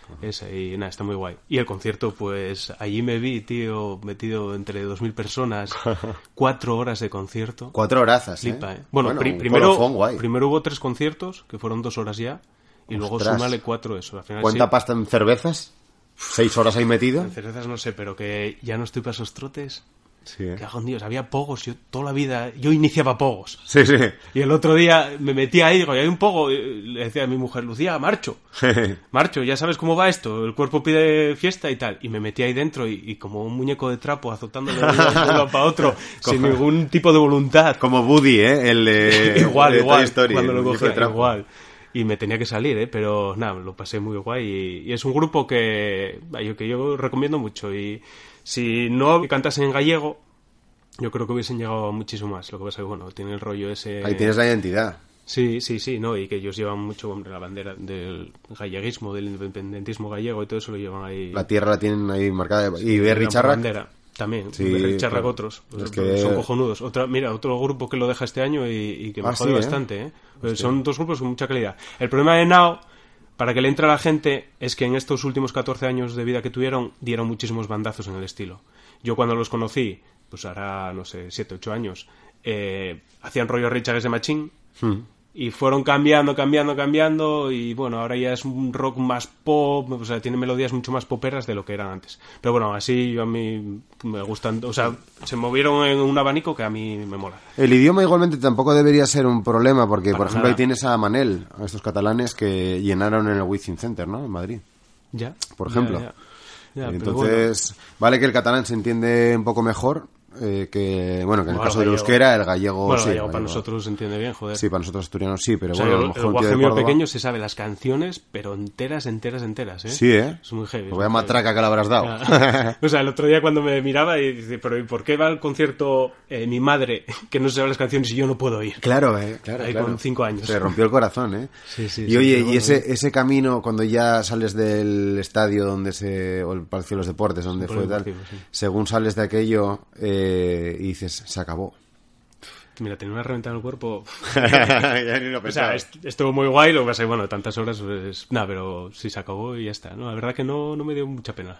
Esa, y nada, está muy guay. Y el concierto, pues allí me vi, tío, metido entre dos mil personas, cuatro horas de concierto. Cuatro horazas, ¿eh? Flipa, ¿eh? Bueno, bueno pri- un primero, colofón guay. primero hubo tres conciertos, que fueron dos horas ya, y luego Ostras. súmale cuatro eso. Al final, ¿Cuánta sí, pasta en cervezas? ¿Seis horas ahí metido? en cervezas no sé, pero que ya no estoy para esos trotes. Sí, ¿eh? Cago en Dios, había pogos, yo toda la vida, yo iniciaba pogos. Sí, sí. Y el otro día me metí ahí, digo, y hay un pogo, y le decía a mi mujer, Lucía, marcho, marcho, ya sabes cómo va esto, el cuerpo pide fiesta y tal. Y me metí ahí dentro y, y como un muñeco de trapo azotándole de un lado para otro, sin ningún tipo de voluntad. Como Woody, ¿eh? El de, igual, de igual, Toy Story, cuando lo el muñeco de cogía, trapo. igual. Y me tenía que salir, ¿eh? Pero nada, lo pasé muy guay y, y es un grupo que, yo, que yo recomiendo mucho. Y si no cantasen en gallego, yo creo que hubiesen llegado muchísimo más. Lo que pasa es que, bueno, tiene el rollo ese... Ahí tienes la identidad. Sí, sí, sí, ¿no? Y que ellos llevan mucho, hombre, la bandera del galleguismo, del independentismo gallego y todo eso lo llevan ahí. La tierra la tienen ahí marcada. Sí, y Berry la Charrac. bandera también. Sí, Berry Charrac claro. otros. Es que- Son cojonudos. Otra, mira, otro grupo que lo deja este año y, y que me Ah, jode sí, ¿eh? bastante, ¿eh? Pues son dos grupos con mucha calidad. El problema de Nao, para que le entre a la gente, es que en estos últimos catorce años de vida que tuvieron, dieron muchísimos bandazos en el estilo. Yo cuando los conocí, pues hará, no sé, siete, ocho años, eh, hacían rollo Rage Against the Machine, Hmm. y fueron cambiando, cambiando, cambiando, y bueno, ahora ya es un rock más pop, o sea, tiene melodías mucho más poperas de lo que eran antes. Pero bueno, así yo a mí me gustan, o sea, se movieron en un abanico que a mí me mola. El idioma igualmente tampoco debería ser un problema, porque, Para por ejemplo, nada. ahí tienes a Manel, a estos catalanes que llenaron en el Wizzing Center, ¿no? En Madrid. Ya. Por ejemplo. Ya, ya. Ya, pero bueno. Entonces, vale que el catalán se entiende un poco mejor eh, que, bueno, que en el Bueno, caso del gallego. euskera, el gallego Bueno, sí. gallego el para gallego. nosotros se entiende bien, joder. Sí, para nosotros asturianos sí, pero O sea, bueno, a el, lo el mejor un tío guaje de mío Córdoba... pequeño se sabe las canciones, pero enteras, enteras, enteras, ¿eh? Sí, ¿eh? Es muy heavy. Pues es vaya muy heavy. matraca que le habrás dado. Ah. O sea, el otro día cuando me miraba y dice, pero ¿y por qué va al concierto eh, mi madre que no se sabe las canciones y yo no puedo ir? Claro, eh, claro, Ahí claro. con cinco años. Se rompió el corazón, ¿eh? Sí, sí, y sí, oye, pero y bueno, ese, ¿eh? ese camino, cuando ya sales del estadio donde se... o el Palacio de los Deportes, donde Sí, fue tal, polideportivo, sí. según sales de aquello eh, y dices, se acabó. Mira, tenía una reventa en el cuerpo. Ya ni lo O sea, est- estuvo muy guay, lo que pasa es que, bueno, tantas horas, pues, nada, pero sí se acabó y ya está, ¿no? La verdad que no, no me dio mucha pena.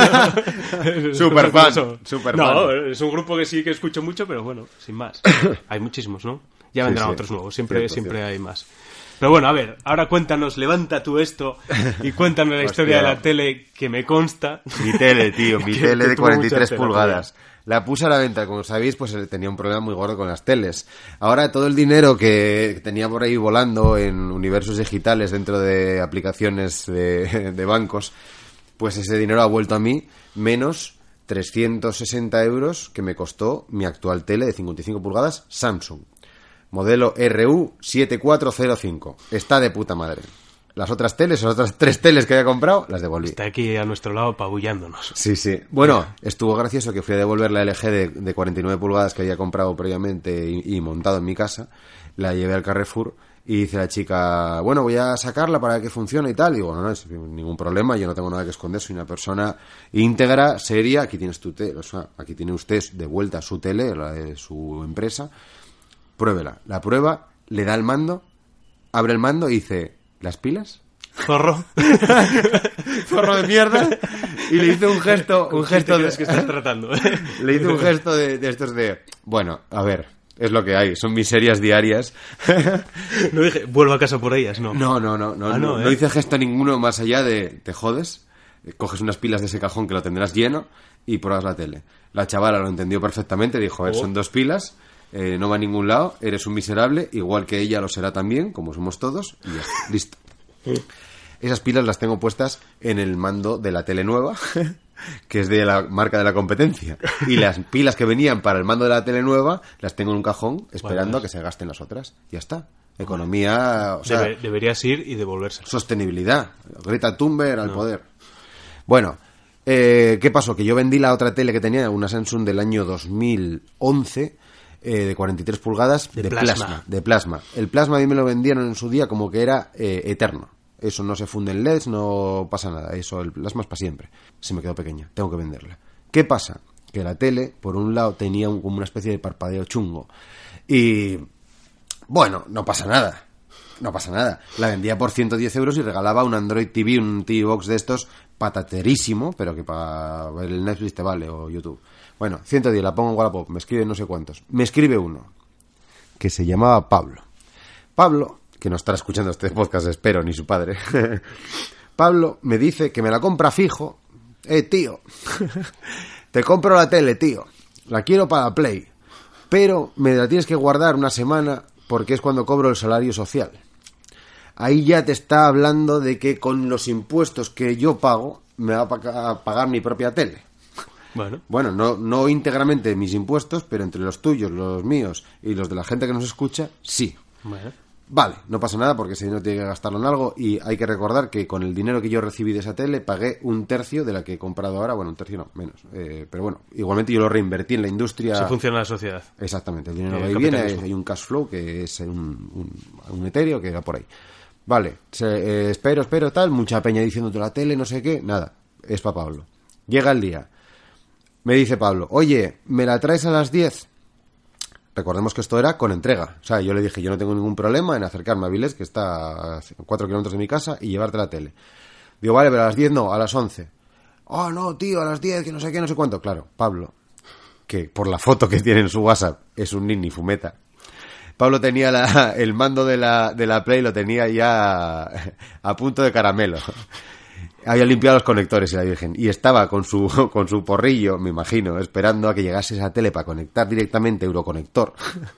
Super fan, Eso. super No, fan. es un grupo que sí que escucho mucho, pero bueno, sin más. Hay muchísimos, ¿no? Ya Sí, vendrán sí. otros nuevos, siempre, Cierto, siempre cierto. hay más. Pero bueno, a ver, ahora cuéntanos, levanta tú esto y cuéntame la historia de Hostia. la tele que me consta. Mi tele, tío, mi Que- tele que de tuvo cuarenta y tres mucha tela, pulgadas. La puse a la venta, como sabéis, pues eh, tenía un problema muy gordo con las teles. Ahora todo el dinero que tenía por ahí volando en universos digitales dentro de aplicaciones de, de bancos, pues ese dinero ha vuelto a mí, menos trescientos sesenta euros que me costó mi actual tele de cincuenta y cinco pulgadas Samsung. Modelo R U siete cuatro cero cinco. Está de puta madre. Las otras teles, las otras tres teles que había comprado, las devolví. Está aquí a nuestro lado pabullándonos. Sí, sí. Bueno, estuvo gracioso que fui a devolver la L G de, de cuarenta y nueve pulgadas que había comprado previamente y, y montado en mi casa. La llevé al Carrefour y dice la chica, bueno, voy a sacarla para que funcione y tal. Y digo, no, no, es ningún problema, yo no tengo nada que esconder, soy una persona íntegra, seria. Aquí tienes tu tele, o sea, aquí tiene usted de vuelta su tele, la de su empresa. Pruébela. La prueba, le da el mando, abre el mando y dice, ¿las pilas? Zorro. Zorro de mierda. Y le hice un gesto, un gesto de... que estás tratando? Le hice un gesto de, de estos de... Bueno, a ver, es lo que hay, son miserias diarias. No dije, vuelvo a casa por ellas, no. No, no, no, no, Ah, no, no, no ¿eh? hice gesto ninguno más allá de... Te jodes, coges unas pilas de ese cajón que lo tendrás lleno y pruebas la tele. La chavala lo entendió perfectamente, dijo, a ver, Oh. son dos pilas... Eh, no va a ningún lado, eres un miserable, igual que ella lo será también, como somos todos, y ya está, listo. Esas pilas las tengo puestas en el mando de la tele nueva, que es de la marca de la competencia. Y las pilas que venían para el mando de la tele nueva las tengo en un cajón esperando Vale. a que se gasten las otras. Ya está. Economía, o sea, Debe- deberías ir y devolverse. sostenibilidad. Greta Thunberg al poder. Bueno, eh, ¿qué pasó? Que yo vendí la otra tele que tenía, una Samsung del año dos mil once, eh, de cuarenta y tres pulgadas, De de, plasma. plasma. De plasma. El plasma a mí me lo vendieron en su día como que era eh, eterno. Eso no se funde en L E Ds, no pasa nada. Eso, el plasma es para siempre. Se me quedó pequeña, tengo que venderla. ¿Qué pasa? Que la tele, por un lado, tenía un- como una especie de parpadeo chungo. Y... bueno, no pasa nada. no pasa nada. La vendía por ciento diez euros y regalaba un Android T V, un T V Box de estos pataterísimo, pero que para ver el Netflix te vale, o YouTube. Bueno, ciento diez, la pongo en Wallapop, me escribe no sé cuántos. Me escribe uno, que se llamaba Pablo. Pablo, que no estará escuchando este podcast, espero, ni su padre. Pablo me dice que me la compra fijo. Eh, tío, te compro la tele, tío. La quiero para Play, pero me la tienes que guardar una semana porque es cuando cobro el salario social. Ahí ya te está hablando de que con los impuestos que yo pago me va a pagar mi propia tele. Bueno, bueno no, no íntegramente mis impuestos, pero entre los tuyos, los míos y los de la gente que nos escucha, sí. Bueno. Vale, no pasa nada porque si no tiene que gastarlo en algo, y hay que recordar que con el dinero que yo recibí de esa tele pagué un tercio de la que he comprado ahora, bueno, un tercio no, menos, eh, pero bueno, igualmente yo lo reinvertí en la industria. Se funciona la sociedad. Exactamente, el dinero Eh, que ahí viene, hay un cash flow que es un, un, un etéreo que va por ahí. Vale, se, eh, espero, espero, tal, mucha peña diciéndote la tele, no sé qué, nada, es para Pablo. Llega el día, me dice Pablo, oye, ¿me la traes a las diez? Recordemos que esto era con entrega. O sea, yo le dije, yo no tengo ningún problema en acercarme a Vilés, que está a cuatro kilómetros de mi casa, y llevarte la tele. Digo, vale, pero a las diez no, a las once. Oh, no, tío, a las diez, que no sé qué, no sé cuánto. Claro, Pablo, que por la foto que tiene en su WhatsApp, es un nini fumeta. Pablo tenía la, el mando de la, de la Play, lo tenía ya a, a punto de caramelo. Había limpiado los conectores y la Virgen. Y estaba con su, con su porrillo, me imagino, esperando a que llegase esa tele para conectar directamente Euroconector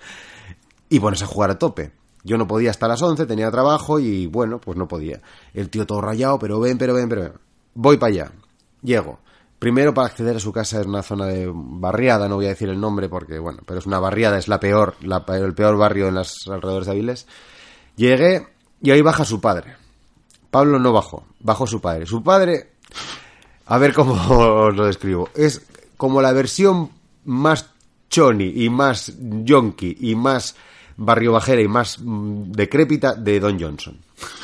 y ponerse a jugar a tope. Yo no podía hasta las once, tenía trabajo y bueno, pues no podía. El tío todo rayado, pero ven, pero ven, pero ven. Voy para allá. Llego. Primero, para acceder a su casa es una zona de barriada, no voy a decir el nombre porque, bueno, pero es una barriada, es la peor, la, el peor barrio en los alrededores de Avilés. Llegué y ahí baja su padre. Pablo no bajó, bajó su padre. Su padre, a ver cómo os lo describo, es como la versión más choni y más yonki y más barrio bajera y más mm, decrépita de Don Johnson.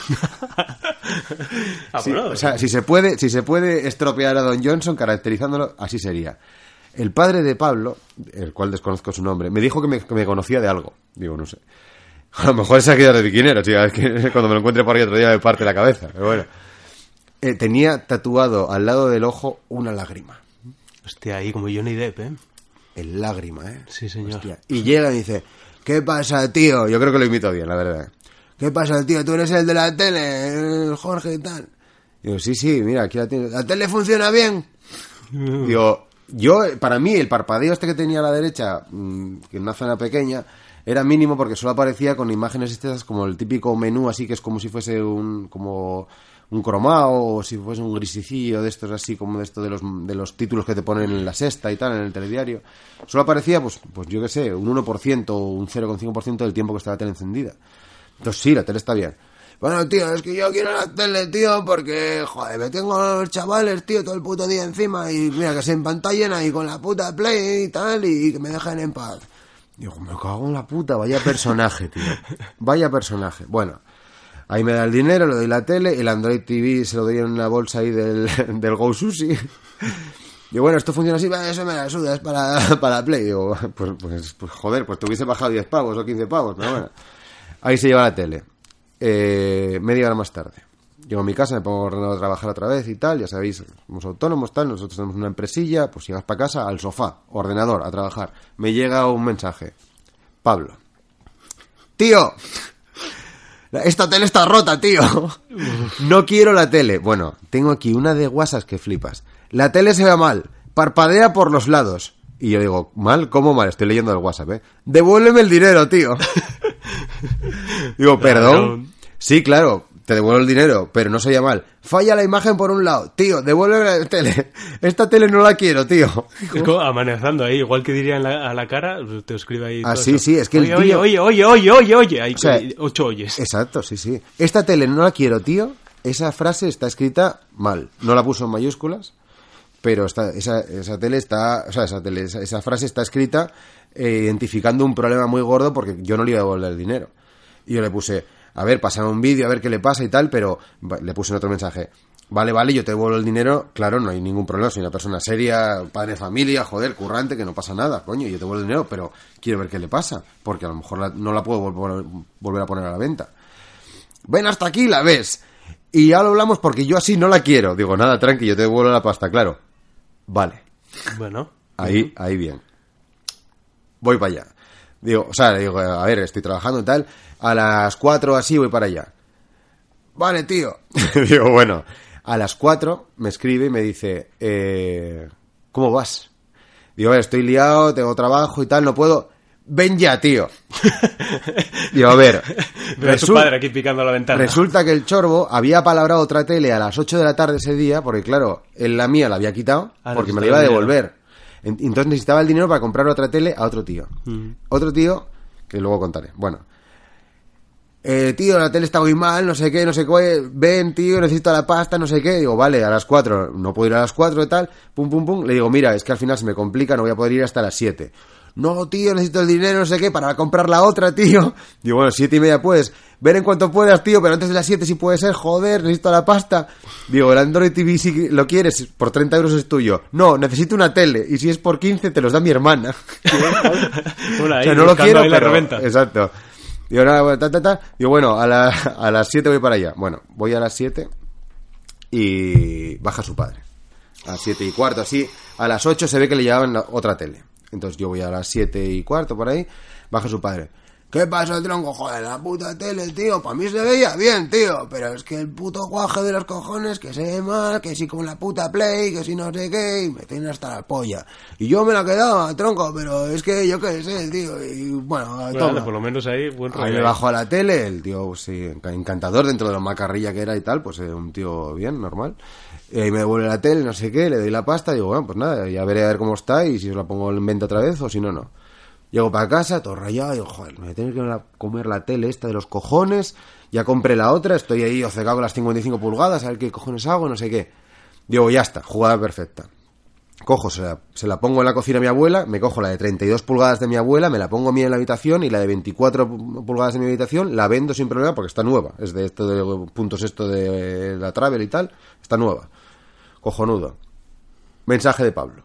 Ah, sí, bueno, o sea, si se puede, si se puede estropear a Don Johnson caracterizándolo, así sería. El padre de Pablo, el cual desconozco su nombre, me dijo que me, que me conocía de algo. Digo, no sé. A lo mejor se ha quedado de biquinero, chica. Es que cuando me lo encuentre por ahí otro día me parte la cabeza. Pero bueno. Eh, tenía tatuado al lado del ojo una lágrima. Hostia, ahí como Johnny Depp, ¿eh? El lágrima, ¿eh? Sí, señor. Hostia. Y llega y dice, ¿qué pasa, tío? Yo creo que lo imito bien, la verdad. ¿Qué pasa, tío? Tú eres el de la tele, el Jorge y tal. Digo, sí, sí, mira, aquí la tienes. ¿La tele funciona bien? Digo, yo, para mí, el parpadeo este que tenía a la derecha, mmm, que en una zona pequeña, era mínimo porque solo aparecía con imágenes estas como el típico menú, así que es como si fuese un como un cromado o si fuese un grisicillo de estos así como de esto de los de los títulos que te ponen en la sexta y tal, en el telediario. Solo aparecía, pues pues yo qué sé, un uno por ciento o un cero coma cinco por ciento del tiempo que está la tele encendida. Entonces sí, la tele está bien. Bueno, tío, es que yo quiero la tele, tío, porque, joder, me tengo a los chavales, tío, todo el puto día encima y mira que se empantallen ahí con la puta Play y tal y que me dejen en paz. Digo, me cago en la puta, vaya personaje, tío. Vaya personaje. Bueno, ahí me da el dinero, le doy la tele, el Android T V se lo doy en una bolsa ahí del, del Go Sushi. Digo, bueno, esto funciona así, eso me la suda, es para, para Play. Digo, pues, pues, pues joder, pues te hubiese bajado diez pavos o quince pavos, pero bueno. Ahí se lleva la tele. Eh, media hora más tarde. Llego a mi casa, me pongo ordenado a trabajar otra vez y tal, ya sabéis, somos autónomos, tal, nosotros tenemos una empresilla, pues llegas para casa, al sofá, ordenador, a trabajar. Me llega un mensaje. Pablo. Tío, esta tele está rota, tío. No quiero la tele. Bueno, tengo aquí una de WhatsApp que flipas. La tele se ve mal, parpadea por los lados. Y yo digo, ¿mal? ¿Cómo mal? Estoy leyendo el WhatsApp, ¿eh? Devuélveme el dinero, tío. Digo, ¿perdón? Sí, claro. Te devuelvo el dinero, pero no se oye mal. Falla la imagen por un lado. Tío, devuélveme la tele. Esta tele no la quiero, tío. Es como amenazando ahí, igual que diría en la, a la cara, te escribe ahí. Ah, sí, eso. Sí, es que oye, el tío... Oye, oye, oye, oye, oye, hay o sea, ocho oyes. Exacto, sí, sí. Esta tele no la quiero, tío. Esa frase está escrita mal. No la puso en mayúsculas, pero está, esa, esa tele está... O sea, esa, tele, esa, esa frase está escrita eh, identificando un problema muy gordo porque yo no le iba a devolver el dinero. Y yo le puse... A ver, pasame un vídeo, a ver qué le pasa y tal, pero le puse en otro mensaje. Vale, vale, yo te devuelvo el dinero. Claro, no hay ningún problema, soy una persona seria, padre de familia, joder, currante, que no pasa nada, coño, yo te devuelvo el dinero, pero quiero ver qué le pasa, porque a lo mejor la, no la puedo volver, volver a poner a la venta. ven hasta aquí y la ves. Y ya lo hablamos porque yo así no la quiero. Digo, nada, tranqui, yo te devuelvo la pasta, claro. Vale. Bueno. Ahí, ahí bien. Voy para allá. Digo, o sea, le digo, a ver, estoy trabajando y tal. A las cuatro así voy para allá. Vale, tío. Digo, bueno, a las cuatro me escribe y me dice, eh, ¿cómo vas? Digo, a ver, estoy liado, tengo trabajo y tal, no puedo. Ven ya, tío. Digo, a ver. Veo a tu padre aquí picando la ventana. Resulta que el chorbo había palabrado otra tele a las ocho de la tarde ese día, porque claro, él la mía la había quitado, ah, porque me la iba a devolver. Entonces necesitaba el dinero para comprar otra tele a otro tío. Mm. Otro tío, que luego contaré. Bueno. Eh, tío, la tele está muy mal, no sé qué, no sé qué. Ven, tío, necesito la pasta, no sé qué. Digo, vale, a las cuatro. No puedo ir a las cuatro y tal. Pum, pum, pum. Le digo, mira, es que al final se me complica, no voy a poder ir hasta las siete. No, tío, necesito el dinero, no sé qué, para comprar la otra, tío. Digo, bueno, siete y media puedes. Ven en cuanto puedas, tío, pero antes de las siete si puede ser, joder, necesito la pasta. Digo, el Android T V si lo quieres, por treinta euros es tuyo. No, necesito una tele, y si es por quince te los da mi hermana. Una, o sea, no lo quiero, pero... reventa. Exacto. Digo, nada, ta, ta, ta. Digo, bueno, a, la, a las siete voy para allá. Bueno, voy a las siete y baja su padre. A las siete y cuarto, así. A las ocho se ve que le llevaban la, otra tele. Entonces yo voy a las siete y cuarto por ahí, baja su padre. ¿Qué pasa, tronco? Joder, la puta tele, tío. Para mí se veía bien, tío. Pero es que el puto guaje de los cojones, que se ve mal, que si con la puta Play, que si no sé qué, y me tiene hasta la polla. Y yo me la quedaba, tronco, pero es que yo qué sé, tío. Y bueno, bueno toma. Por lo menos ahí, buen rollo. Ahí me bajo a la tele, el tío, pues, sí, encantador dentro de la macarrilla que era y tal, pues eh, un tío bien, normal. Y ahí me devuelve la tele, no sé qué, le doy la pasta, digo, bueno, pues nada, ya veré a ver cómo está y si os la pongo en venta otra vez o si no, no. Llego para casa, todo rayado, digo, joder, me voy a tener que comer la tele esta de los cojones, ya compré la otra, estoy ahí obcecado con las cincuenta y cinco pulgadas, a ver qué cojones hago, no sé qué. Digo, ya está, jugada perfecta. Cojo, se la, se la pongo en la cocina a mi abuela, me cojo la de treinta y dos pulgadas de mi abuela, me la pongo a mí en la habitación y la de veinticuatro pulgadas de mi habitación la vendo sin problema porque está nueva, es de esto de puntos esto de la Travel y tal, está nueva. Cojonudo. Mensaje de Pablo.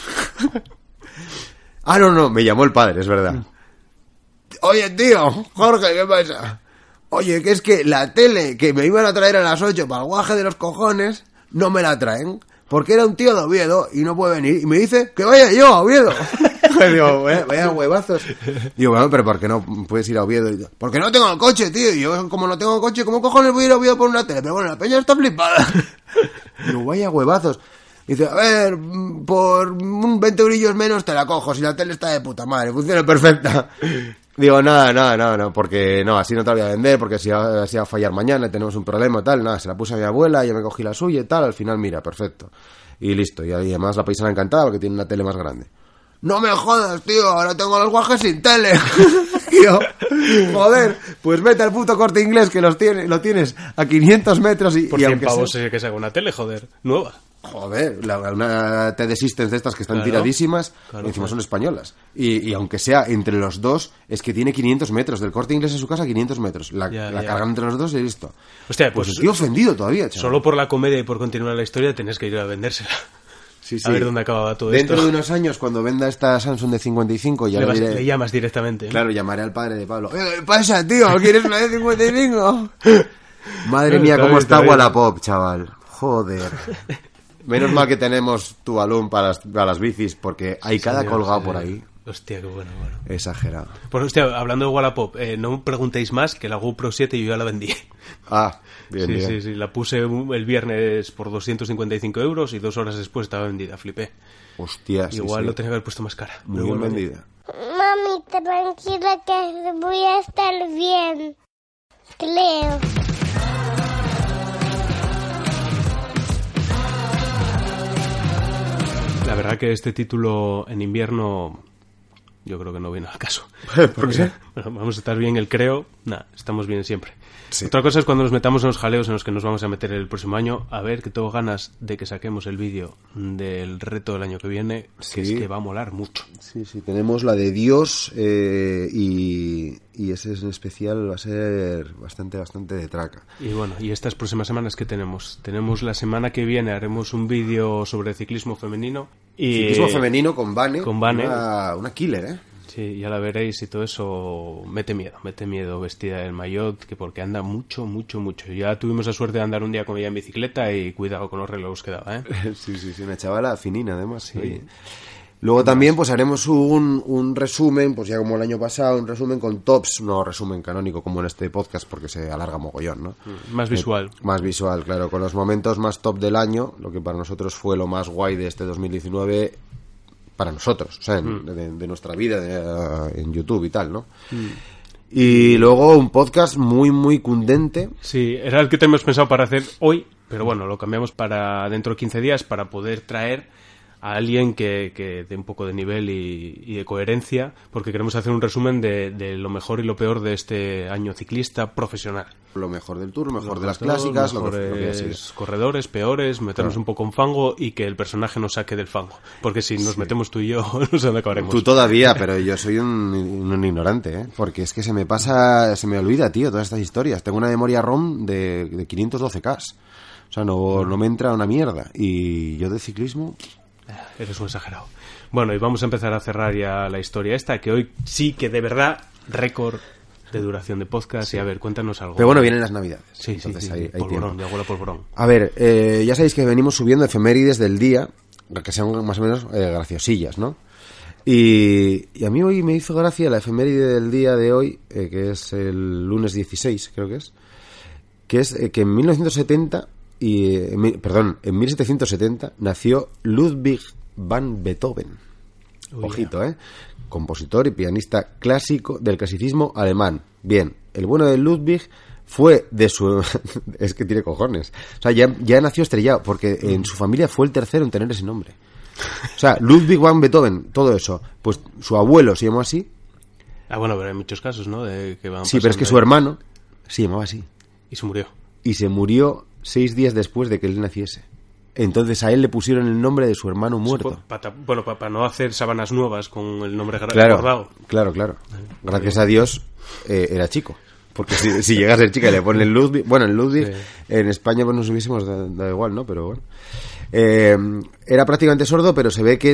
Ah, no, no, me llamó el padre, es verdad. Oye, tío, Jorge, ¿qué pasa? Oye, que es que la tele que me iban a traer a las ocho para el guaje de los cojones, no me la traen, porque era un tío de Oviedo y no puede venir. Y me dice que vaya yo a Oviedo. Digo, vaya, vaya huevazos. Digo, bueno, pero ¿por qué no puedes ir a Oviedo? Porque no tengo el coche, tío. Y yo, como no tengo el coche, ¿cómo cojones voy a ir a Oviedo por una tele? Pero bueno, la peña está flipada. Digo, vaya huevazos. Dice, a ver, por un veinte eurillos menos te la cojo, si la tele está de puta madre, funciona perfecta. Digo, nada, nada, nada, no, porque no, así no te la voy a vender, porque si va, así va a fallar mañana, tenemos un problema y tal, nada, se la puse a mi abuela, yo me cogí la suya y tal, al final, mira, perfecto. Y listo, y además la paisana encantada porque tiene una tele más grande. No me jodas, tío, ahora tengo los guajes sin tele. Tío, joder, pues vete al puto Corte Inglés que los tiene, lo tienes a quinientos metros y... Por y cien aunque pavos sea... que se haga una tele, joder, nueva. Joder, la, una T D Systems de estas que están claro, tiradísimas, claro, encima claro. Son españolas. Y, y aunque sea entre los dos, es que tiene quinientos metros. Del Corte Inglés a su casa, quinientos metros. La, ya, la ya. cargan entre los dos y listo. Hostia, pues, pues estoy ofendido todavía, chaval. Solo por la comedia y por continuar la historia tenés que ir a vendérsela. Sí, sí. A ver dónde acababa todo Dentro esto. Dentro de unos años, cuando venda esta Samsung de cincuenta y cinco, ya le, le, vas, diré... le llamas directamente. Claro, llamaré al padre de Pablo. ¿Qué pasa, tío? ¿Quieres una de cincuenta y cinco? Madre mía, cómo está, está Wallapop, chaval. Joder. Menos mal que tenemos tu balón para las, para las bicis, porque hay sí, cada señor, colgado sí, por ahí. Hostia, qué bueno, bueno. Exagerado. Pues hostia, hablando de Wallapop, eh, no preguntéis más, que la GoPro siete yo ya la vendí. Ah, bien, sí, bien. Sí, sí, la puse el viernes por doscientos cincuenta y cinco euros y dos horas después estaba vendida, flipé. Hostia, sí, igual sí. lo tenía que haber puesto más cara. Muy bien vendida. Mami, tranquila que voy a estar bien. Creo. La verdad que este título en invierno yo creo que no viene al caso. ¿Por qué? Bueno, vamos a estar bien el creo. Nah, estamos bien siempre. Sí. Otra cosa es cuando nos metamos en los jaleos en los que nos vamos a meter el próximo año. A ver, que tengo ganas de que saquemos el vídeo del reto del año que viene, sí. Que es que va a molar mucho. Sí, sí, tenemos la de Dios eh, y, y ese en especial va a ser bastante, bastante de traca. Y bueno, y estas próximas semanas que tenemos, tenemos la semana que viene haremos un vídeo sobre ciclismo femenino. Y ciclismo femenino con Vane. Con Vane. Una, una killer, ¿eh? Sí, ya la veréis y todo eso mete miedo, mete miedo vestida del maillot, que porque anda mucho, mucho, mucho. Ya tuvimos la suerte de andar un día con ella en bicicleta y cuidado con los relojes que daba, ¿eh? Sí, sí, sí, una chavala finina además. Sí. Oye. Luego también pues haremos un, un resumen, pues ya como el año pasado, un resumen con tops, no resumen canónico como en este podcast porque se alarga mogollón, ¿no? Más visual. Eh, más visual, claro, con los momentos más top del año, lo que para nosotros fue lo más guay de este dos mil diecinueve para nosotros, o sea, en, mm. de, de nuestra vida de, uh, en YouTube y tal, ¿no? Mm. Y luego un podcast muy, muy cundente. Sí, era el que teníamos pensado para hacer hoy, pero bueno, lo cambiamos para dentro de quince días para poder traer a alguien que, que dé un poco de nivel y, y de coherencia, porque queremos hacer un resumen de, de lo mejor y lo peor de este año ciclista profesional. Lo mejor del Tour, lo mejor lo de las clásicas, lo que, lo que ha sido. Corredores, peores, meternos claro. un poco en fango y que el personaje nos saque del fango, porque si nos sí. metemos tú y yo, no sé dónde acabaremos. Tú todavía, pero yo soy un, un ignorante, ¿eh? Porque es que se me pasa, se me olvida, tío, todas estas historias. Tengo una memoria ROM de, de quinientos doce K. O sea, no, no me entra una mierda. Y yo de ciclismo... Eres un exagerado. Bueno, y vamos a empezar a cerrar ya la historia esta, que hoy sí que de verdad récord de duración de podcast. Sí. Y a ver, cuéntanos algo. Pero bueno, vienen las navidades. Sí, entonces sí, sí. Hay, hay polvorón, de abuela polvorón. A ver, eh, ya sabéis que venimos subiendo efemérides del día, que sean más o menos eh, graciosillas, ¿no? Y, y a mí hoy me hizo gracia la efeméride del día de hoy, eh, que es el lunes dieciséis, creo que es, que es eh, que en mil novecientos setenta... Y, eh, perdón, en mil setecientos setenta nació Ludwig van Beethoven. Uy, Ojito, ¿eh? Compositor y pianista clásico del clasicismo alemán. Bien, el bueno de Ludwig fue de su... es que tiene cojones. O sea, ya, ya nació estrellado, porque en su familia fue el tercero en tener ese nombre. O sea, Ludwig van Beethoven, todo eso. Pues su abuelo se llamó así. Ah, bueno, pero hay muchos casos, ¿no? De que van sí, pero es que su hermano se llamaba así. Y se murió. Y se murió seis días después de que él naciese. Entonces a él le pusieron el nombre de su hermano muerto. Para, bueno, para, para no hacer sábanas nuevas con el nombre claro, guardado. Claro, claro. Gracias a Dios eh, era chico. Porque si, si llega a ser chica y le ponen Ludwig... Bueno, en Ludwig, sí. En España pues nos hubiésemos dado, dado igual, ¿no? Pero bueno. Eh, era prácticamente sordo, pero se ve que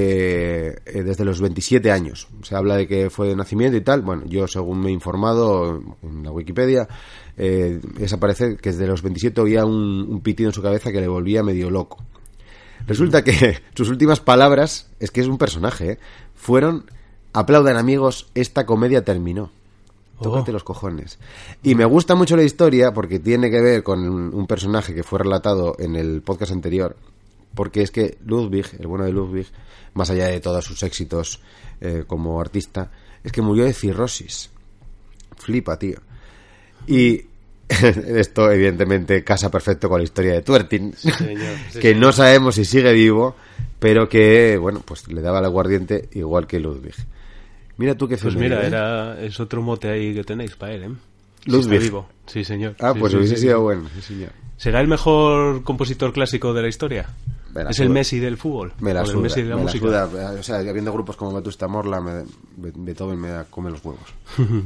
eh, desde los veintisiete años. Se habla de que fue de nacimiento y tal. Bueno, yo según me he informado en la Wikipedia... Eh, es aparecer que desde los veintisiete oía un, un pitido en su cabeza que le volvía medio loco. Resulta que sus últimas palabras, es que es un personaje, ¿eh? Fueron: aplaudan amigos, esta comedia terminó. Oh. Tócate los cojones. Y me gusta mucho la historia porque tiene que ver con un, un personaje que fue relatado en el podcast anterior, porque es que Ludwig, el bueno de Ludwig, más allá de todos sus éxitos eh, como artista, es que murió de cirrosis. Flipa, tío. Y esto evidentemente casa perfecto con la historia de Tuertin, sí, señor, sí, que no sabemos si sigue vivo, pero que, bueno, pues le daba el aguardiente igual que Ludwig. Mira tú qué Pues mira, ¿eh? era, es otro mote ahí que tenéis para él, ¿eh? Ludwig. Si está vivo. Sí, señor. Ah, sí, pues sí, hubiese sí, sido sí. bueno, sí, señor. ¿Será el mejor compositor clásico de la historia? ¿Es el Messi del fútbol? Me la ¿O suda, el Messi de la me música? La suda. O sea, habiendo grupos como Vetusta Morla, me, Beethoven me da, come los huevos.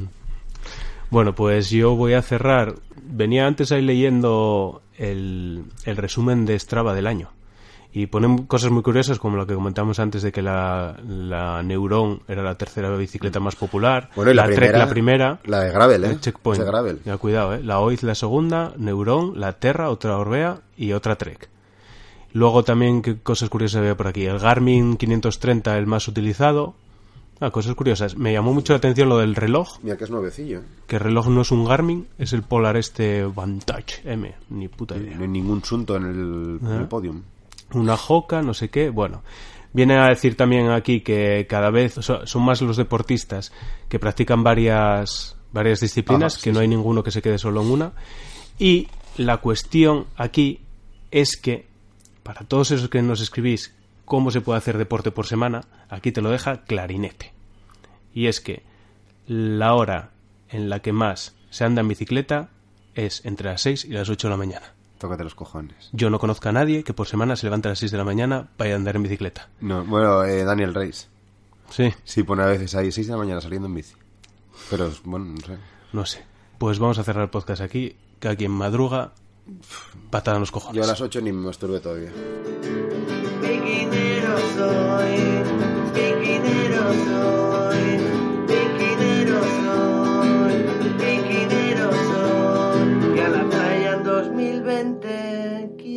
Bueno, pues yo voy a cerrar. Venía antes ahí leyendo el, el resumen de Strava del año. Y ponen cosas muy curiosas, como lo que comentamos antes de que la, la Neuron era la tercera bicicleta más popular. Bueno, y la, la primera, Trek la primera. La de Gravel, ¿eh? Checkpoint. De Gravel. Ya, cuidado, ¿eh? La Oiz la segunda, Neuron, la Terra, otra Orbea y otra Trek. Luego también, ¿qué cosas curiosas había por aquí? El Garmin quinientos treinta, el más utilizado. Ah, cosas curiosas. Me llamó mucho la atención lo del reloj. Mira que es nuevecillo. Que el reloj no es un Garmin, es el Polar este Vantage M. Ni puta idea. No hay ningún sunto en el, ¿Eh? en el podium. Una Hoka, no sé qué. Bueno, viene a decir también aquí que cada vez o sea, son más los deportistas que practican varias, varias disciplinas, Ajá, sí, que no sí. hay ninguno que se quede solo en una. Y la cuestión aquí es que, para todos esos que nos escribís, cómo se puede hacer deporte por semana, aquí te lo deja clarinete. Y es que la hora en la que más se anda en bicicleta es entre las seis y las ocho de la mañana. Tócate los cojones. Yo no conozco a nadie que por semana se levante a las seis de la mañana para ir a andar en bicicleta. No, bueno, eh, Daniel Reis. Sí. Sí, pone a veces ahí seis de la mañana saliendo en bici. Pero, bueno, no sé. No sé. Pues vamos a cerrar el podcast aquí. Cada quien madruga, patada en los cojones. Yo a las ocho ni me masturbe todavía. Piquinero soy, piquinero soy.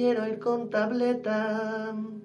quiero ir con tableta.